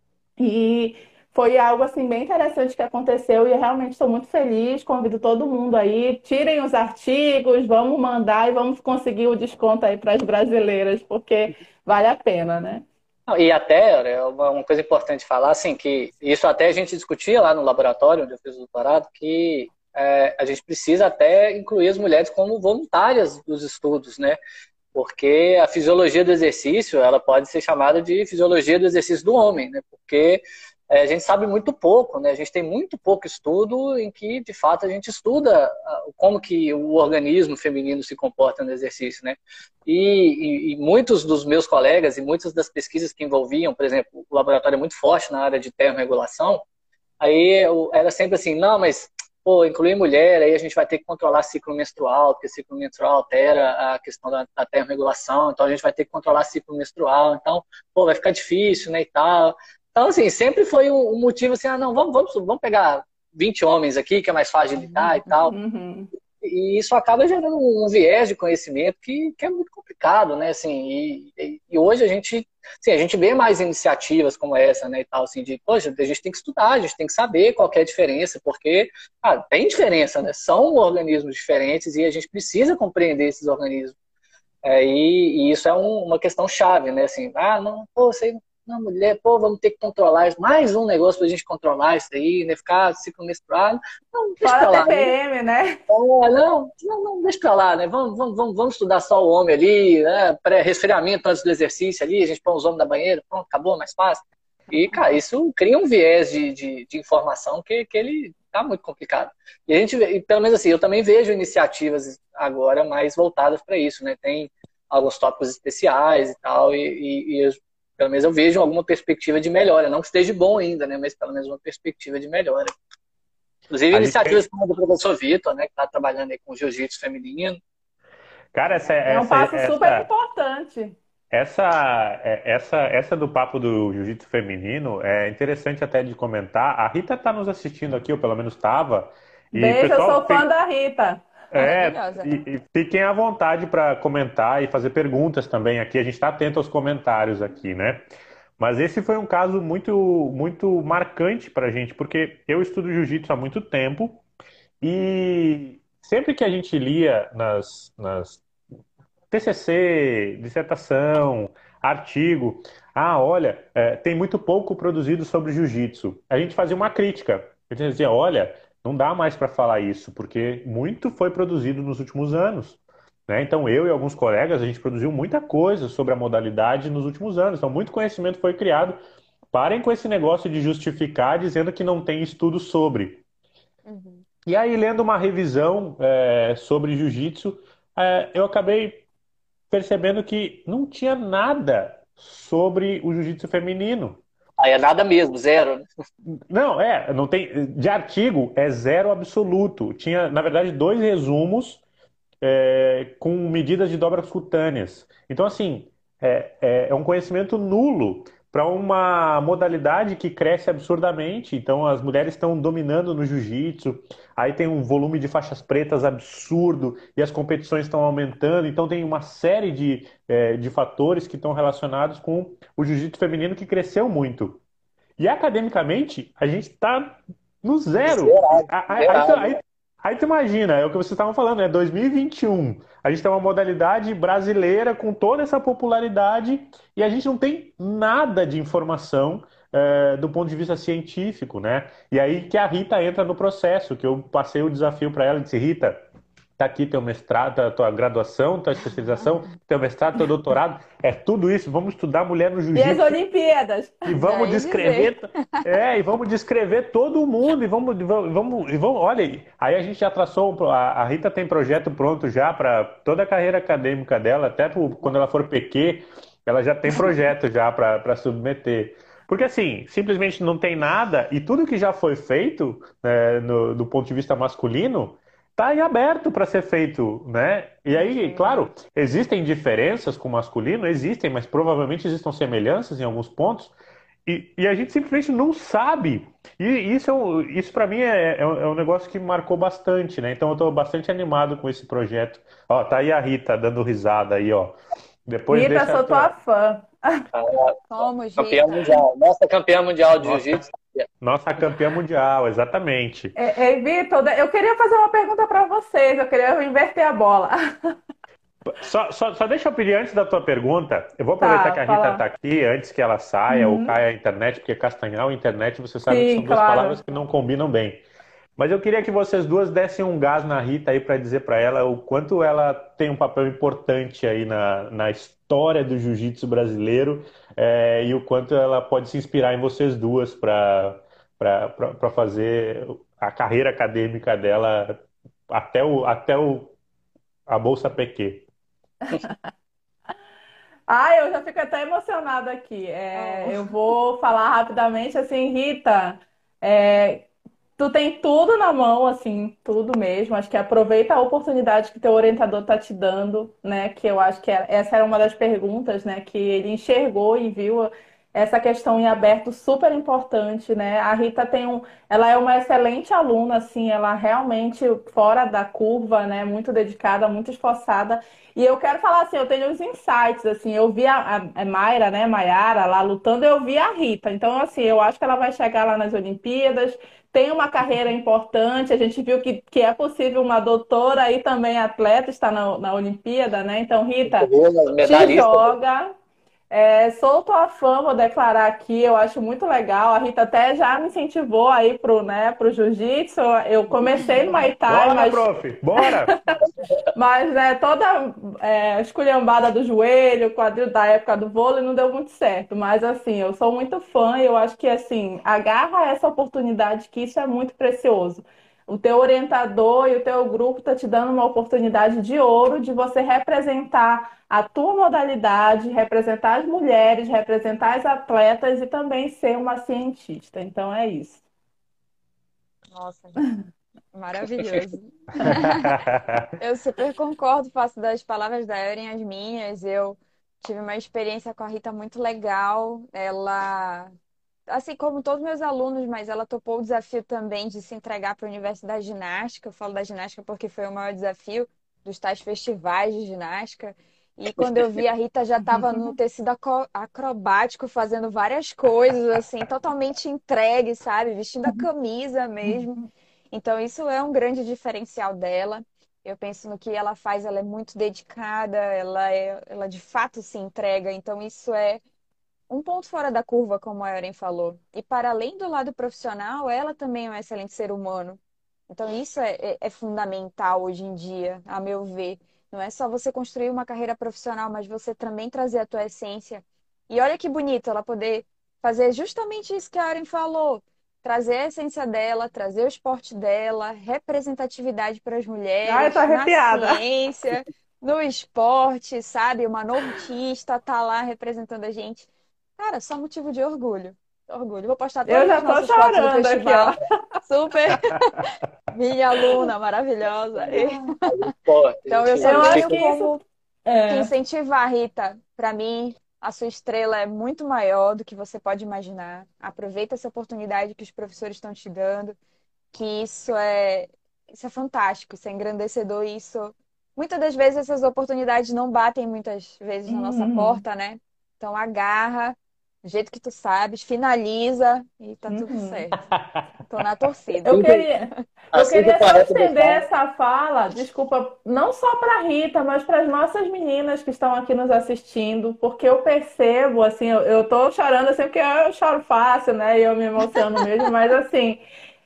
e foi algo assim bem interessante que aconteceu e eu realmente estou muito feliz. Convido todo mundo aí, tirem os artigos, vamos mandar e vamos conseguir o desconto aí para as brasileiras, porque vale a pena, né? Não, e até, é uma uma coisa importante falar, assim, que isso até a gente discutia lá no laboratório onde eu fiz o doutorado, que é, a gente precisa até incluir as mulheres como voluntárias dos estudos, né? Porque a fisiologia do exercício, ela pode ser chamada de fisiologia do exercício do homem, né? Porque é, a gente sabe muito pouco, né? A gente tem muito pouco estudo em que, de fato, a gente estuda ah, como que o organismo feminino se comporta no exercício, né? E, e, e muitos dos meus colegas e muitas das pesquisas que envolviam, por exemplo, o laboratório é muito forte na área de termorregulação, aí eu, era sempre assim, não, mas pô, incluir mulher, aí a gente vai ter que controlar ciclo menstrual, porque ciclo menstrual altera a questão da, da termorregulação, então a gente vai ter que controlar ciclo menstrual, então, pô, vai ficar difícil, né, e tal. Então, assim, sempre foi um, um motivo assim, ah, não, vamos, vamos, vamos pegar vinte homens aqui, que é mais fácil de lidar e tal. Uhum. E isso acaba gerando um viés de conhecimento que, que é muito complicado, né? Assim, e, e- e hoje a gente, assim, a gente vê mais iniciativas como essa, né? E tal, assim, de, poxa, a gente tem que estudar, a gente tem que saber qual que é a diferença, porque ah, tem diferença, né? São organismos diferentes e a gente precisa compreender esses organismos. É, e, e isso é um- uma questão chave, né? Assim, ah, não, pô, você não é mulher, pô, vamos ter que controlar isso. Mais um negócio pra gente controlar isso aí, né? Ficar ciclo menstrual. Não, deixa Fora pra lá, né? T P M, né? Ah, não, não, não, deixa pra lá, né? Vamos, vamos, vamos, vamos estudar só o homem ali, né? Pré-resfriamento antes do exercício ali, a gente põe os homens na banheira, pronto, acabou, mais fácil. E, cara, isso cria um viés de, de, de informação que, que ele tá muito complicado. E a gente, vê- e pelo menos assim, eu também vejo iniciativas agora mais voltadas para isso, né? Tem alguns tópicos especiais e tal, e, e, e eu- pelo menos eu vejo alguma perspectiva de melhora. Não que esteja bom ainda, né? Mas pelo menos uma perspectiva de melhora. Inclusive A gente tem... iniciativas como a do professor Vitor, né? Que está trabalhando aí com jiu-jitsu feminino. Cara, essa, É um essa, passo super essa, importante. essa, é- essa, essa do papo do jiu-jitsu feminino é interessante até de comentar. A Rita está nos assistindo aqui, ou pelo menos estava. E, Beijo, eu pessoal, sou fã da Rita. é, Maravilhosa. e, e fiquem à vontade para comentar e fazer perguntas também aqui. A gente está atento aos comentários aqui, né? Mas esse foi um caso muito, muito marcante para a gente, porque eu estudo jiu-jitsu há muito tempo e sempre que a gente lia nas, nas T C C, dissertação, artigo, ah, olha, é, tem muito pouco produzido sobre jiu-jitsu. A gente fazia uma crítica. A gente dizia, olha, não dá mais para falar isso, porque muito foi produzido nos últimos anos. Né? Então, eu e alguns colegas, a gente produziu muita coisa sobre a modalidade nos últimos anos. Então, muito conhecimento foi criado. Parem com esse negócio de justificar dizendo que não tem estudo sobre. Uhum. E aí, lendo uma revisão é, sobre jiu-jitsu, é, eu acabei percebendo que não tinha nada sobre o jiu-jitsu feminino. Aí é nada mesmo, zero, né? Não, é, não tem. De artigo é zero absoluto. Tinha, na verdade, dois resumos é, com medidas de dobras cutâneas. Então, assim, é, é, é um conhecimento nulo para uma modalidade que cresce absurdamente. Então, as mulheres estão dominando no jiu-jitsu, aí tem um volume de faixas pretas absurdo e as competições estão aumentando. Então, tem uma série de, é, de fatores que estão relacionados com o jiu-jitsu feminino que cresceu muito. E academicamente, a gente está no zero. Zerado, Aí, aí, tu- zerado. aí, aí tu imagina, é o que vocês estavam falando, é dois mil e vinte e um. A gente tem uma modalidade brasileira com toda essa popularidade e a gente não tem nada de informação eh, do ponto de vista científico, né? E aí que a Rita entra no processo, que eu passei o desafio para ela e disse, Rita, tá aqui teu mestrado, a tua graduação, tua especialização, teu mestrado, teu doutorado, é tudo isso. Vamos estudar mulher no E as jiu-jitsu Olimpíadas? e Já vamos ia dizer. descrever, é, e vamos descrever todo mundo e vamos, e vamos, e vamos, e vamos- olha, aí aí a gente já traçou, um pro- a, a Rita tem projeto pronto já para toda a carreira acadêmica dela, até pro- quando ela for P Q, ela já tem projeto já para submeter. Porque assim, simplesmente não tem nada e tudo que já foi feito, né, no- do ponto de vista masculino, tá aí aberto para ser feito, né? E aí, Sim. claro, existem diferenças com o masculino, existem, mas provavelmente existem semelhanças em alguns pontos. E, e a gente simplesmente não sabe. E isso, é um- isso para mim é, é um é um negócio que marcou bastante, né? Então eu estou bastante animado com esse projeto. Ó, tá aí a Rita dando risada aí, ó. Depois Rita, deixa a sou tua tua fã. Somos, Campeã Rita. mundial. Nossa campeã mundial de nossa, jiu-jitsu. nossa campeã mundial, exatamente. É, é, Vitor, eu queria fazer uma pergunta para vocês, eu queria inverter a bola. Só, só, só deixa eu pedir antes da tua pergunta. Eu vou aproveitar que Tá, a Rita está fala. aqui, antes que ela saia ou Uhum. caia a internet, porque Castanhal e internet, você sabe que Sim, são duas palavras claro. que não combinam bem. Mas eu queria que vocês duas dessem um gás na Rita aí para dizer para ela o quanto ela tem um papel importante aí na, na história do jiu-jitsu brasileiro, é, e o quanto ela pode se inspirar em vocês duas para para fazer a carreira acadêmica dela até o, até o, a Bolsa P Q. Ah, eu já fico até emocionada aqui. É, Oh. eu vou falar rapidamente assim, Rita. é, Tu tem tudo na mão, assim, tudo mesmo. Acho que aproveita a oportunidade que teu orientador está te dando, né? Que eu acho que é- essa era uma das perguntas, né? Que ele enxergou e viu essa questão em aberto super importante, né? A Rita tem um, ela é uma excelente aluna, assim, ela realmente fora da curva, né? Muito dedicada, muito esforçada. E eu quero falar assim, eu tenho uns insights, assim, eu vi a, a, a Mayra, né? Maiara lá lutando, eu vi a Rita. Então, assim, eu acho que ela vai chegar lá nas Olimpíadas. tem uma carreira importante, a gente viu que, que é possível uma doutora e também atleta estar na, na Olimpíada, né? Então, Rita, te Medalhista. joga. É, sou tua fã, vou declarar aqui, eu acho muito legal. A Rita até já me incentivou aí pro, né, pro jiu-jitsu. Eu comecei no Muay Thai, Bora, mas, prof, bora! mas né, toda é, esculhambada do joelho, quadril da época do vôlei, não deu muito certo. Mas assim, eu sou muito fã e eu acho que assim, agarra essa oportunidade, que isso é muito precioso. O teu orientador e o teu grupo tá te dando uma oportunidade de ouro de você representar a tua modalidade, representar as mulheres, representar as atletas e também ser uma cientista. Então é isso. Nossa, maravilhoso. Eu super concordo, faço das palavras da Erin as minhas. Eu tive uma experiência com a Rita muito legal. Ela, assim como todos meus alunos, mas ela topou o desafio também de se entregar para o universo da ginástica. Eu falo da ginástica porque foi o maior desafio dos tais festivais de ginástica. E quando eu vi, a Rita já estava no tecido aco- acrobático, fazendo várias coisas, assim, totalmente entregue, sabe? Vestindo a camisa mesmo. Então, isso é um grande diferencial dela. Eu penso no que ela faz, ela é muito dedicada, ela é, ela de fato se entrega. Então, isso é um ponto fora da curva, como a Erin falou. E para além do lado profissional, ela também é um excelente ser humano. Então, isso é, é- é fundamental hoje em dia, a meu ver. Não é só você construir uma carreira profissional, mas você também trazer a tua essência. E olha que bonito ela poder fazer justamente isso que a Erin falou. Trazer a essência dela, trazer o esporte dela, representatividade para as Ai, tô mulheres, na arrepiada. ciência, no esporte, sabe? Uma nortista tá lá representando a gente. Cara, só motivo de orgulho. Orgulho. Vou postar Eu todas já as tô nossas fotos do chorando aqui, ó. festival. Super. Minha aluna maravilhosa. E- Pô, a Então, eu gente, só Eu acho tenho que isso como te é. incentivar, Rita. Para mim, a sua estrela é muito maior do que você pode imaginar. Aproveita essa oportunidade que os professores estão te dando, que isso é, isso é fantástico, isso é engrandecedor, e isso. Muitas das vezes essas oportunidades não batem muitas vezes na nossa Uhum, porta, né? Então agarra, do jeito que tu sabes, finaliza e tá tudo uhum. certo. Tô na torcida. Eu assim que, queria, eu assim que o queria só quarenta estender deixar, essa fala, desculpa, não só para a Rita, mas para as nossas meninas que estão aqui nos assistindo, porque eu percebo, assim, eu, eu tô chorando assim, porque eu choro fácil, né? E eu me emociono mesmo, mas assim,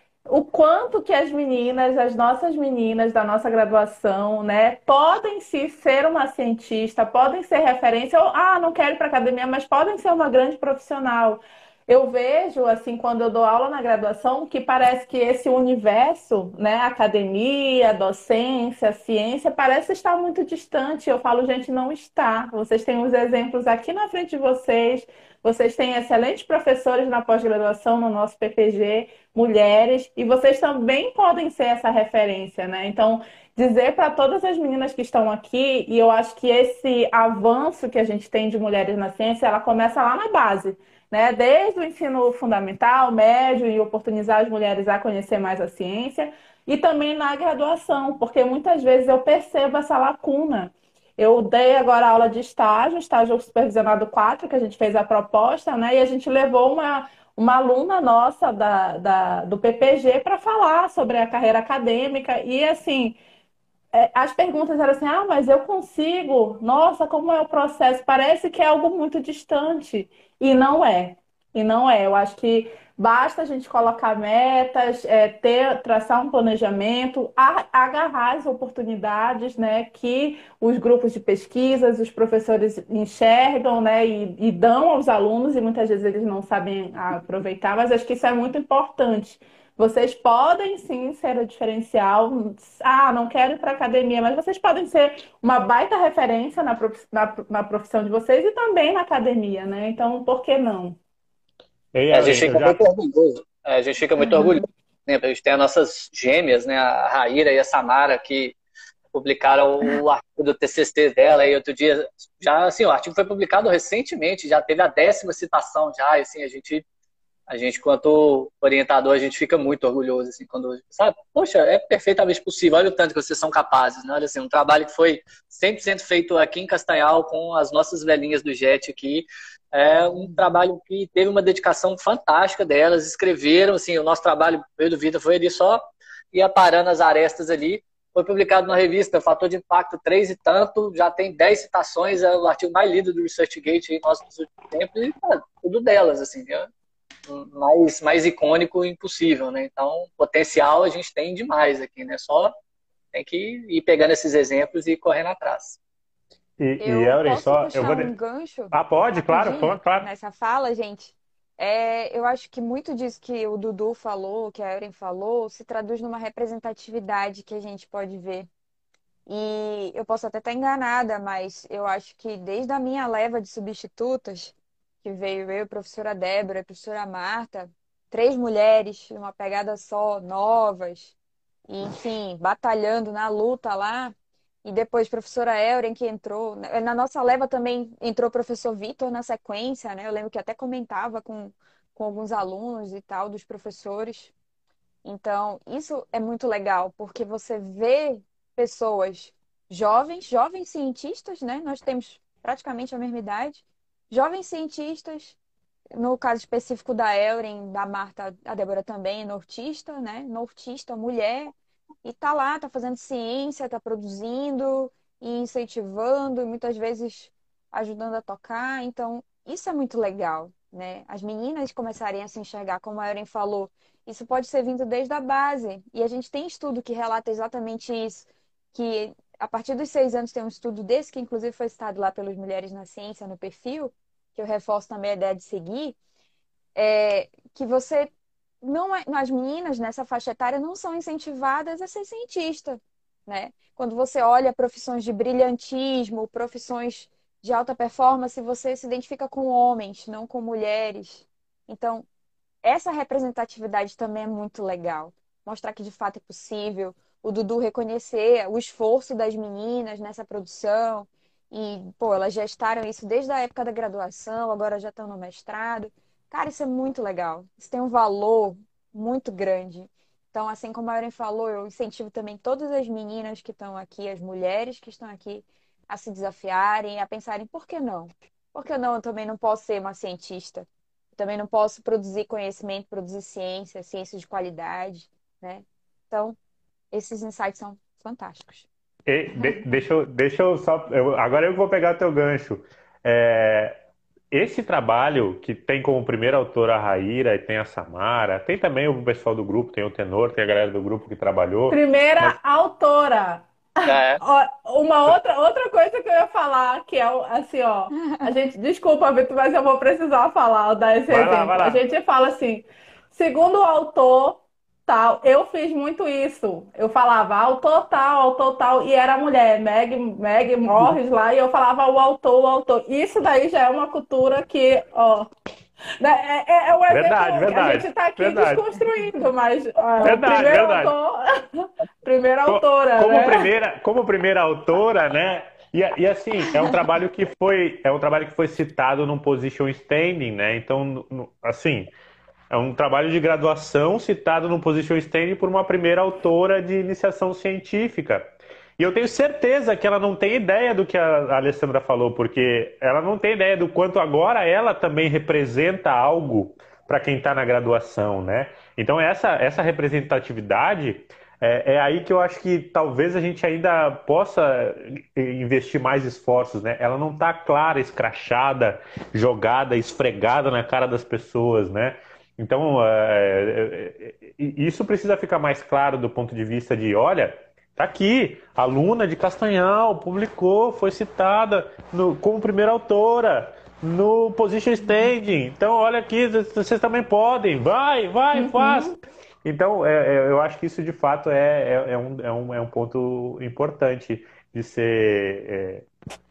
o quanto que as meninas, as nossas meninas da nossa graduação, né, podem sim ser uma cientista, podem ser referência, ou, ah, não quero ir para academia, mas podem ser uma grande profissional. Eu vejo, assim, quando eu dou aula na graduação, que parece que esse universo, né, academia, docência, ciência, parece estar muito distante. Eu falo, gente, não está. Vocês têm os exemplos aqui na frente de vocês, vocês têm excelentes professores na pós-graduação no nosso P P G, mulheres, e vocês também podem ser essa referência, né? Então, dizer para todas as meninas que estão aqui, e eu acho que esse avanço que a gente tem de mulheres na ciência, ela começa lá na base, né? Desde o ensino fundamental, médio, e oportunizar as mulheres a conhecer mais a ciência, e também na graduação, porque muitas vezes eu percebo essa lacuna. Eu dei agora aula de estágio, estágio supervisionado quatro, que a gente fez a proposta, né? E a gente levou uma, uma aluna nossa da, da- do P P G para falar sobre a carreira acadêmica. E assim, é, as perguntas eram assim: ah, mas eu consigo? Nossa, como é o processo? Parece que é algo muito distante. E não é. E não é. Eu acho que basta a gente colocar metas, é, ter, traçar um planejamento, a- agarrar as oportunidades, né, que os grupos de pesquisas, os professores enxergam, né, e, e dão aos alunos, e muitas vezes eles não sabem aproveitar, mas acho que isso é muito importante. Vocês podem sim ser o diferencial. Ah, não quero ir para academia, mas vocês podem ser uma baita referência na, prof- na, na profissão de vocês e também na academia, né? Então, por que não? Ei, a gente Evelyn, eu fica já. muito orgulhoso. A gente fica muito orgulhoso. Né? A gente tem as nossas gêmeas, né? A Raíra e a Samara, que publicaram o artigo do T C C dela, e outro dia, já assim, o artigo foi publicado recentemente, já teve a décima citação já, e assim, a gente A gente, quanto orientador, a gente fica muito orgulhoso, assim, quando, sabe, poxa, é perfeitamente possível, olha o tanto que vocês são capazes, né? Olha, assim, um trabalho que foi cem por cento feito aqui em Castanhal, com as nossas velhinhas do Jet aqui, é um trabalho que teve uma dedicação fantástica delas, escreveram, assim, o nosso trabalho, eu do Vitor, foi ali só ia parando as arestas ali, foi publicado na revista Fator de Impacto três e tanto, já tem dez citações, é o artigo mais lido do ResearchGate aí, nosso, nos últimos tempos, e cara, tudo delas, assim, né? mais, mais icônico impossível, né? Então, potencial a gente tem demais aqui, né? Só tem que ir pegando esses exemplos e ir correndo atrás. E, e Eu Euren, posso só... puxar Eu vou... um gancho Ah, pode? Claro, rapidinho claro. nessa fala, gente? É, eu acho que muito disso que o Dudu falou, que a Euren falou, se traduz numa representatividade que a gente pode ver. E eu posso até estar enganada, mas eu acho que desde a minha leva de substitutas, que veio eu, a professora Débora, a professora Marta, três mulheres, numa pegada só, novas, e, enfim, batalhando na luta lá. E depois a professora Euren que entrou. Na nossa leva também entrou o professor Vitor na sequência, né? Eu lembro que até comentava com, com alguns alunos e tal, dos professores. Então, isso é muito legal, porque você vê pessoas jovens, jovens cientistas, né? Nós temos praticamente a mesma idade, jovens cientistas, no caso específico da Euren, da Marta, a Débora também é nortista, né? Nortista, mulher, e tá lá, tá fazendo ciência, tá produzindo e incentivando, e muitas vezes ajudando a tocar. Então, isso é muito legal, né? As meninas começarem a se enxergar, como a Euren falou, isso pode ser vindo desde a base. E a gente tem estudo que relata exatamente isso, que a partir dos seis anos tem um estudo desse, que inclusive foi citado lá pelos Mulheres na Ciência, no perfil, que eu reforço também a ideia de seguir, é que você não é, as meninas nessa faixa etária não são incentivadas a ser cientista, né? Quando você olha profissões de brilhantismo, profissões de alta performance, você se identifica com homens, não com mulheres. Então, essa representatividade também é muito legal. Mostrar que de fato é possível. O Dudu reconhecer o esforço das meninas nessa produção. E, pô, elas gestaram isso desde a época da graduação, agora já estão no mestrado. Cara, isso é muito legal. Isso tem um valor muito grande. Então, assim como a Erin falou, eu incentivo também todas as meninas que estão aqui, as mulheres que estão aqui, a se desafiarem, a pensarem, por que não? Por que não eu também não posso ser uma cientista? Também não posso produzir conhecimento, produzir ciência, ciência de qualidade, né? Então, esses insights são fantásticos. E, de, deixa, eu, deixa eu só... Eu, agora eu vou pegar teu gancho. É, esse trabalho, que tem como primeira autora a Raíra e tem a Samara, tem também o pessoal do grupo, tem o Tenor, tem a galera do grupo que trabalhou. Primeira Mas... autora. É. Ó, uma outra, outra coisa que eu ia falar, que é o- assim, ó. A gente, desculpa, Vitor, mas eu vou precisar falar, dar esse Vai lá, exemplo. vai lá. A gente fala assim, segundo o autor tal, eu fiz muito isso. Eu falava autor tal, autor tal, e era mulher, Meg, Meg Morris lá, e eu falava o autor, o autor. Isso daí já é uma cultura que, ó. né, É, é, é um exemplo Verdade, que a verdade, gente está aqui verdade. desconstruindo, mas ó, o Verdade, primeiro verdade. autor, primeira Co- autora, Como né? primeira, como primeira autora, né? E, e assim, é um trabalho que foi, é um trabalho que foi citado num position standing, né? Então, no- no- assim, é um trabalho de graduação citado no position standing por uma primeira autora de iniciação científica. E eu tenho certeza que ela não tem ideia do que a Alessandra falou, porque ela não tem ideia do quanto agora ela também representa algo para quem está na graduação, né? Então essa, essa representatividade é, é aí que eu acho que talvez a gente ainda possa investir mais esforços, né? Ela não está clara, escrachada, jogada, esfregada na cara das pessoas, né? Então, é, é, é, isso precisa ficar mais claro do ponto de vista de, olha, tá aqui, aluna de Castanhal, publicou, foi citada no, como primeira autora no Position Standing. Então, olha aqui, vocês também podem, vai, vai, faz. Então, é, é, eu acho que isso de fato é, é, é um, é, um, é um ponto importante de ser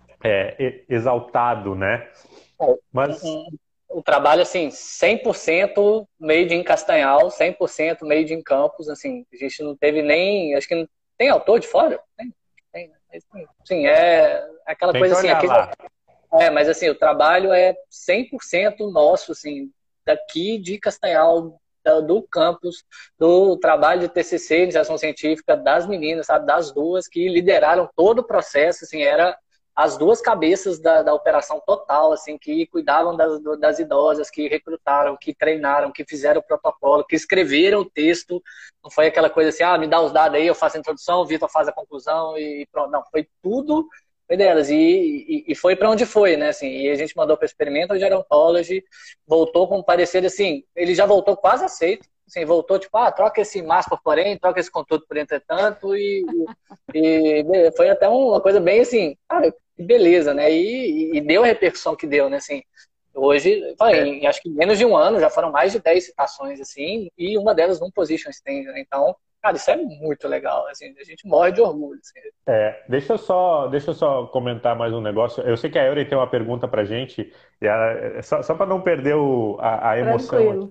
é, é, exaltado, né? Mas... Um, um trabalho, assim, cem por cento made in Castanhal, cem por cento made in Campos, assim, a gente não teve nem, acho que não tem autor de fora? Tem, tem, né? Sim, é aquela Tem coisa que assim, olhar aqui, lá. é, mas assim, o trabalho é cem por cento nosso, assim, daqui de Castanhal, da- do campus, do trabalho de T C C, iniciação científica das meninas, sabe, das duas que lideraram todo o processo, assim, era as duas cabeças da, da operação total, assim, que cuidavam das, das idosas, que recrutaram, que treinaram, que fizeram o protocolo, que escreveram o texto. Não foi aquela coisa assim, ah, me dá os dados aí, eu faço a introdução, o Vitor faz a conclusão e pronto. Não, foi tudo foi delas. E, e, e foi para onde foi, né? Assim, e a gente mandou para o Experimental Gerontology, voltou com um parecer assim, ele já voltou quase aceito. Assim, voltou tipo, ah, troca esse mas por porém, troca esse contudo por entretanto, e, e, e foi até uma coisa bem assim, ah, que beleza, né? E, e deu a repercussão que deu, né? Assim, hoje, falei, em, acho que em menos de um ano já foram mais de dez citações, assim, e uma delas num position stand, né? Então, cara, isso é muito legal, assim, a gente morre de orgulho. Assim. É, deixa eu só, deixa eu só comentar mais um negócio. Eu sei que a Eury tem uma pergunta pra gente, e ela- só, só para não perder o- a, a emoção aqui. Tranquilo.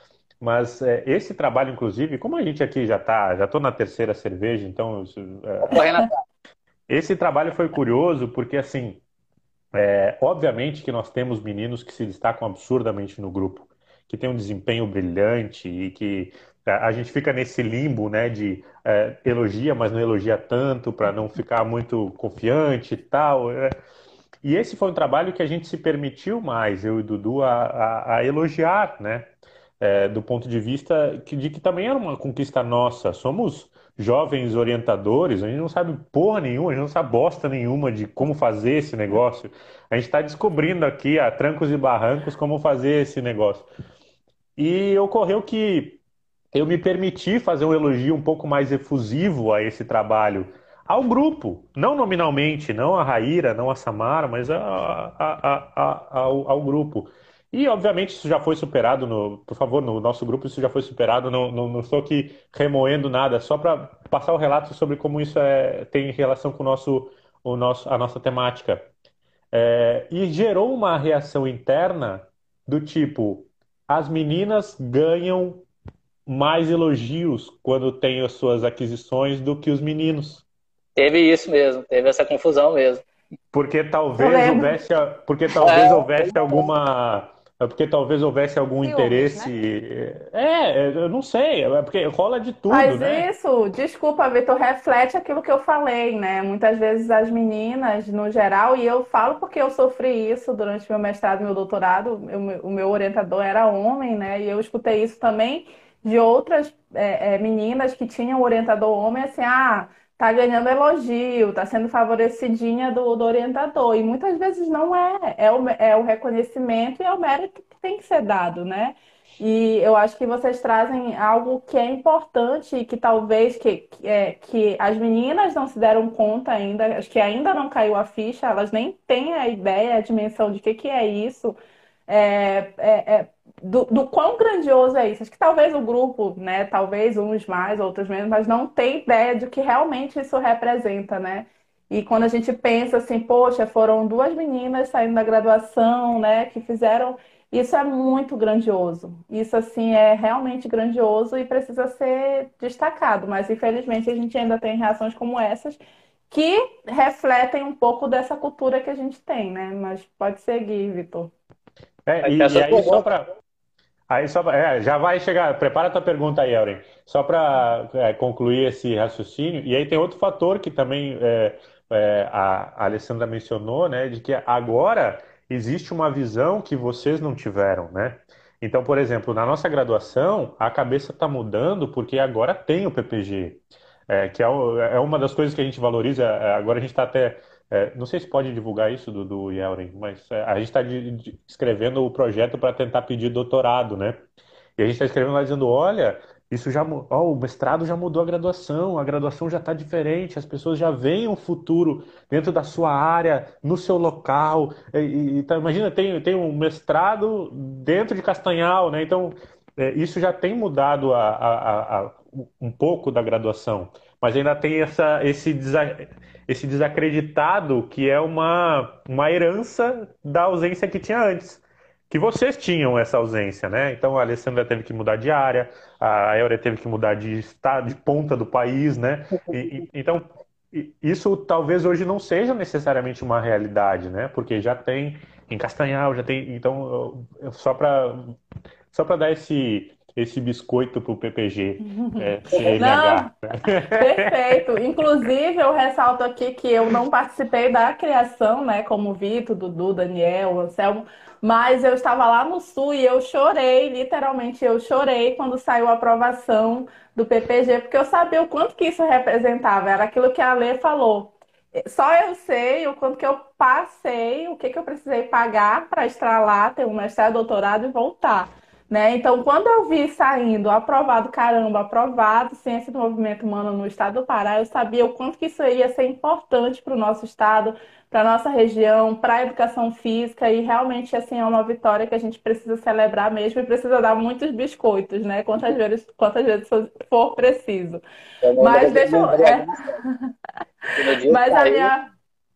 Mas é, esse trabalho, inclusive, como a gente aqui já tá, já tô na terceira cerveja, então isso, Tô é, correndo atrás. esse trabalho foi curioso porque, assim, é, obviamente que nós temos meninos que se destacam absurdamente no grupo, que tem um desempenho brilhante e que é, a gente fica nesse limbo, né, de é, elogia, mas não elogia tanto para não ficar muito confiante e tal. é. E esse foi um trabalho que a gente se permitiu mais, eu e Dudu, a, a, a elogiar, né? É, do ponto de vista que, de que também era uma conquista nossa. Somos jovens orientadores, a gente não sabe porra nenhuma, a gente não sabe bosta nenhuma de como fazer esse negócio. A gente está descobrindo aqui, a trancos e barrancos, como fazer esse negócio. E ocorreu que eu me permiti fazer um elogio um pouco mais efusivo a esse trabalho, ao grupo, não nominalmente, não a Raíra, não a Samara, mas a, a- a- a- ao, ao grupo. E, obviamente, isso já foi superado, no, por favor, no nosso grupo isso já foi superado, não, não, não estou aqui remoendo nada, só para passar o relato sobre como isso é, tem relação com o nosso, o nosso, a nossa temática. É, e gerou uma reação interna do tipo, as meninas ganham mais elogios quando tem as suas aquisições do que os meninos. Teve isso mesmo, teve essa confusão mesmo. Porque Eu talvez lembro. houvesse, porque É, talvez houvesse alguma, porque talvez houvesse algum Ciúmes, né? interesse. É, eu não sei, é porque rola de tudo, Mas né? isso, desculpa, Vitor, reflete aquilo que eu falei, né? Muitas vezes as meninas, no geral, e eu falo porque eu sofri isso durante meu mestrado e meu doutorado, eu- o meu orientador era homem, né? E eu escutei isso também de outras é, é, meninas que tinham orientador homem, assim, ah, tá ganhando elogio, tá sendo favorecidinha do, do orientador. E muitas vezes não é, é o, é o reconhecimento e é o mérito que tem que ser dado, né? E eu acho que vocês trazem algo que é importante e que talvez que, que, é, que as meninas não se deram conta ainda, acho que ainda não caiu a ficha, elas nem têm a ideia, a dimensão de que, que é isso, é, é, é, do, do quão grandioso é isso. Acho que talvez o grupo, né, talvez uns mais, outros menos, mas não tem ideia de que realmente isso representa, né? E quando a gente pensa assim, poxa, foram duas meninas saindo da graduação, né, que fizeram isso é muito grandioso. Isso, assim, é realmente grandioso e precisa ser destacado. Mas, infelizmente, a gente ainda tem reações como essas que refletem um pouco dessa cultura que a gente tem, né? Mas pode seguir, Vitor. É, Aí tem e, e essa aí só pergunta. para aí só pra- é, já vai chegar, prepara a tua pergunta aí, Euren. Só para concluir esse raciocínio. E aí tem outro fator que também é, é, a a Alessandra mencionou, né, de que agora existe uma visão que vocês não tiveram, né? Então, por exemplo, na nossa graduação, a cabeça está mudando porque agora tem o P P G, é, que é, o- é uma das coisas que a gente valoriza. é, Agora a gente está até, é, não sei se pode divulgar isso do, do Yelren, mas é, a gente está escrevendo o projeto para tentar pedir doutorado, né? E a gente está escrevendo lá dizendo, olha, isso já, mu- ó, o mestrado já mudou a graduação, a graduação já está diferente, as pessoas já veem o futuro dentro da sua área, no seu local. E, e- então, imagina, tem, tem um mestrado dentro de Castanhal, né? Então, é, isso já tem mudado a, a- a- a- um pouco da graduação, mas ainda tem essa, esse, desa- esse desacreditado que é uma, uma herança da ausência que tinha antes. Que vocês tinham essa ausência, né? Então a Alessandra teve que mudar de área, a Euria teve que mudar de estado, de ponta do país, né? E- e- então i- isso talvez hoje não seja necessariamente uma realidade, né? Porque já tem em Castanhal, já tem. Então, eu- eu- só para só para dar esse, esse biscoito pro P P G, é, Não, C N H. perfeito. Inclusive, eu ressalto aqui que eu não participei da criação, né, como o Vitor, Dudu, Daniel, Anselmo, mas eu estava lá no Sul e eu chorei, literalmente eu chorei quando saiu a aprovação do P P G, porque eu sabia o quanto que isso representava, era aquilo que a Lê falou. Só eu sei o quanto que eu passei, o que que eu precisei pagar para estar lá, ter um mestrado, doutorado e voltar, né? Então, quando eu vi saindo, aprovado, caramba, aprovado, Ciência do Movimento Humano no estado do Pará, eu sabia o quanto que isso ia ser importante para o nosso estado, para a nossa região, para a educação física, e realmente, assim, é uma vitória que a gente precisa celebrar mesmo e precisa dar muitos biscoitos, né? Quantas vezes, quantas vezes for preciso. Eu Mas lembrei, deixa eu... lembrei é, agora que no dia que mas a saiu, minha...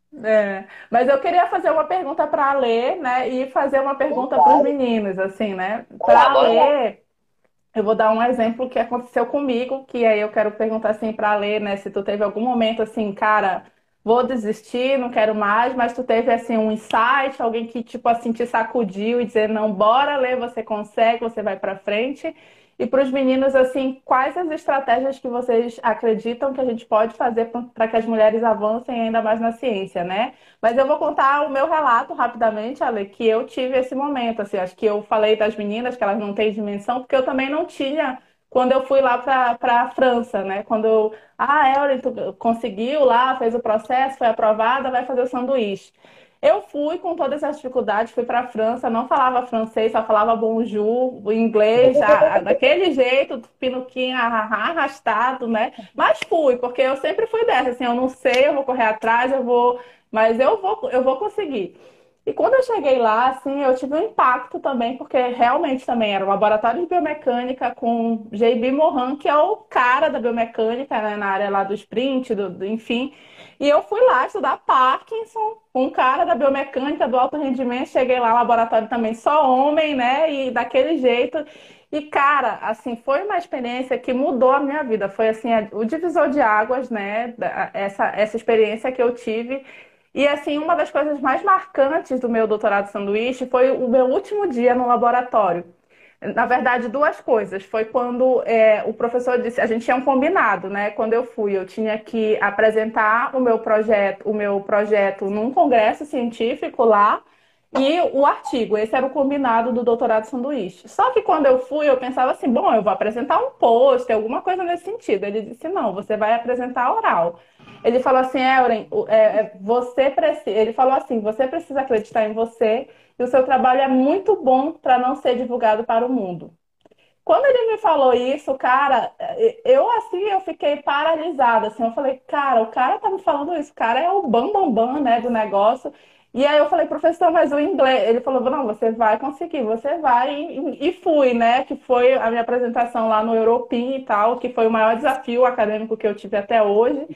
É, mas eu queria fazer uma pergunta para a Lê, né? E fazer uma pergunta para os vontade. meninos, assim, né? Bora Para lá, a bora lá. Lê, eu vou dar um exemplo que aconteceu comigo, que aí eu quero perguntar assim para a Lê, né? Se tu teve algum momento assim, cara, vou desistir, não quero mais, mas tu teve assim um insight, alguém que tipo assim te sacudiu e dizer, não, bora, Lê, você consegue, você vai para frente. E para os meninos, assim, quais as estratégias que vocês acreditam que a gente pode fazer para que as mulheres avancem ainda mais na ciência, né? Mas eu vou contar o meu relato rapidamente, Ale, que eu tive esse momento, assim, acho que eu falei das meninas que elas não têm dimensão, porque eu também não tinha quando eu fui lá para a França, né? Quando eu, ah, Evelyn, tu conseguiu lá, fez o processo, foi aprovada, vai fazer o sanduíche. Eu fui com todas as dificuldades, fui para a França, não falava francês, só falava bonjour, o inglês, a- a- daquele jeito, pinuquinho arra- arrastado, né? Mas fui, porque eu sempre fui dessa, assim, eu não sei, eu vou correr atrás, eu vou, mas eu vou, eu vou conseguir. E quando eu cheguei lá, assim, eu tive um impacto também, porque realmente também era um laboratório de biomecânica com J B Mohan, que é o cara da biomecânica, né, na área lá do sprint, do, do- enfim. E eu fui lá estudar Parkinson, um cara da biomecânica, do alto rendimento. Cheguei lá, laboratório também só homem, né? E daquele jeito. E, cara, assim, foi uma experiência que mudou a minha vida. Foi, assim, a- o divisor de águas, né? da- Essa, essa experiência que eu tive. E, assim, uma das coisas mais marcantes do meu doutorado de sanduíche foi o meu último dia no laboratório. Na verdade, duas coisas. Foi quando é, o professor disse, a gente tinha um combinado, né? Quando eu fui, eu tinha que apresentar o meu projeto, o meu projeto num congresso científico lá e o artigo. Esse era o combinado do doutorado sanduíche. Só que quando eu fui, eu pensava assim, bom, eu vou apresentar um post, alguma coisa nesse sentido. Ele disse, não, você vai apresentar oral. Ele falou assim, Euren, é, é, você precisa. Ele falou assim, você precisa acreditar em você e o seu trabalho é muito bom para não ser divulgado para o mundo. Quando ele me falou isso, cara, eu assim, eu fiquei paralisada, assim, eu falei, cara, o cara tá me falando isso, o cara é o bam, bam, bam, né, do negócio. E aí eu falei, professor, mas o inglês, ele falou, não, você vai conseguir, você vai, e, e fui, né, que foi a minha apresentação lá no Europim e tal, que foi o maior desafio acadêmico que eu tive até hoje.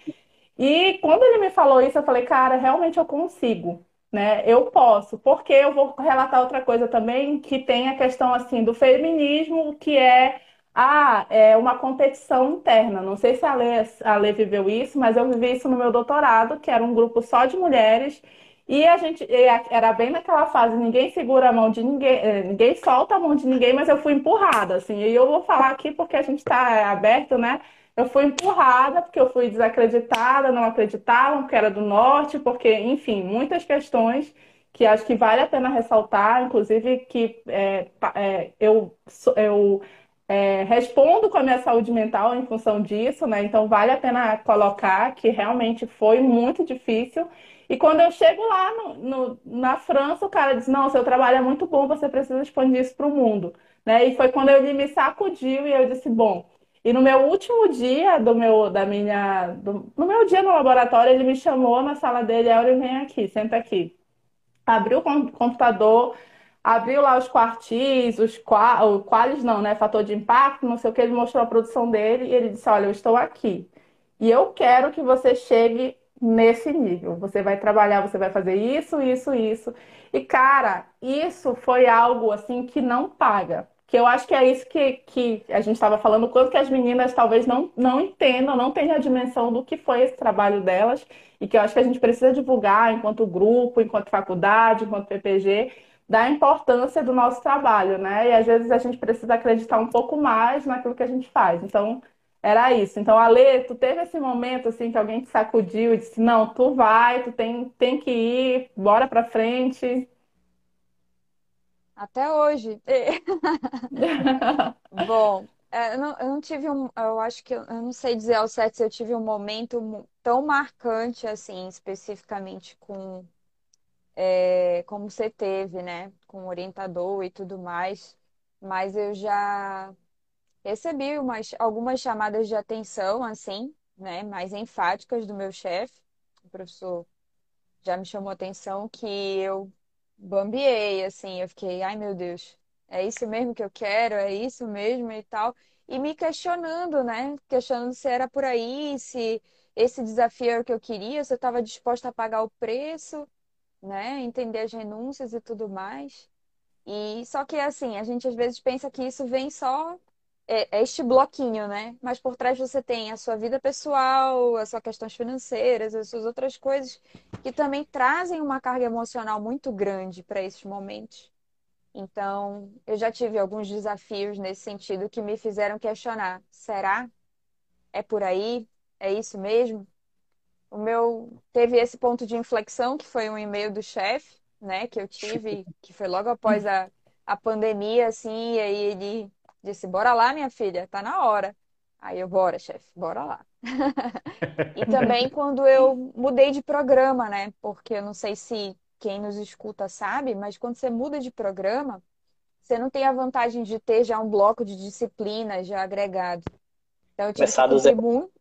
E quando ele me falou isso, eu falei, cara, realmente eu consigo, né? Eu posso, porque eu vou relatar outra coisa também, que tem a questão assim do feminismo, que é, ah, é uma competição interna. Não sei se a Lê, a Lê viveu isso, mas eu vivi isso no meu doutorado, que era um grupo só de mulheres. E a gente e a- era bem naquela fase, ninguém segura a mão de ninguém, eh, ninguém solta a mão de ninguém, mas eu fui empurrada, assim. E eu vou falar aqui porque a gente está aberto, né? Eu fui empurrada porque eu fui desacreditada, não acreditavam que era do norte, porque, enfim, muitas questões que acho que vale a pena ressaltar, inclusive que é, pa- é, eu, so- eu é, respondo com a minha saúde mental em função disso, né? Então vale a pena colocar que realmente foi muito difícil. E quando eu chego lá no- no- na França, o cara diz, não, seu trabalho é muito bom, você precisa expandir isso para o mundo, né? E foi quando ele me sacudiu e eu disse, bom. E no meu último dia do meu, da minha, do- no meu dia no laboratório, ele me chamou na sala dele, Aurel, vem aqui, senta aqui. Abriu o com- computador, abriu lá os quartis, os qua, o qualis não, né? Fator de impacto, não sei o que, ele mostrou a produção dele e ele disse, olha, eu estou aqui. E eu quero que você chegue nesse nível. Você vai trabalhar, você vai fazer isso, isso, isso. E, cara, isso foi algo assim que não paga. Que eu acho que é isso que, que a gente estava falando, o quanto que as meninas talvez não, não entendam, não tenham a dimensão do que foi esse trabalho delas, e que eu acho que a gente precisa divulgar enquanto grupo, enquanto faculdade, enquanto P P G, da importância do nosso trabalho, né? E às vezes a gente precisa acreditar um pouco mais naquilo que a gente faz. Então, era isso. Então, Ale, tu teve esse momento assim que alguém te sacudiu e disse, não, tu vai, tu tem, tem que ir, bora pra frente. Até hoje. Bom, é, eu não, eu não tive um. Eu acho que eu, eu não sei dizer ao certo se eu tive um momento mu- tão marcante assim, especificamente com é, como você teve, né? Com o orientador e tudo mais. Mas eu já recebi umas, algumas chamadas de atenção, assim, né? Mais enfáticas do meu chefe. O professor já me chamou a atenção que eu bambiei, assim, eu fiquei, ai meu Deus, é isso mesmo que eu quero, é isso mesmo e tal. E me questionando, né? Questionando se era por aí, se esse desafio era o que eu queria, se eu estava disposta a pagar o preço, né? Entender as renúncias e tudo mais. E só que assim, a gente às vezes pensa que isso vem só é, é este bloquinho, né? Mas por trás você tem a sua vida pessoal, as suas questões financeiras, as suas outras coisas que também trazem uma carga emocional muito grande para esses momentos. Então, eu já tive alguns desafios nesse sentido que me fizeram questionar: será? É por aí? É isso mesmo? O meu teve esse ponto de inflexão, que foi um e-mail do chefe, né, que eu tive, que foi logo após a, a pandemia, assim, e aí ele disse: bora lá, minha filha, tá na hora. Aí eu, bora, chefe, bora lá. E também quando eu mudei de programa, né, porque eu não sei se quem nos escuta sabe, mas quando você muda de programa, você não tem a vantagem de ter já um bloco de disciplinas já agregado. Então eu tive que Começar do cumprir zero. muito.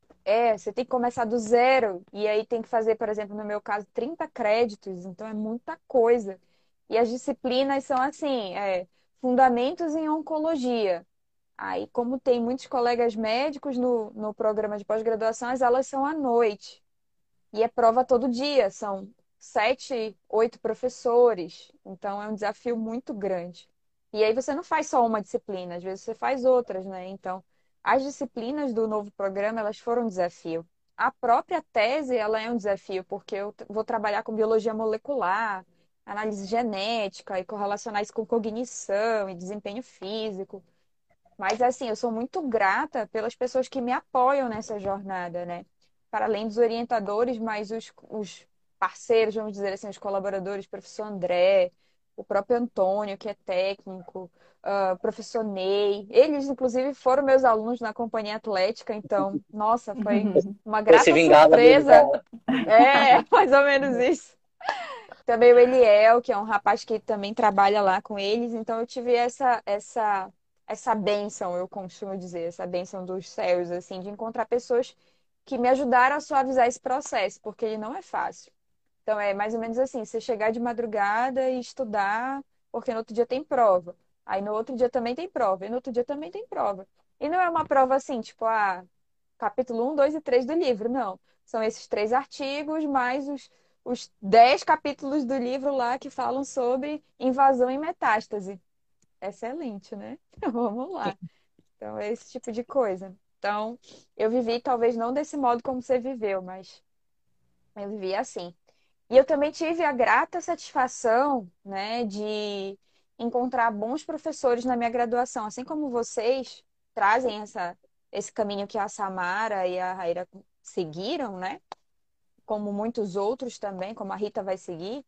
É, você tem que começar do zero. E aí tem que fazer, por exemplo, no meu caso, trinta créditos. Então é muita coisa. E as disciplinas são assim, é, fundamentos em oncologia. Aí, como tem muitos colegas médicos no, no programa de pós-graduação, as aulas são à noite. E é prova todo dia. São sete, oito professores. Então é um desafio muito grande. E aí você não faz só uma disciplina, às vezes você faz outras, né? Então, as disciplinas do novo programa, elas foram um desafio. A própria tese, ela é um desafio, porque eu t- vou trabalhar com biologia molecular, análise genética e correlacionar isso com cognição e desempenho físico. Mas assim, eu sou muito grata pelas pessoas que me apoiam nessa jornada, né? Para além dos orientadores, mas os, os parceiros, vamos dizer assim, os colaboradores, professor André, o próprio Antônio, que é técnico, ah, professor Ney. Eles, inclusive, foram meus alunos na companhia atlética, então, nossa, foi uma Foi se grata vingar deles, né? surpresa. É, mais ou menos isso. Também o Eliel, que é um rapaz que também trabalha lá com eles, então eu tive essa essa essa bênção, eu costumo dizer, essa bênção dos céus, assim, de encontrar pessoas que me ajudaram a suavizar esse processo, porque ele não é fácil. Então é mais ou menos assim, você chegar de madrugada e estudar, porque no outro dia tem prova. Aí no outro dia também tem prova, e no outro dia também tem prova. E não é uma prova assim, tipo, ah, capítulo um, dois e três do livro, não. São esses três artigos, mais os, os dez capítulos do livro lá que falam sobre invasão e metástase. Excelente, né? Vamos lá. Então, é esse tipo de coisa. Então, eu vivi talvez não desse modo como você viveu, mas eu vivi assim. E eu também tive a grata satisfação, né, de encontrar bons professores na minha graduação, assim como vocês trazem essa, esse caminho que a Samara e a Raíra seguiram, né? Como muitos outros também, como a Rita vai seguir.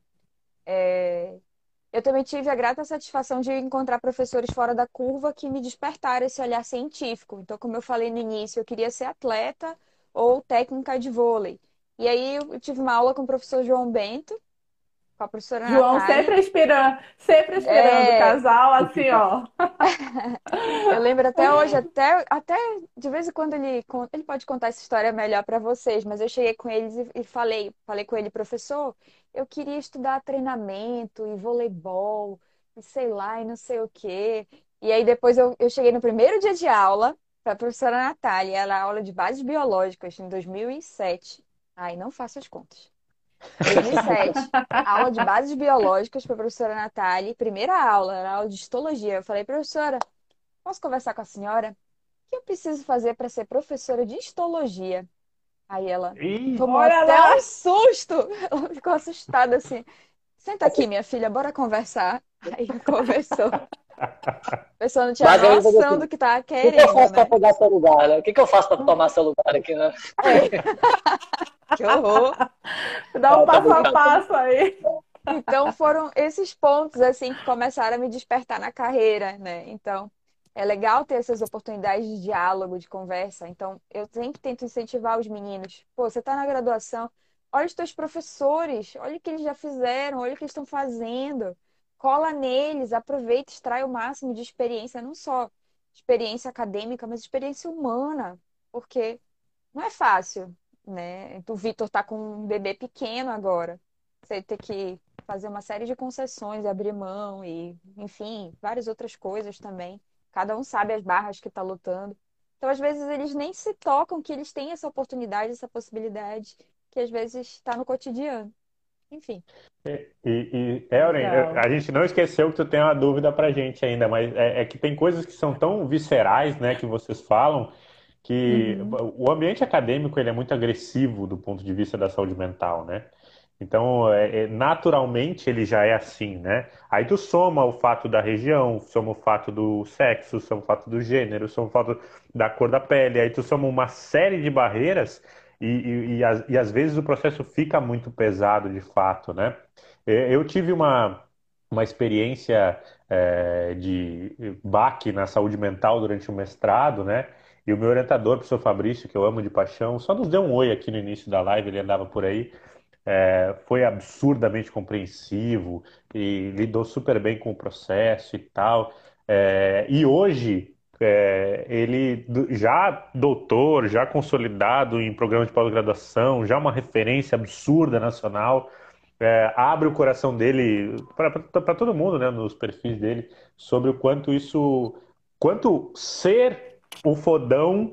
Eu também tive a grata satisfação de encontrar professores fora da curva que me despertaram esse olhar científico. Então, como eu falei no início, eu queria ser atleta ou técnica de vôlei. E aí eu tive uma aula com o professor João Bento, com a professora João Natália. sempre inspirando, sempre inspirando o É, casal, assim, ó. eu lembro até hoje, até, até de vez em quando ele, con- ele pode contar essa história melhor para vocês, mas eu cheguei com eles e, e falei, falei com ele, professor, eu queria estudar treinamento e voleibol, e sei lá, e não sei o quê. E aí depois eu, eu cheguei no primeiro dia de aula para a professora Natália, ela aula de bases biológicas em dois mil e sete. Ai, não faço as contas. dois mil e sete, aula de bases biológicas para a professora Natália, primeira aula, era aula de histologia. Eu falei, professora, posso conversar com a senhora? O que eu preciso fazer para ser professora de histologia? Aí ela Ih, tomou Olha até um lá. susto. Ela ficou assustada assim. Senta aqui, minha filha, bora conversar. Aí conversou. A pessoa não tinha Mas aí, noção assim, do que tava o que que eu querendo, faço para né? pegar seu lugar, né? O que que eu faço para tomar seu lugar aqui, né? É, que horror. Dá um Ah, tá passo a brincando. passo aí. Então foram esses pontos assim que começaram a me despertar na carreira, né? Então é legal ter essas oportunidades de diálogo, de conversa. Então eu sempre tento incentivar os meninos. Pô, você está na graduação, olha os teus professores, olha o que eles já fizeram, olha o que eles estão fazendo. Cola neles, aproveita, extrai o máximo de experiência, não só experiência acadêmica, mas experiência humana, porque não é fácil, né? O Vitor tá com um bebê pequeno agora. Você ter que fazer uma série de concessões, abrir mão e, enfim, várias outras coisas também. Cada um sabe as barras que está lutando. Então, às vezes, eles nem se tocam que eles têm essa oportunidade, essa possibilidade, que às vezes está no cotidiano. Enfim. E, e, e Elren, Legal. a gente não esqueceu que tu tem uma dúvida pra gente ainda, mas é, é que tem coisas que são tão viscerais, né, que vocês falam, que Uhum. o ambiente acadêmico ele é muito agressivo do ponto de vista da saúde mental, né? Então, é, é, naturalmente ele já é assim, né? Aí tu soma o fato da região, soma o fato do sexo, soma o fato do gênero, soma o fato da cor da pele, aí tu soma uma série de barreiras e, e, e, às, e às vezes o processo fica muito pesado de fato, né? É, Eu tive uma, uma experiência é, de baque na saúde mental durante o mestrado, né? E o meu orientador, o professor Fabrício, que eu amo de paixão, só nos deu um oi aqui no início da live, ele andava por aí. É, foi absurdamente compreensivo e lidou super bem com o processo e tal. É, e hoje, é, ele do- já doutor, já consolidado em programa de pós-graduação, já uma referência absurda nacional, é, abre o coração dele para todo mundo, né, nos perfis dele, sobre o quanto isso, quanto ser o fodão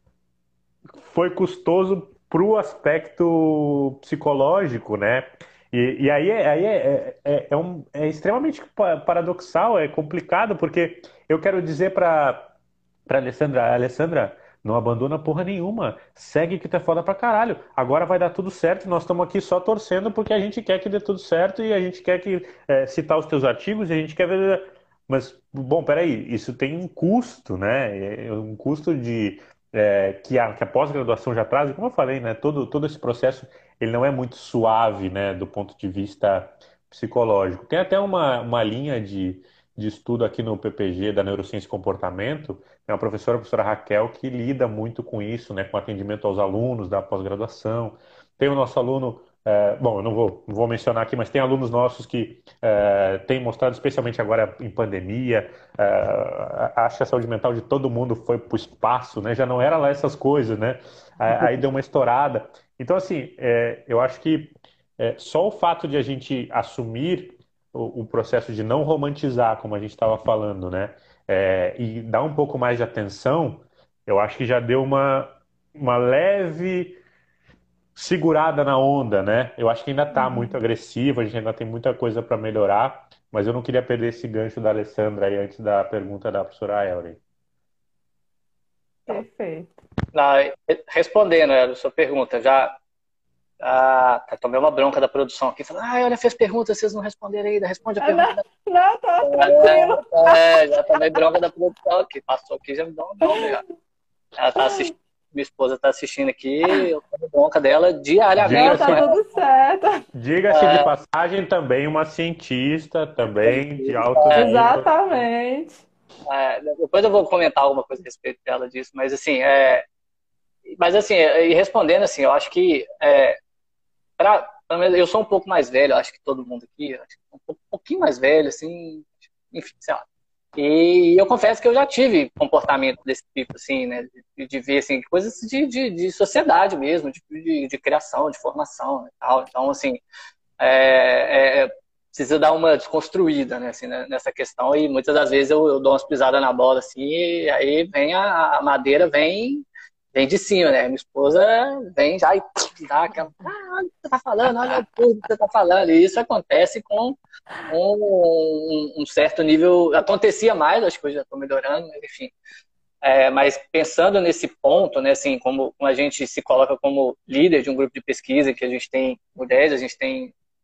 foi custoso para o aspecto psicológico, né? E, e aí, é, aí é, é, é, um, é extremamente pa- paradoxal, é complicado, porque eu quero dizer para para Alessandra, Alessandra, não abandona porra nenhuma, segue que tu é foda pra caralho. Agora vai dar tudo certo, nós estamos aqui só torcendo porque a gente quer que dê tudo certo e a gente quer que é, citar os teus artigos e a gente quer ver. Mas, bom, peraí, isso tem um custo, né? É um custo de é, que a, que a pós-graduação já traz, e como eu falei, né, todo, todo esse processo ele não é muito suave, né, do ponto de vista psicológico. Tem até uma, uma linha de, de estudo aqui no P P G da Neurociência e Comportamento, é uma professora, a professora Raquel, que lida muito com isso, né, com atendimento aos alunos da pós-graduação. Tem o nosso aluno, é, bom, eu não vou, não vou mencionar aqui, mas tem alunos nossos que é, têm mostrado, especialmente agora em pandemia, é, acho que a saúde mental de todo mundo foi para o espaço, né? Já não era lá essas coisas, né? Aí deu uma estourada. Então, assim, é, eu acho que é, só o fato de a gente assumir o, o processo de não romantizar, como a gente estava falando, né? É, e dar um pouco mais de atenção, eu acho que já deu uma, uma leve segurada na onda, né? Eu acho que ainda está muito Uhum. agressivo, a gente ainda tem muita coisa para melhorar, mas eu não queria perder esse gancho da Alessandra aí antes da pergunta da professora Elren. Perfeito. Na- respondendo né, a sua pergunta, já ah, tomei uma bronca da produção aqui, falando, ah, olha, fez pergunta, vocês não responderam ainda, responde a Ah, não, pergunta da... não, tá tranquilo. É, já tomei bronca da produção aqui, passou aqui, já me deu uma bronca já. Ela tá assistindo, minha esposa tá assistindo aqui, eu tomo bronca dela Não, diariamente tá com ela. Diga-se, tudo certo. diga-se de passagem, também uma cientista, também de alto nível. Exatamente. É, depois eu vou comentar alguma coisa a respeito dela disso, mas assim, é, mas assim, e respondendo assim, eu acho que é, pra, eu sou um pouco mais velho, eu acho que todo mundo aqui, acho que um, pouco, um pouquinho mais velho, assim, enfim, sei lá. E eu confesso que eu já tive comportamento desse tipo, assim, né, de, de ver assim, coisas de, de, de sociedade mesmo, de, de, de criação, de formação, e tal. Então, assim, é, é, precisa dar uma desconstruída, né, assim, né, nessa questão, e muitas das vezes eu, eu dou umas pisadas na bola, assim, e aí vem a, a madeira, vem, vem de cima, né, minha esposa vem já e dá aquela, ah, olha o que você tá falando, olha o que você tá falando, e isso acontece com um, um certo nível, acontecia mais, acho que hoje já estou melhorando, mas enfim. É, mas pensando nesse ponto, né, assim, como, como a gente se coloca como líder de um grupo de pesquisa, que a gente tem mulheres, a gente tem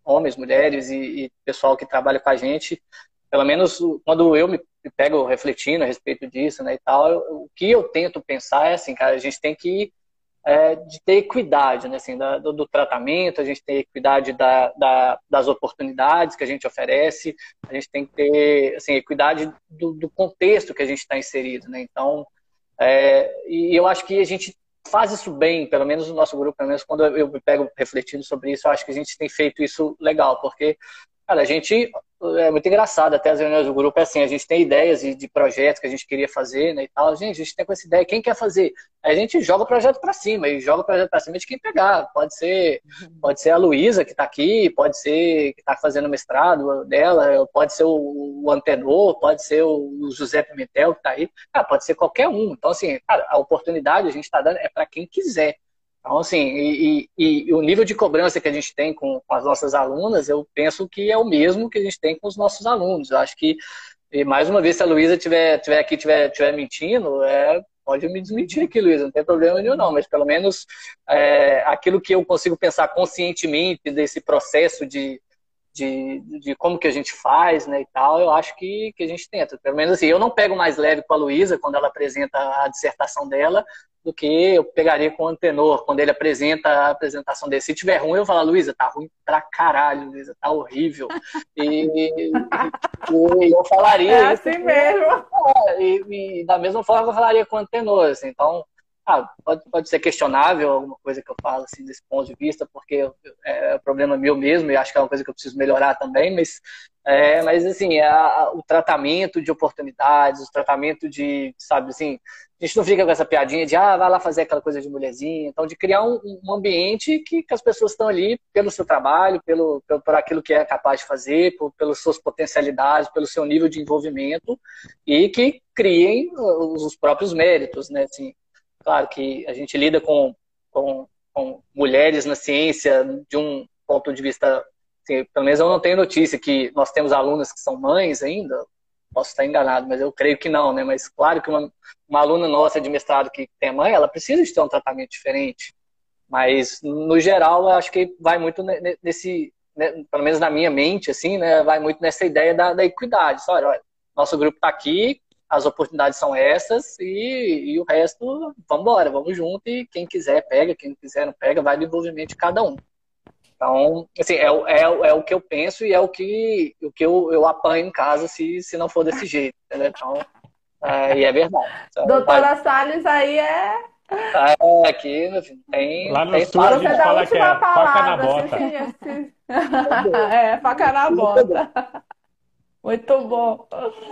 homens, mulheres e, e pessoal que trabalha com a gente, pelo menos quando eu me pego refletindo a respeito disso, né, e tal, eu, o que eu tento pensar é assim, cara, a gente tem que é, de ter equidade, né, assim, da, do, do tratamento, a gente tem equidade da, da, das oportunidades que a gente oferece, a gente tem que ter, assim, equidade do, do contexto que a gente está inserido, né, então, é, e eu acho que a gente faz isso bem, pelo menos no nosso grupo, pelo menos quando eu me pego refletindo sobre isso, eu acho que a gente tem feito isso legal, porque, cara, a gente, é muito engraçado, até as reuniões do grupo é assim, a gente tem ideias de, de projetos que a gente queria fazer, né, e tal, gente, a gente tem com essa ideia, quem quer fazer? Aí a gente joga o projeto para cima, e joga o projeto para cima de quem pegar, pode ser, pode ser a Luísa que está aqui, pode ser que está fazendo o mestrado dela, pode ser o, o Antenor, pode ser o José Pimentel que está aí, cara, pode ser qualquer um, então assim, cara, a oportunidade a gente está dando é para quem quiser. Então, assim, e, e, e o nível de cobrança que a gente tem com, com as nossas alunas, eu penso que é o mesmo que a gente tem com os nossos alunos. Eu acho que, e mais uma vez, se a Luísa estiver tiver aqui, estiver tiver mentindo, é, pode me desmentir aqui, Luísa, não tem problema nenhum, não. Mas, pelo menos, é, aquilo que eu consigo pensar conscientemente desse processo de, de, de como que a gente faz, né, e tal, eu acho que, que a gente tenta. Pelo menos, assim, eu não pego mais leve com a Luísa quando ela apresenta a dissertação dela, do que eu pegaria com o Antenor, quando ele apresenta a apresentação dele. Se tiver ruim, eu falo, Luísa, tá ruim pra caralho, Luísa, tá horrível. E, e eu falaria É isso. assim mesmo. E, e da mesma forma que eu falaria com o Antenor, assim. Então, ah, pode, pode ser questionável alguma coisa que eu falo, assim, desse ponto de vista, porque eu, é, é problema meu mesmo e acho que é uma coisa que eu preciso melhorar também, mas, é, mas assim, a, a, o tratamento de oportunidades, o tratamento de, sabe, assim, a gente não fica com essa piadinha de, ah, vai lá fazer aquela coisa de mulherzinha. Então, de criar um, um ambiente que, que as pessoas estão ali pelo seu trabalho, pelo, pelo, por aquilo que é capaz de fazer, por, pelas suas potencialidades, pelo seu nível de envolvimento e que criem os próprios méritos, né? Assim, claro que a gente lida com, com, com mulheres na ciência de um ponto de vista, assim, pelo menos eu não tenho notícia que nós temos alunas que são mães ainda, posso estar enganado, mas eu creio que não, né? Mas claro que uma, uma aluna nossa de mestrado que tem mãe, ela precisa de ter um tratamento diferente. Mas, no geral, eu acho que vai muito nesse, né, pelo menos na minha mente, assim, né? Vai muito nessa ideia da, da equidade. Olha, olha, nosso grupo está aqui, as oportunidades são essas e, e o resto, vamos embora, vamos junto e quem quiser pega, quem não quiser não pega, vai do envolvimento de cada um. Então, assim, é, é, é o que eu penso e é o que, o que eu, eu apanho em casa se, se não for desse jeito, entendeu? Então, é, e é verdade. Então, Doutora Salles aí é... é aqui, meu filho, tem, Lá no tem sul a espaço. Você gente dá a fala que última é faca na palavra. bota. Se, se, se... É, faca na bota. Muito bom.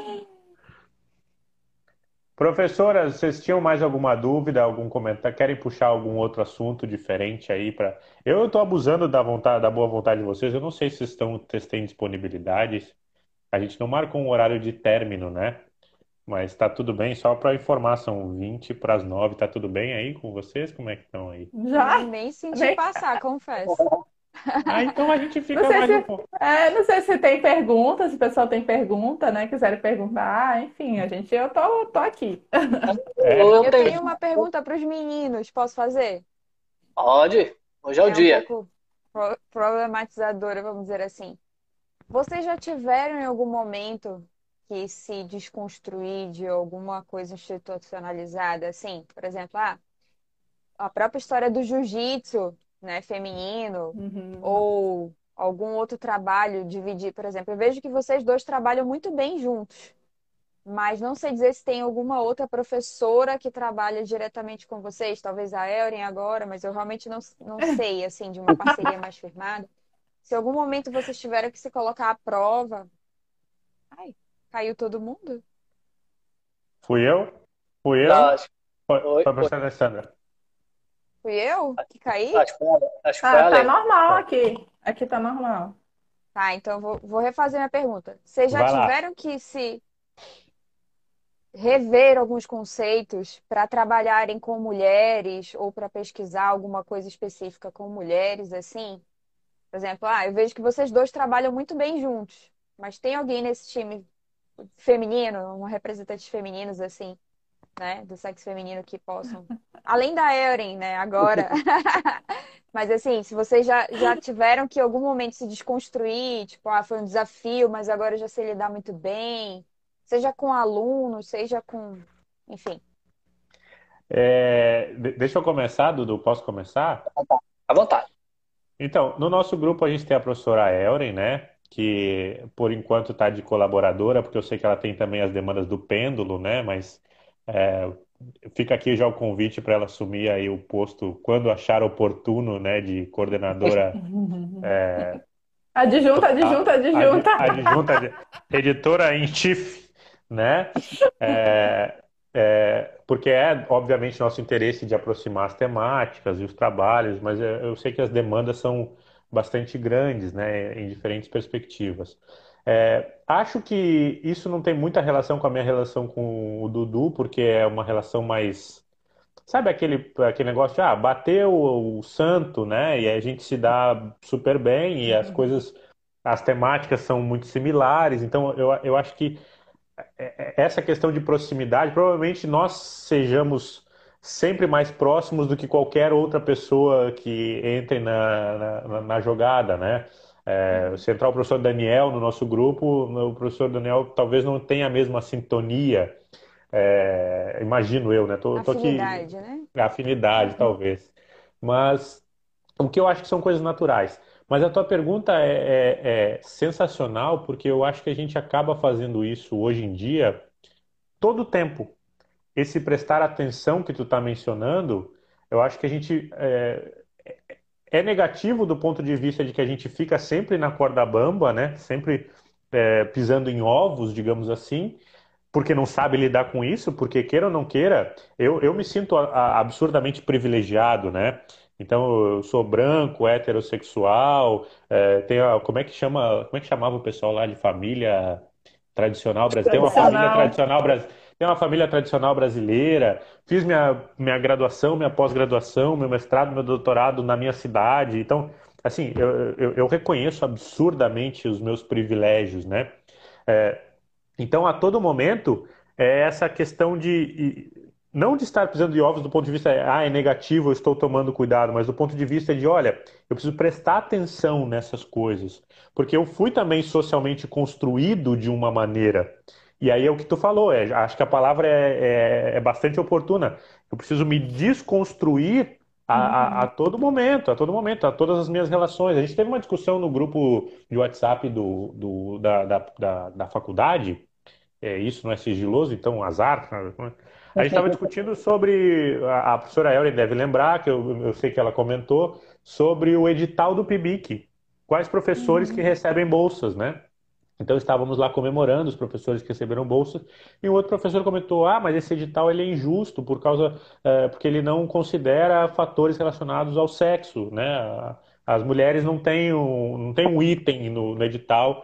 Professoras, vocês tinham mais alguma dúvida, algum comentário? Querem puxar algum outro assunto diferente aí para? Eu estou abusando da vontade, da boa vontade de vocês. Eu não sei se vocês estão vocês têm disponibilidades. A gente não marca um horário de término, né? Mas tá tudo bem. Só para informar, são vinte para as nove. Tá tudo bem aí com vocês? Como é que estão aí? Já? Nem senti Nem... passar, confesso. Ah, então a gente fica Não sei mais se, um pouco. é, não sei se tem pergunta, se o pessoal tem pergunta, né? Quiserem perguntar, enfim, a gente, eu tô, tô aqui. É. Eu Eu tenho. tenho uma pergunta para os meninos, posso fazer? Pode, hoje é o É um dia. pouco pro- problematizadora, vamos dizer assim. Vocês já tiveram em algum momento que se desconstruir de alguma coisa institucionalizada, assim? Por exemplo, ah, a própria história do jiu-jitsu, né, feminino, Uhum. ou algum outro trabalho, dividir, por exemplo. Eu vejo que vocês dois trabalham muito bem juntos, mas não sei dizer se tem alguma outra professora que trabalha diretamente com vocês, talvez a Elren agora, mas eu realmente não, não sei, assim, de uma parceria mais firmada. Se em algum momento vocês tiveram que se colocar à prova. Ai, caiu todo mundo? Fui eu? Fui Não, eu? acho, Foi, foi, foi a foi, professora Alessandra. Fui eu que caí? acho que foi, ela- acho que foi Tá, a tá Lei. normal Foi. aqui. Aqui tá normal. Tá, então vou, vou refazer minha pergunta. Vocês já Vai lá. tiveram que se rever alguns conceitos para trabalharem com mulheres ou para pesquisar alguma coisa específica com mulheres, assim? Por exemplo, ah, eu vejo que vocês dois trabalham muito bem juntos, mas tem alguém nesse time feminino, um representante femininos, assim, né, do sexo feminino que possam, além da Erin, né, agora. Mas assim, se vocês já, já tiveram que em algum momento se desconstruir, tipo, ah, foi um desafio, mas agora eu já sei lidar muito bem, seja com alunos, seja com, enfim. É, de- deixa eu começar, Dudu, posso começar? À vontade. Então, no nosso grupo a gente tem a professora Elren, né? Que por enquanto está de colaboradora, porque eu sei que ela tem também as demandas do pêndulo, né? Mas é, fica aqui já o convite para ela assumir aí o posto quando achar oportuno, né? De coordenadora Adjunta, adjunta, a- ad- adjunta. adjunta, de- editora em chief, né? É, é, porque é, obviamente, nosso interesse de aproximar as temáticas e os trabalhos, mas é, eu sei que as demandas são bastante grandes, né, em diferentes perspectivas. É, acho que isso não tem muita relação com a minha relação com o Dudu, porque é uma relação mais. Sabe aquele, aquele negócio de ah, bateu o, o santo, né? E a gente se dá super bem e as coisas, as temáticas são muito similares. Então, eu, eu acho que é- é- essa questão de proximidade, provavelmente nós sejamos sempre mais próximos do que qualquer outra pessoa que entre na, na, na jogada, né? É, se entrar o professor Daniel no nosso grupo, o professor Daniel talvez não tenha a mesma sintonia, é, imagino eu, né? Tô, tô aqui, Afinidade, né? afinidade, talvez. Mas o que eu acho que são coisas naturais. Mas a tua pergunta é, é- é sensacional, porque eu acho que a gente acaba fazendo isso hoje em dia todo o tempo. Esse prestar atenção que tu está mencionando, eu acho que a gente é, é negativo do ponto de vista de que a gente fica sempre na corda bamba, né? Sempre é, pisando em ovos, digamos assim, porque não sabe lidar com isso, porque queira ou não queira, eu, eu me sinto a- a- absurdamente privilegiado, né? Então, eu sou branco, heterossexual, é, tenho, a- como é que chama, como é que chamava o pessoal lá de família tradicional brasileira? Tem uma família Tradicional. tradicional brasileira, tem uma família tradicional brasileira, fiz minha, minha graduação, minha pós-graduação, meu mestrado, meu doutorado na minha cidade, então, assim, eu, eu, eu reconheço absurdamente os meus privilégios, né? Então, a todo momento, é essa questão de, e- não de estar pisando de ovos do ponto de vista, ah, é negativo, eu estou tomando cuidado, mas do ponto de vista de, olha, eu preciso prestar atenção nessas coisas, porque eu fui também socialmente construído de uma maneira. E aí é o que tu falou, é, acho que a palavra é, é, é bastante oportuna. Eu preciso me desconstruir a, a, a Uhum. todo momento, a todo momento, a todas as minhas relações. A gente teve uma discussão no grupo de WhatsApp do, do- da, da, da da faculdade, é, isso não é sigiloso, então azar. Né? A gente estava discutindo sobre, a, a professora Elren deve lembrar, que eu, eu sei que ela comentou, sobre o edital do PIBIC. Quais professores que Uhum. recebem bolsas, né? Então estávamos lá comemorando os professores que receberam bolsas, e um outro professor comentou: ah, mas esse edital ele é injusto por causa, eh, porque ele não considera fatores relacionados ao sexo, né? As mulheres não têm um, não têm um item no, no edital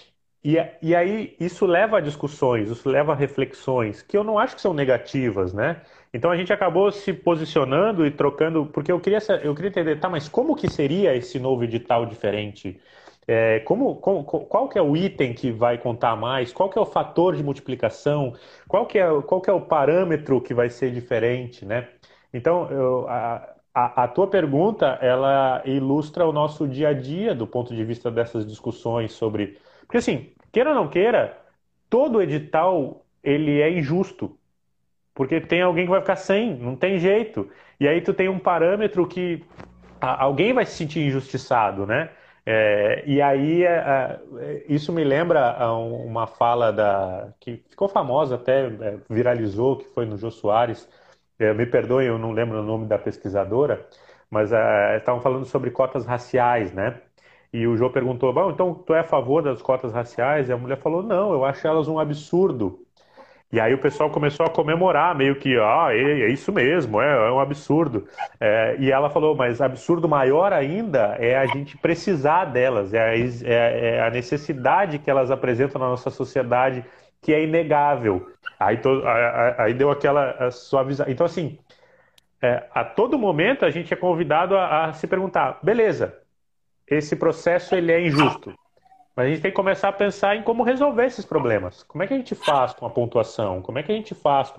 e, e aí isso leva a discussões, isso leva a reflexões, que eu não acho que são negativas, né? Então a gente acabou se posicionando e trocando, porque eu queria, sa- eu queria entender, tá, mas como que seria esse novo edital diferente? É, como, como- qual que é o item que vai contar mais? Qual que é o fator de multiplicação? Qual que é, qual que é o parâmetro que vai ser diferente, né? Então, eu- a, a, a tua pergunta, ela ilustra o nosso dia a dia do ponto de vista dessas discussões sobre porque assim, queira ou não queira, todo edital ele é injusto, porque tem alguém que vai ficar sem, não tem jeito. E aí tu tem um parâmetro que a- alguém vai se sentir injustiçado, né? É, e aí é, é, isso me lembra a um- uma fala da que ficou famosa até é, viralizou, que foi no Jô Soares. É, me perdoem, eu não lembro o nome da pesquisadora, mas é, estavam falando sobre cotas raciais, né? E o Jô perguntou: bom, então tu é a favor das cotas raciais? E a mulher falou: não, eu acho elas um absurdo. E aí o pessoal começou a comemorar, meio que, ah, é, é isso mesmo, é, é um absurdo. É, e ela falou, mas absurdo maior ainda é a gente precisar delas, é a, é- é a necessidade que elas apresentam na nossa sociedade, que é inegável. Aí, to- a- a- aí deu aquela suavização. Então, assim, é, a todo momento a gente é convidado a, a se perguntar, beleza, esse processo ele é injusto. Mas a gente tem que começar a pensar em como resolver esses problemas. Como é que a gente faz com a pontuação? Como é que a gente faz com,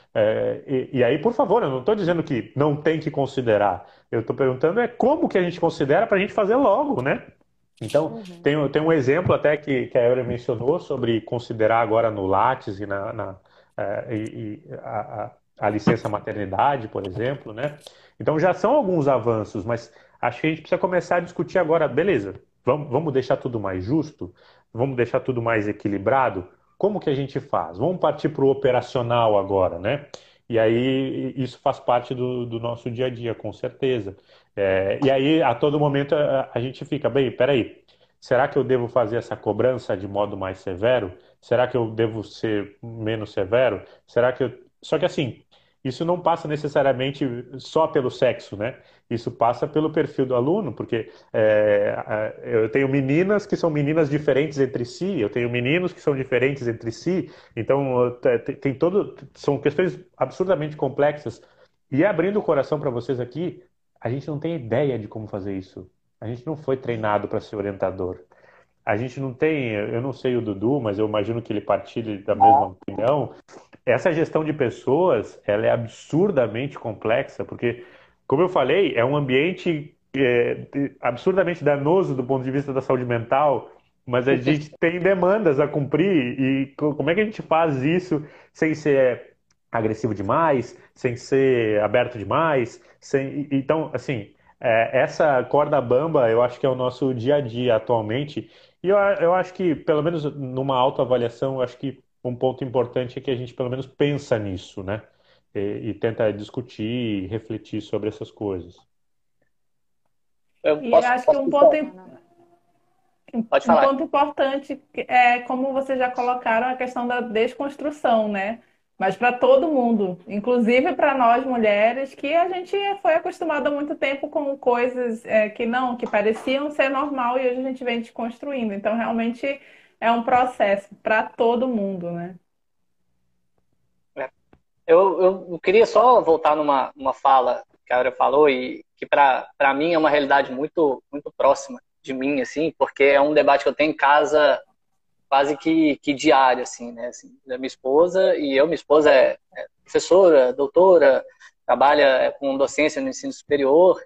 É, e, e aí, por favor, eu não estou dizendo que não tem que considerar. Eu estou perguntando é como que a gente considera para a gente fazer logo, né? Então, Uhum. tem, tem um exemplo até que, que a Eura mencionou sobre considerar agora no Lattes e na, na, eh, e, e a, a- a licença maternidade, por exemplo, né? Então já são alguns avanços, mas acho que a gente precisa começar a discutir agora, beleza, vamos, vamos deixar tudo mais justo, vamos deixar tudo mais equilibrado. Como que a gente faz? Vamos partir para o operacional agora, né? E aí isso faz parte do, do nosso dia a dia, com certeza. É, e aí, a todo momento, a, a gente fica, bem, peraí, será que eu devo fazer essa cobrança de modo mais severo? Será que eu devo ser menos severo? Será que eu... Só que assim, isso não passa necessariamente só pelo sexo, né? Isso passa pelo perfil do aluno, porque é, a- eu tenho meninas que são meninas diferentes entre si, eu tenho meninos que são diferentes entre si, então te- te- tem todo, são questões absurdamente complexas. E abrindo o coração para vocês aqui, a gente não tem ideia de como fazer isso. A gente não foi treinado para ser orientador. A gente não tem, eu não sei o Dudu, mas eu imagino que ele partilhe da mesma opinião. Essa gestão de pessoas, ela é absurdamente complexa, porque, como eu falei, é um ambiente é, de- absurdamente danoso do ponto de vista da saúde mental, mas a gente tem demandas a cumprir e co- como é que a gente faz isso sem ser agressivo demais, sem ser aberto demais, sem... e- Então, assim, é, essa corda bamba, eu acho que é o nosso dia a dia atualmente, e eu, eu acho que, pelo menos numa autoavaliação, eu acho que um ponto importante é que a gente pelo menos pensa nisso, né? E, e tenta discutir, refletir sobre essas coisas. Eu E eu posso, acho que posso um ponto, puxar? im- Bacana. Pode um falar. ponto importante é, como vocês já colocaram, a questão da desconstrução, né? Mas para todo mundo, inclusive para nós mulheres, que a gente foi acostumada há muito tempo com coisas é, que não, que pareciam ser normal e hoje a gente vem desconstruindo. Então, realmente é um processo para todo mundo, né? É. Eu, eu queria só voltar numa uma fala que a Aura falou e que para para mim é uma realidade muito muito próxima de mim, assim, porque é um debate que eu tenho em casa quase que, que diário, assim, né? Assim, da minha esposa e eu, minha esposa é, é professora, doutora, trabalha é, com docência no ensino superior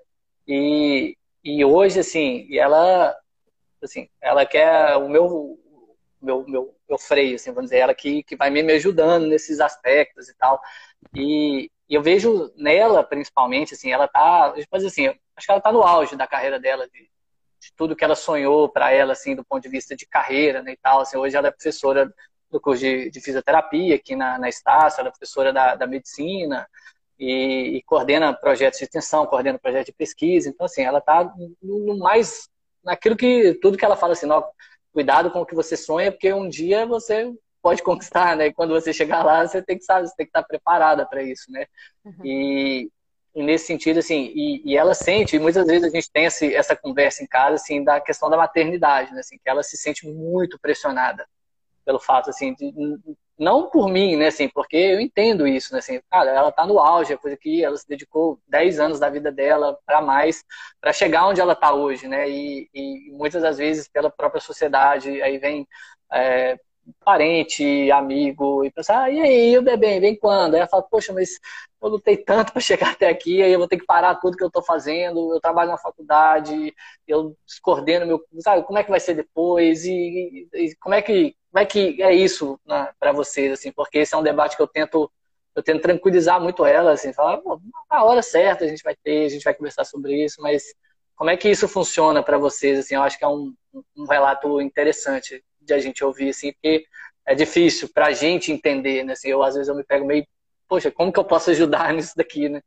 e, e hoje, assim, e ela, assim, ela quer o meu, meu, meu, meu freio, assim, vamos dizer, ela que, que vai me me ajudando nesses aspectos e tal. E, e eu vejo nela, principalmente, assim, ela tá, mas assim, eu acho que ela tá no auge da carreira dela, de, de tudo que ela sonhou para ela, assim, do ponto de vista de carreira, né, e tal. Assim, hoje ela é professora do curso de, de fisioterapia aqui na, na Estácio, ela é professora da, da medicina e, e coordena projetos de extensão, coordena projetos de pesquisa. Então, assim, ela está no, no mais, naquilo que, tudo que ela fala, assim, ó, cuidado com o que você sonha, porque um dia você pode conquistar, né? E quando você chegar lá, você tem que saber, você tem que estar preparada para isso, né? Uhum. E, e nesse sentido, assim, e, e ela sente, e muitas vezes a gente tem esse, essa conversa em casa, assim, da questão da maternidade, né? Assim, que ela se sente muito pressionada pelo fato, assim, de, não por mim, né, assim, porque eu entendo isso, né, assim, cara, ela tá no auge, é coisa que ela se dedicou dez anos da vida dela para mais, para chegar onde ela tá hoje, né, e, e muitas das vezes pela própria sociedade, aí vem é, parente, amigo, e pensar, ah, e aí, o bebê, vem quando? Aí ela fala, poxa, mas eu lutei tanto para chegar até aqui, aí eu vou ter que parar tudo que eu tô fazendo, eu trabalho na faculdade, eu coordeno meu, sabe, como é que vai ser depois, e, e, e como é que como é que é isso, né, para vocês, assim, porque esse é um debate que eu tento, eu tento tranquilizar muito ela, assim, falar, pô, na hora certa a gente vai ter, a gente vai conversar sobre isso, mas como é que isso funciona para vocês, assim, eu acho que é um, um relato interessante de a gente ouvir, assim, porque é difícil para a gente entender, né, assim, eu às vezes eu me pego meio, poxa, como que eu posso ajudar nisso daqui, né?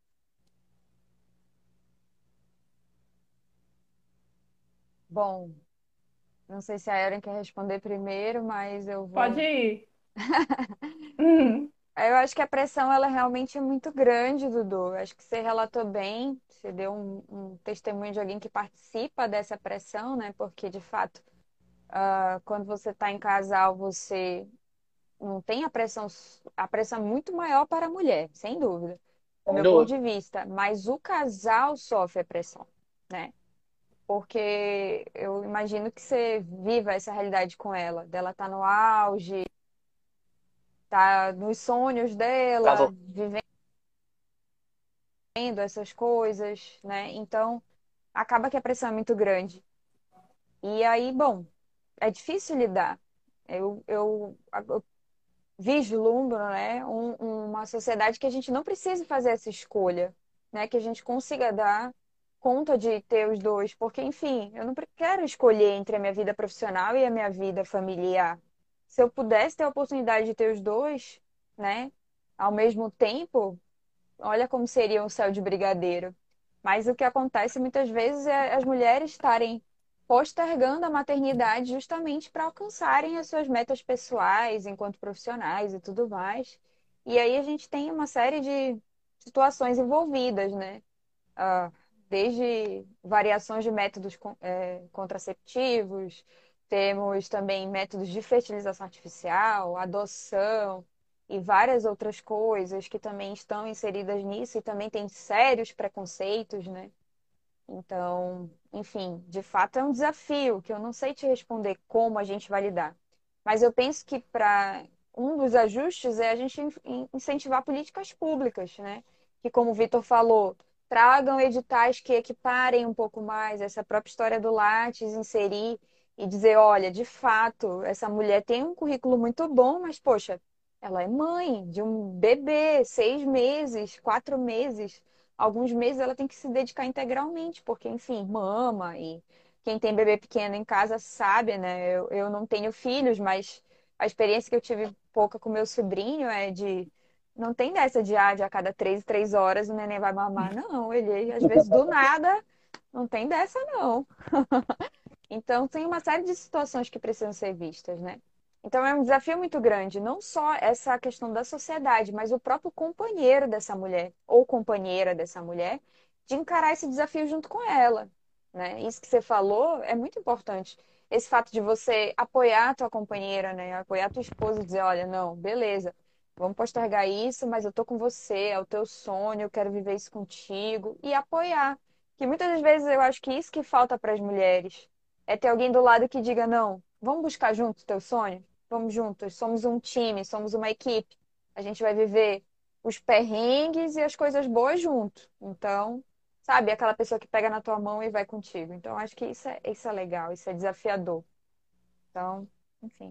Bom, não sei se a Erin quer responder primeiro, mas eu Pode vou. ir. Hum, Eu acho que a pressão ela realmente é muito grande, Dudu. Eu acho que você relatou bem, você deu um, um testemunho de alguém que participa dessa pressão, né? Porque de fato, ah, quando você está em casal, você não tem a pressão, a pressão é muito maior para a mulher, sem dúvida, do Sem meu ponto dúvida. de vista. Mas o casal sofre a pressão, né? Porque eu imagino que você viva essa realidade com ela, dela estar no auge. tá nos sonhos dela, Tava, vivendo essas coisas, né? Então, acaba que a pressão é muito grande. E aí, bom, é difícil lidar. Eu, eu, eu vislumbro, né, um- uma sociedade que a gente não precise fazer essa escolha, né? Que a gente consiga dar conta de ter os dois, porque, enfim, eu não pre- quero escolher entre a minha vida profissional e a minha vida familiar. Se eu pudesse ter a oportunidade de ter os dois, né, ao mesmo tempo, olha como seria um céu de brigadeiro. Mas o que acontece muitas vezes é as mulheres estarem postergando a maternidade justamente para alcançarem as suas metas pessoais, enquanto profissionais e tudo mais. E aí a gente tem uma série de situações envolvidas, né? Ah, desde variações de métodos con- eh, contraceptivos, temos também métodos de fertilização artificial, adoção e várias outras coisas que também estão inseridas nisso e também tem sérios preconceitos, né? Então, enfim, de fato é um desafio que eu não sei te responder como a gente vai lidar. Mas eu penso que para um dos ajustes é a gente in- in- incentivar políticas públicas, né? Que, como o Vitor falou, tragam editais que equiparem um pouco mais essa própria história do Lattes, inserir e dizer, olha, de fato, essa mulher tem um currículo muito bom, mas, poxa, ela é mãe de um bebê, seis meses, quatro meses alguns meses ela tem que se dedicar integralmente, porque, enfim, mama e quem tem bebê pequeno em casa sabe, né? Eu, eu não tenho filhos, mas a experiência que eu tive pouca com meu sobrinho é de. Não tem dessa de, ah, de a cada três, três horas o neném vai mamar. Não, ele, às vezes, do nada, não tem dessa, não. Então, tem uma série de situações que precisam ser vistas, né? Então, é um desafio muito grande, não só essa questão da sociedade, mas o próprio companheiro dessa mulher, ou companheira dessa mulher, de encarar esse desafio junto com ela, né? Isso que você falou é muito importante. Esse fato de você apoiar a tua companheira, né? Apoiar a tua esposa e dizer, olha, não, beleza, vamos postergar isso, mas eu tô com você, é o teu sonho, eu quero viver isso contigo, e apoiar. Que muitas das vezes eu acho que isso que falta para as mulheres é ter alguém do lado que diga, não, vamos buscar juntos teu sonho? Vamos juntos, somos um time, somos uma equipe. A gente vai viver os perrengues e as coisas boas junto. Então, sabe, aquela pessoa que pega na tua mão e vai contigo. Então, acho que isso é, isso é legal, isso é desafiador. Então, enfim.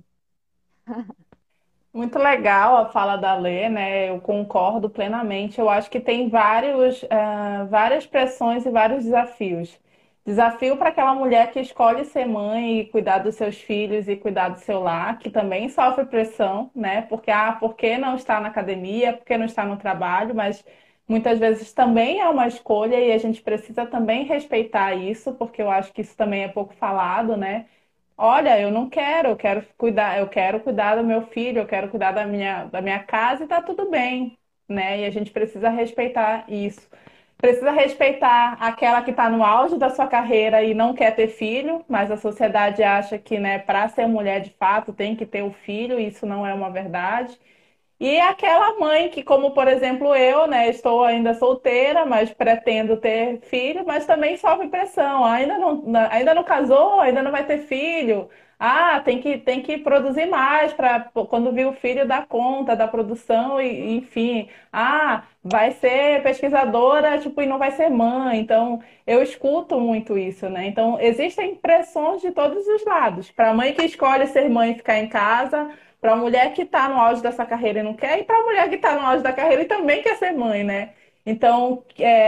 Muito legal a fala da Lê, né? Eu concordo plenamente. Eu acho que tem vários, eh, várias pressões e vários desafios. Desafio para aquela mulher que escolhe ser mãe e cuidar dos seus filhos e cuidar do seu lar, que também sofre pressão, né? Porque, ah, por que não está na academia? Por que não está no trabalho? Mas muitas vezes também é uma escolha e a gente precisa também respeitar isso, porque eu acho que isso também é pouco falado, né? Olha, eu não quero, eu quero cuidar, eu quero cuidar do meu filho, eu quero cuidar da minha, da minha casa e tá tudo bem, né? E a gente precisa respeitar isso. Precisa respeitar aquela que está no auge da sua carreira e não quer ter filho, mas a sociedade acha que, né, para ser mulher de fato tem que ter o filho, e isso não é uma verdade. E aquela mãe que, como por exemplo eu, né, estou ainda solteira, mas pretendo ter filho, mas também sofre pressão. Ainda não, na- ainda não casou, ainda não vai ter filho. Ah, tem que, tem que produzir mais para quando vir o filho dar conta da produção e, enfim. Ah, vai ser pesquisadora, tipo, e não vai ser mãe. Então, eu escuto muito isso, né? Então, existem pressões de todos os lados. Para a mãe que escolhe ser mãe e ficar em casa, para a mulher que está no auge dessa carreira e não quer, e para a mulher que está no auge da carreira e também quer ser mãe, né? Então,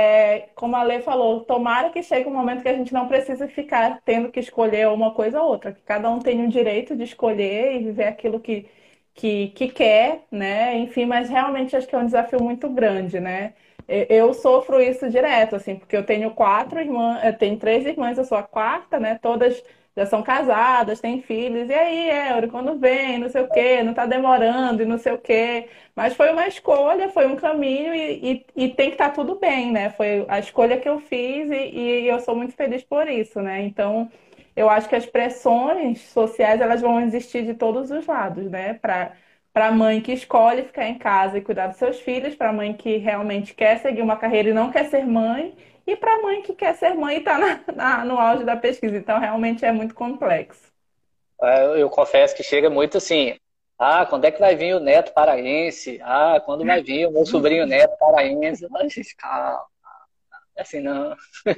é, como a Lê falou, tomara que chegue um momento que a gente não precise ficar tendo que escolher uma coisa ou outra, que cada um tenha o direito de escolher e viver aquilo que, que, que quer, né? Enfim, mas realmente acho que é um desafio muito grande, né? E- Eu sofro isso direto, assim, porque eu tenho quatro irmãs, eu tenho três irmãs, eu sou a quarta, né? Todas já são casadas, têm filhos. E aí, Elry, quando vem, não sei o quê, não tá demorando e não sei o quê. Mas foi uma escolha, foi um caminho e, e, e tem que estar tudo bem, né? Foi a escolha que eu fiz e, e eu sou muito feliz por isso, né? Então, eu acho que as pressões sociais, elas vão existir de todos os lados, né? Para para a mãe que escolhe ficar em casa e cuidar dos seus filhos, para a mãe que realmente quer seguir uma carreira e não quer ser mãe, e para a mãe que quer ser mãe e está no auge da pesquisa. Então, realmente é muito complexo. é, eu confesso que chega muito assim. Ah, quando é que vai vir o neto paraense? Ah, quando vai vir o meu sobrinho neto paraense? Ai, gente, calma, é assim não.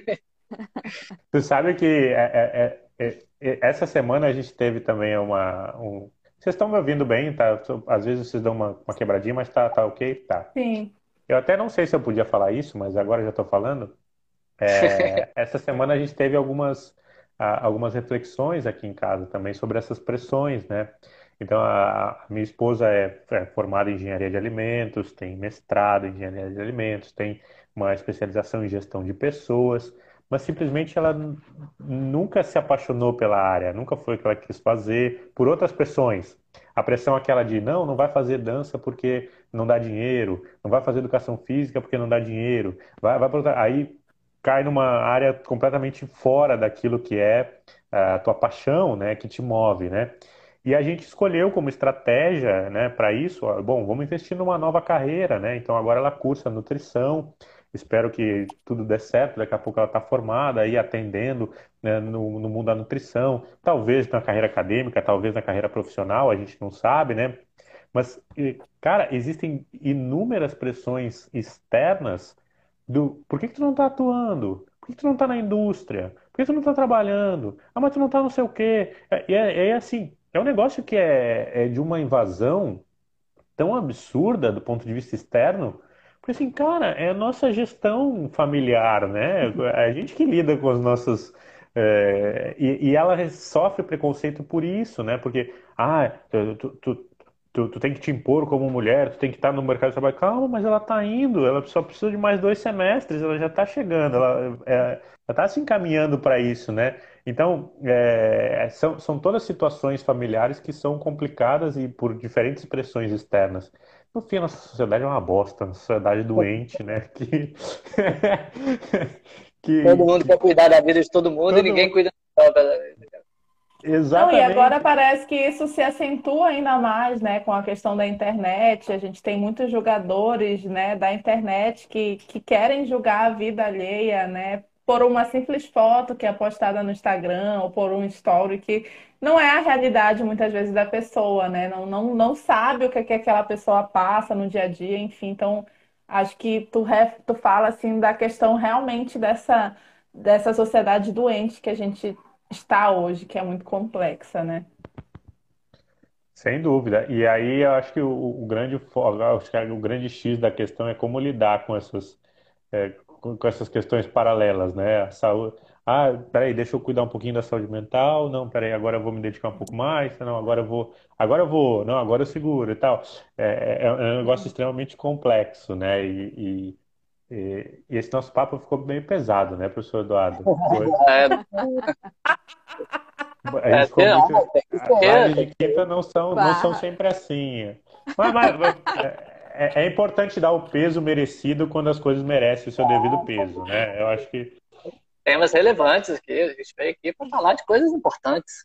Tu sabe que é, é, é, é, essa semana a gente teve também uma. Um... Vocês estão me ouvindo bem, tá? Às vezes vocês dão uma, uma quebradinha, mas tá, tá ok? Tá. Sim. Eu até não sei se eu podia falar isso, mas agora já estou falando. É, essa semana a gente teve algumas, ah, algumas reflexões aqui em casa também sobre essas pressões, né? Então, a, a minha esposa é, é formada em engenharia de alimentos, tem mestrado em engenharia de alimentos, tem uma especialização em gestão de pessoas, mas simplesmente ela n- nunca se apaixonou pela área, nunca foi o que ela quis fazer, por outras pressões. A pressão é aquela de não, não vai fazer dança porque não dá dinheiro, não vai fazer educação física porque não dá dinheiro, vai, vai pra outra... Aí cai numa área completamente fora daquilo que é a tua paixão, né, que te move, né? E a gente escolheu como estratégia, né, para isso, ó, bom, vamos investir numa nova carreira, né? Então agora ela cursa nutrição. Espero que tudo dê certo. Daqui a pouco ela está formada aí atendendo, né, no, no mundo da nutrição, talvez na carreira acadêmica, talvez na carreira profissional, a gente não sabe, né? Mas, e, cara, existem inúmeras pressões externas do por que que tu não tá atuando? Por que que tu não tá na indústria? Por que tu não tá trabalhando? Ah, mas tu não tá não sei o quê. É, e é, é assim, é um negócio que é, é de uma invasão tão absurda do ponto de vista externo, porque assim, cara, é a nossa gestão familiar, né? É a gente que lida com as nossas. é, e, e ela sofre preconceito por isso, né? Porque, ah, tu, tu, tu, tu- tu tem que te impor como mulher, tu tem que estar no mercado de trabalho. Calma, mas ela tá indo, ela só precisa de mais dois semestres, ela já tá chegando, ela, é, ela tá se encaminhando para isso, né? Então, é, são, são todas situações familiares que são complicadas e por diferentes pressões externas. No fim, a nossa sociedade é uma bosta, uma sociedade doente, né? Que, Todo que, mundo que quer cuidar da vida de todo mundo e todo ninguém mundo... cuida da própria. Não, e agora Exatamente. parece que isso se acentua ainda mais, né, com a questão da internet. A gente tem muitos jogadores, né, da internet que, que querem julgar a vida alheia, né, por uma simples foto que é postada no Instagram ou por um story que não é a realidade muitas vezes da pessoa, né? Não, não, não sabe o que, é que aquela pessoa passa no dia a dia, enfim. Então, acho que tu, re- tu fala assim da questão realmente dessa, dessa sociedade doente que a gente está hoje, que é muito complexa, né? Sem dúvida. E aí eu acho que o, o grande, fo- eu acho que o grande X da questão é como lidar com essas, é, com, com essas questões paralelas, né? A saúde. Ah, peraí, deixa eu cuidar um pouquinho da saúde mental. Não, peraí, agora eu vou me dedicar um pouco mais. Não, agora eu vou, agora eu vou, não, agora eu seguro e tal. É, é, é um negócio extremamente complexo, né? E, e, e- e esse nosso papo ficou meio pesado, né, professor Eduardo? Foi. É, A é, gente ficou tem, muito. não, tem que As lives de ser. quinta não são, não são Barra. sempre assim. Mas, mas- mas é, é- é importante dar o peso merecido quando as coisas merecem o seu devido peso, né? Eu acho que. Temas relevantes aqui. A gente veio aqui para falar de coisas importantes.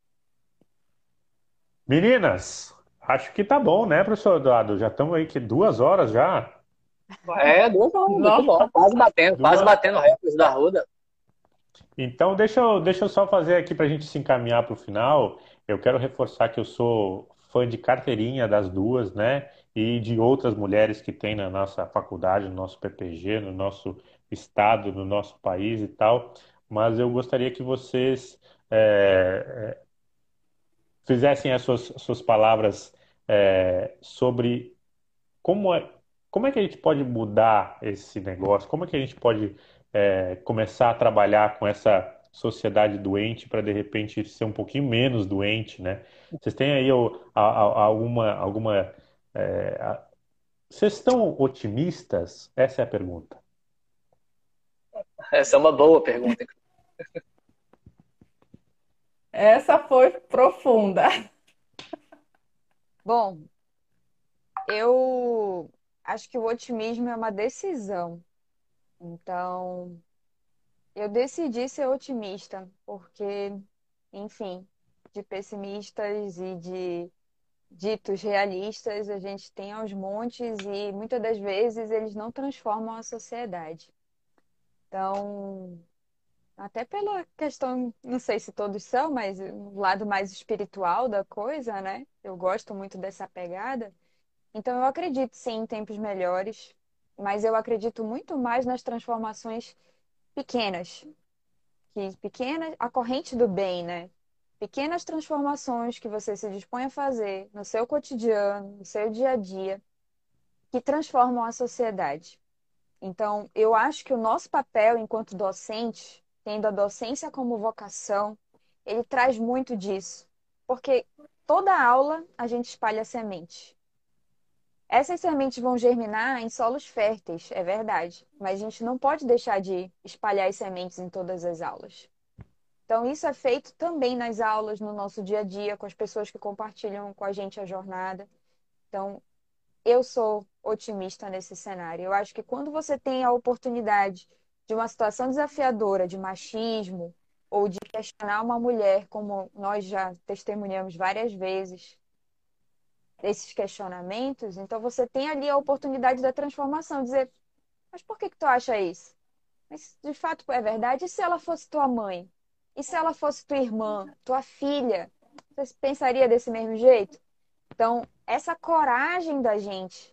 Meninas, acho que tá bom, né, professor Eduardo? Já estamos aí que duas horas já. É, duas horas, muito Nossa, bom. Quase batendo, quase Duas. batendo recordes da Ruda. Então, deixa eu, deixa eu só fazer aqui para a gente se encaminhar para o final. Eu quero reforçar que eu sou fã de carteirinha das duas, né? E de outras mulheres que tem na nossa faculdade, no nosso P P G, no nosso estado, no nosso país e tal. Mas eu gostaria que vocês é, fizessem as suas, suas palavras é, sobre como é, como é que a gente pode mudar esse negócio? Como é que a gente pode é, começar a trabalhar com essa sociedade doente para de repente ser um pouquinho menos doente, né? Vocês têm aí o- a- a- alguma, alguma, é, a- vocês estão otimistas? Essa é a pergunta. Essa é uma boa pergunta. essa foi profunda. Bom, eu acho que o otimismo é uma decisão. Então, eu decidi ser otimista, porque, enfim, de pessimistas e de ditos realistas a gente tem aos montes e muitas das vezes eles não transformam a sociedade. Então, Até pela questão, não sei se todos são, mas o lado mais espiritual da coisa, né? Eu gosto muito dessa pegada. Então, eu acredito sim em tempos melhores, mas eu acredito muito mais nas transformações pequenas, que pequenas, a corrente do bem, né? Pequenas transformações que você se dispõe a fazer no seu cotidiano, no seu dia a dia, que transformam a sociedade. Então, eu acho que o nosso papel enquanto docente, tendo a docência como vocação, ele traz muito disso, porque toda aula a gente espalha semente. Essas sementes vão germinar em solos férteis, é verdade, mas a gente não pode deixar de espalhar as sementes em todas as aulas. Então, isso é feito também nas aulas, no nosso dia a dia, com as pessoas que compartilham com a gente a jornada. Então, eu sou otimista nesse cenário. Eu acho que quando você tem a oportunidade de uma situação desafiadora, de machismo, ou de questionar uma mulher, como nós já testemunhamos várias vezes, esses questionamentos, então você tem ali a oportunidade da transformação, dizer, mas por que que tu acha isso? Mas de fato é verdade? E se ela fosse tua mãe? E se ela fosse tua irmã, tua filha? Você pensaria desse mesmo jeito? Então, essa coragem da gente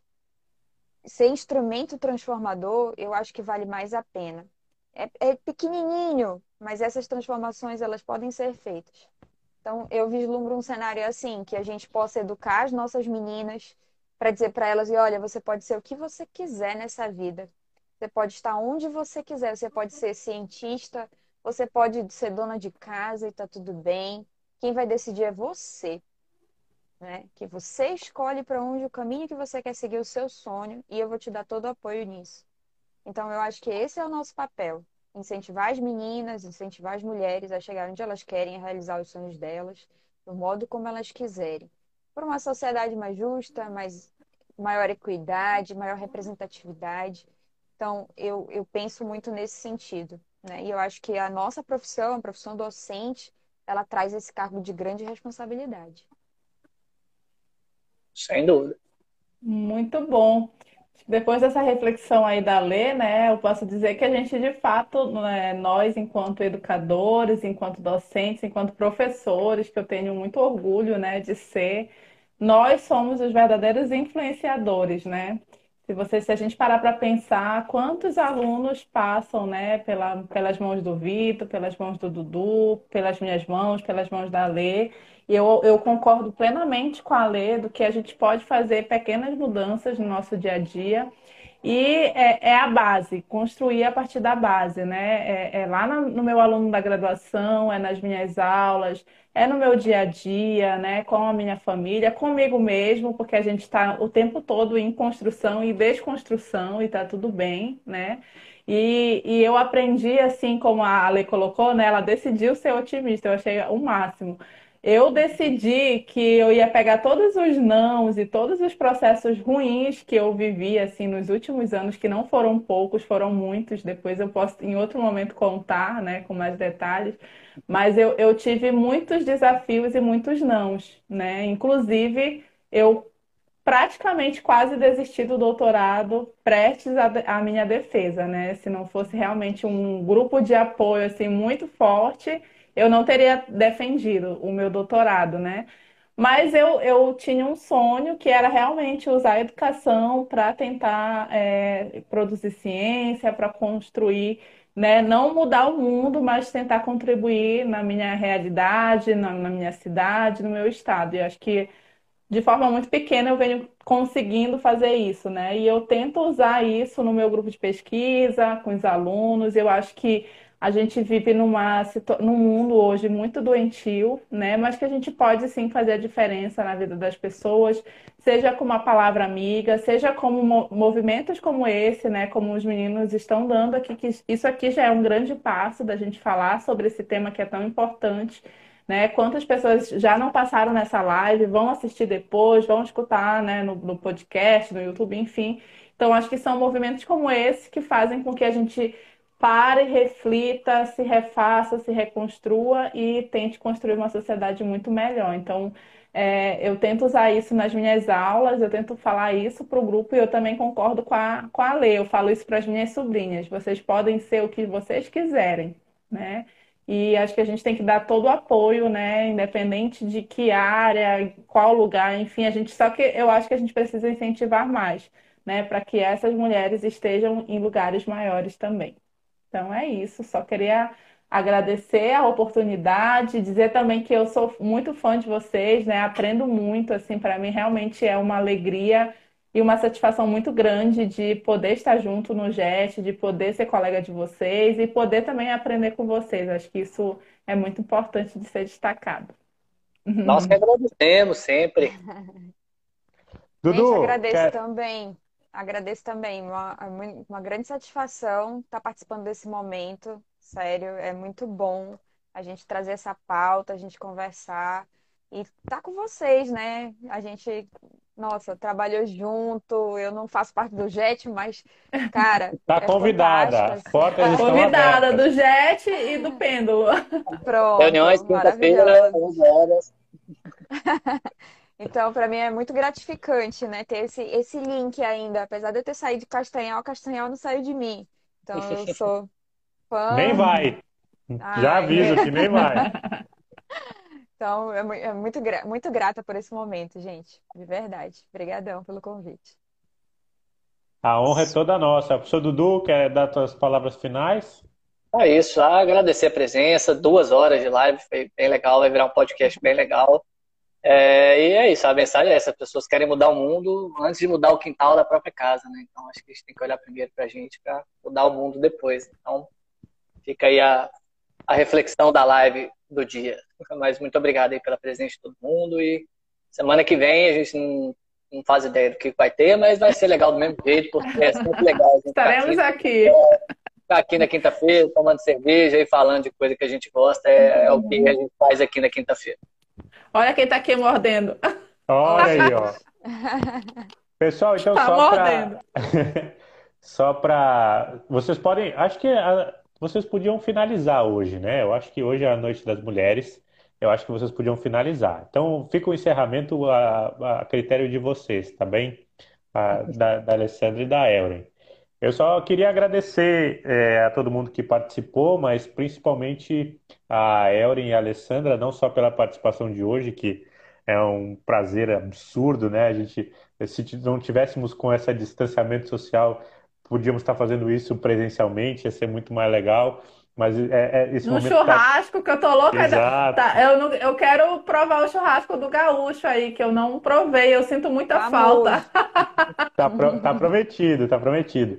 ser instrumento transformador, eu acho que vale mais a pena. É, é pequenininho, mas essas transformações elas podem ser feitas. Então, eu vislumbro um cenário assim, que a gente possa educar as nossas meninas para dizer para elas, e olha, você pode ser o que você quiser nessa vida. Você pode estar onde você quiser, você pode ser cientista, você pode ser dona de casa e tá tudo bem. Quem vai decidir é você, né? Que você escolhe para onde o caminho que você quer seguir o seu sonho e eu vou te dar todo o apoio nisso. Então, eu acho que esse é o nosso papel. Incentivar as meninas, incentivar as mulheres a chegar onde elas querem, a realizar os sonhos delas, do modo como elas quiserem. Por uma sociedade mais justa, mais maior equidade, maior representatividade. Então, eu, eu penso muito nesse sentido, né? E eu acho que a nossa profissão, a profissão docente, ela traz esse cargo de grande responsabilidade. Sem dúvida. Muito bom. Depois dessa reflexão aí da Lê, né, eu posso dizer que a gente, de fato, né, nós, enquanto educadores, enquanto docentes, enquanto professores, que eu tenho muito orgulho, né, de ser, nós somos os verdadeiros influenciadores, né? Se você, se a gente parar para pensar, quantos alunos passam, né, pela, pelas mãos do Vitor, pelas mãos do Dudu, pelas minhas mãos, pelas mãos da Lê, e eu, eu concordo plenamente com a Lê do que a gente pode fazer pequenas mudanças no nosso dia a dia. E é, é a base, construir a partir da base, né? É, é lá no, no meu aluno da graduação, é nas minhas aulas, é no meu dia a dia, né? Com a minha família, comigo mesmo, porque a gente está o tempo todo em construção e desconstrução e tá tudo bem, né? E, e eu aprendi, assim como a Ale colocou, né? Ela decidiu ser otimista, eu achei o máximo. Eu decidi que eu ia pegar todos os nãos e todos os processos ruins que eu vivi assim nos últimos anos, que não foram poucos, foram muitos. Depois eu posso em outro momento contar, né, com mais detalhes. Mas eu, eu tive muitos desafios e muitos nãos, né? Inclusive, eu praticamente quase desisti do doutorado, prestes à à minha defesa, né? Se não fosse realmente um grupo de apoio assim muito forte, eu não teria defendido o meu doutorado, né? Mas eu, eu tinha um sonho que era realmente usar a educação para tentar é, produzir ciência, para construir, né? Não mudar o mundo, mas tentar contribuir na minha realidade, na, na minha cidade, no meu estado. E acho que de forma muito pequena eu venho conseguindo fazer isso, né? E eu tento usar isso no meu grupo de pesquisa, com os alunos. Eu acho que a gente vive numa, situa- num mundo hoje muito doentio, né? Mas que a gente pode sim fazer a diferença na vida das pessoas, seja com uma palavra amiga, seja como mo- movimentos como esse, né? Como os meninos estão dando aqui, que isso aqui já é um grande passo da gente falar sobre esse tema que é tão importante, né? Quantas pessoas já não passaram nessa live, vão assistir depois, vão escutar, né, no, no podcast, no YouTube, enfim. Então, acho que são movimentos como esse que fazem com que a gente pare, reflita, se refaça, se reconstrua e tente construir uma sociedade muito melhor. Então, é, eu tento usar isso nas minhas aulas, eu tento falar isso para o grupo e eu também concordo com a, com a Lê. Eu falo isso para as minhas sobrinhas. Vocês podem ser o que vocês quiserem, né? E acho que a gente tem que dar todo o apoio, né? Independente de que área, qual lugar, enfim, a gente só que eu acho que a gente precisa incentivar mais, né? Para que essas mulheres estejam em lugares maiores também. Então é isso, só queria agradecer a oportunidade, dizer também que eu sou muito fã de vocês, né? Aprendo muito, assim, para mim realmente é uma alegria e uma satisfação muito grande de poder estar junto no GET, de poder ser colega de vocês e poder também aprender com vocês. Acho que isso é muito importante de ser destacado. Nós que agradecemos sempre. Gente, Dudu, agradeço quer... também. Agradeço também. Uma, uma grande satisfação estar participando desse momento. Sério, é muito bom a gente trazer essa pauta, a gente conversar e estar com vocês, né? A gente, nossa, trabalhou junto. Eu não faço parte do JET, mas, cara, tá é fantástico, convidada. As assim. portas estão Convidada abertas. do JET e do Pêndulo. Reuniões Pronto, quinta-feira, maravilhoso. onze horas. Então, para mim é muito gratificante, né, ter esse, esse link ainda. Apesar de eu ter saído de Castanhal, Castanhal não saiu de mim. Então, eu sou Nem fã. vai. Já Ai, aviso que nem vai. então, é, mu- é muito, gra- muito grata por esse momento, gente. De verdade. Obrigadão pelo convite. A honra é toda nossa. Professor Dudu, quer dar suas palavras finais? É isso, só agradecer a presença, duas horas de live, foi bem legal, vai virar um podcast bem legal. É, e é isso, a mensagem é essa, as pessoas querem mudar o mundo antes de mudar o quintal da própria casa, né? Então acho que a gente tem que olhar primeiro pra gente para mudar o mundo depois. Então fica aí a, a reflexão da live do dia. Mas muito obrigado aí pela presença de todo mundo e semana que vem a gente não, não faz ideia do que vai ter, mas vai ser legal do mesmo jeito, porque é sempre legal a gente estar Estaremos aqui. aqui. Ficar aqui na quinta-feira, tomando cerveja e falando de coisa que a gente gosta, é, é o que a gente faz aqui na quinta-feira. Olha quem tá aqui mordendo. Olha aí, ó. Pessoal, então Tá só para mordendo. só para vocês podem, acho que ah, vocês podiam finalizar hoje, né? Eu acho que hoje é a Noite das Mulheres. Eu acho que vocês podiam finalizar. Então fica o encerramento a, a critério de vocês, tá bem? Ah, da, da Alessandra e da Elren. Eu só queria agradecer é, a todo mundo que participou, mas principalmente a Elren e a Alessandra, não só pela participação de hoje, que é um prazer absurdo, né? A gente, se não tivéssemos com esse distanciamento social, podíamos estar fazendo isso presencialmente, ia ser muito mais legal. Mas é, é- esse No momento está. churrasco, que eu tô louca. ainda- Exato. Tá, eu, não, eu quero provar o churrasco do gaúcho aí, que eu não provei. Eu sinto muita Famoso. falta. Tá, pro- tá prometido, tá prometido.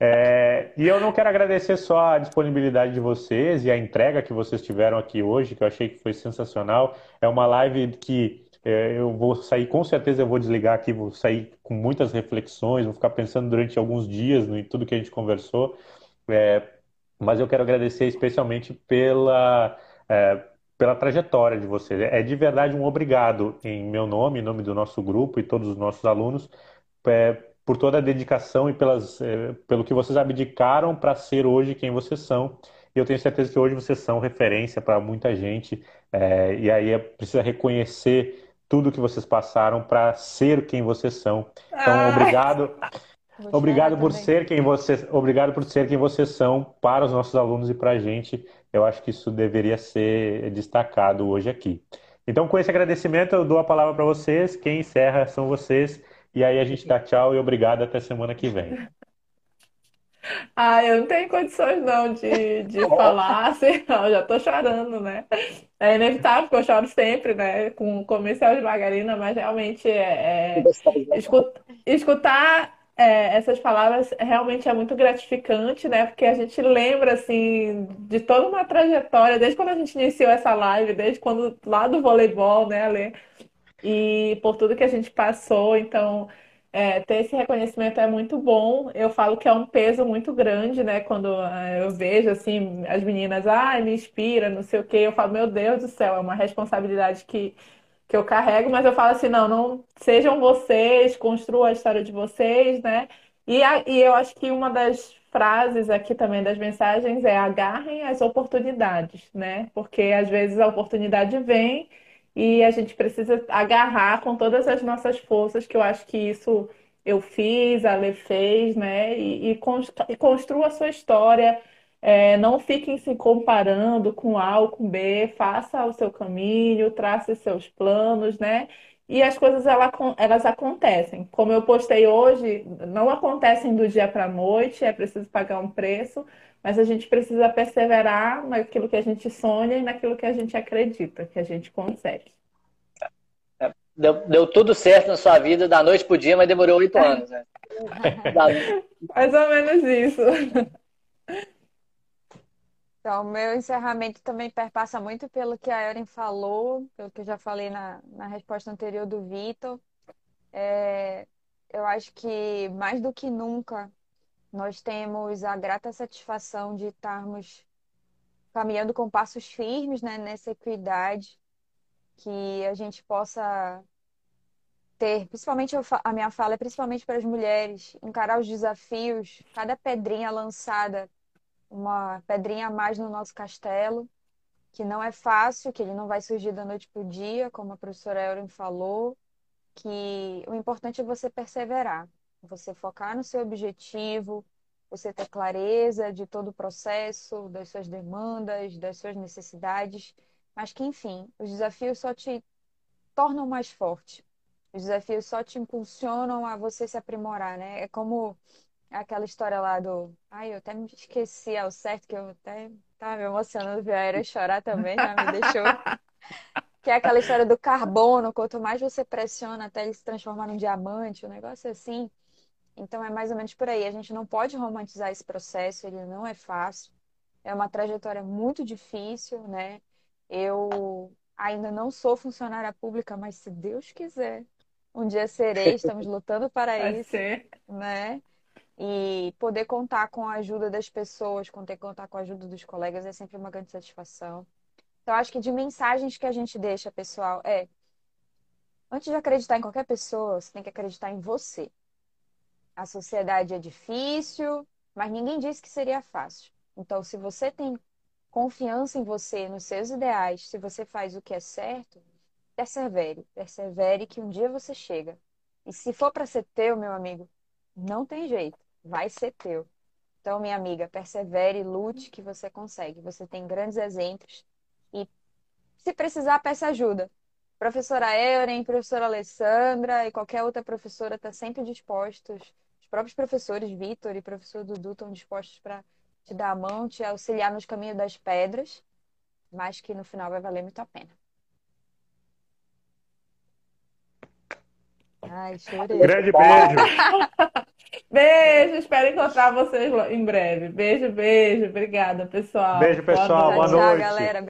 É, e eu não quero agradecer só a disponibilidade de vocês e a entrega que vocês tiveram aqui hoje, que eu achei que foi sensacional. É uma live que é, eu vou sair, com certeza eu vou desligar aqui, vou sair com muitas reflexões, vou ficar pensando durante alguns dias no, em tudo que a gente conversou. É, mas eu quero agradecer especialmente pela, é, pela trajetória de vocês. É de verdade um obrigado em meu nome, em nome do nosso grupo e todos os nossos alunos é, por toda a dedicação e pelas, é, pelo que vocês abdicaram para ser hoje quem vocês são. E eu tenho certeza que hoje vocês são referência para muita gente, é, e aí é, precisa reconhecer tudo que vocês passaram para ser quem vocês são. Então, Ai, obrigado, Vou chorar obrigado por também. ser quem vocês, obrigado por ser quem vocês são para os nossos alunos e para a gente. Eu acho que isso deveria ser destacado hoje aqui. Então, com esse agradecimento, eu dou a palavra para vocês. Quem encerra são vocês. E aí a gente dá tchau e obrigado até semana que vem. ai, eu não tenho condições não de, de falar assim, não, já tô chorando, né? É inevitável, porque eu choro sempre, né? Com comercial de margarina, mas realmente é, é, escu- escutar é, essas palavras realmente é muito gratificante, né? Porque a gente lembra, assim, de toda uma trajetória, desde quando a gente iniciou essa live, desde quando lá do voleibol, né, Ale? E por tudo que a gente passou. Então, é, ter esse reconhecimento é muito bom. Eu falo que é um peso muito grande, né? Quando ah, eu vejo assim as meninas, ah, me inspira, não sei o quê. Eu falo, meu Deus do céu, é uma responsabilidade que, que eu carrego, mas eu falo assim, não, não sejam vocês, construam a história de vocês, né? E, a- e eu acho que uma das frases aqui também das mensagens é agarrem as oportunidades, né? Porque às vezes a oportunidade vem e a gente precisa agarrar com todas as nossas forças, que eu acho que isso eu fiz, a Lê fez, né? E, e cons- e construa a sua história, É, não fiquem se comparando com A ou com B, faça o seu caminho, trace seus planos, né? E as coisas ela- elas acontecem. Como eu postei hoje, não acontecem do dia para a noite, é preciso pagar um preço, mas a gente precisa perseverar naquilo que a gente sonha e naquilo que a gente acredita, que a gente consegue. Deu, deu tudo certo na sua vida da noite pro dia, mas demorou oito anos, né? Da- Mais ou menos isso. Então, o meu encerramento também perpassa muito pelo que a Erin falou, pelo que eu já falei na, na resposta anterior do Vitor. É, eu acho que mais do que nunca nós temos a grata satisfação de estarmos caminhando com passos firmes, né, nessa equidade, que a gente possa ter, principalmente eu fa- a minha fala é principalmente para as mulheres, encarar os desafios, cada pedrinha lançada, uma pedrinha a mais no nosso castelo, que não é fácil, que ele não vai surgir da noite para o dia, como a professora Euren falou, que o importante é você perseverar, você focar no seu objetivo, você ter clareza de todo o processo, das suas demandas, das suas necessidades, mas que, enfim, os desafios só te tornam mais forte. Os desafios só te impulsionam a você se aprimorar, né? É como aquela história lá do. Ai, eu até me esqueci ao certo, que eu até tava me emocionando ver a Aérea chorar também, já me deixou. Que é aquela história do carbono, quanto mais você pressiona até ele se transformar num diamante, um negócio assim. Então é mais ou menos por aí. A gente não pode romantizar esse processo, ele não é fácil. É uma trajetória muito difícil, né? Eu ainda não sou funcionária pública, mas se Deus quiser, um dia serei, estamos lutando para Vai isso, ser. né? E poder contar com a ajuda das pessoas, poder contar com a ajuda dos colegas é sempre uma grande satisfação. Então, acho que de mensagens que a gente deixa, pessoal, é: antes de acreditar em qualquer pessoa, você tem que acreditar em você. A sociedade é difícil, mas ninguém disse que seria fácil. Então, se você tem confiança em você, nos seus ideais, se você faz o que é certo, persevere, persevere que um dia você chega. E se for para ser teu, meu amigo, não tem jeito, vai ser teu. Então, minha amiga, persevere, lute que você consegue. Você tem grandes exemplos e, se precisar, peça ajuda. Professora Euren, professora Alessandra e qualquer outra professora está sempre dispostos. Os próprios professores, Vitor e professor Dudu, estão dispostos para te dar a mão, te auxiliar nos caminhos das pedras, mas que no final vai valer muito a pena. Ai, chorei. Grande beijo. Beijo, espero encontrar vocês em breve. Beijo, beijo. Obrigada, pessoal. Beijo, Boa pessoal. Tchau, Boa noite. tchau, noite. galera.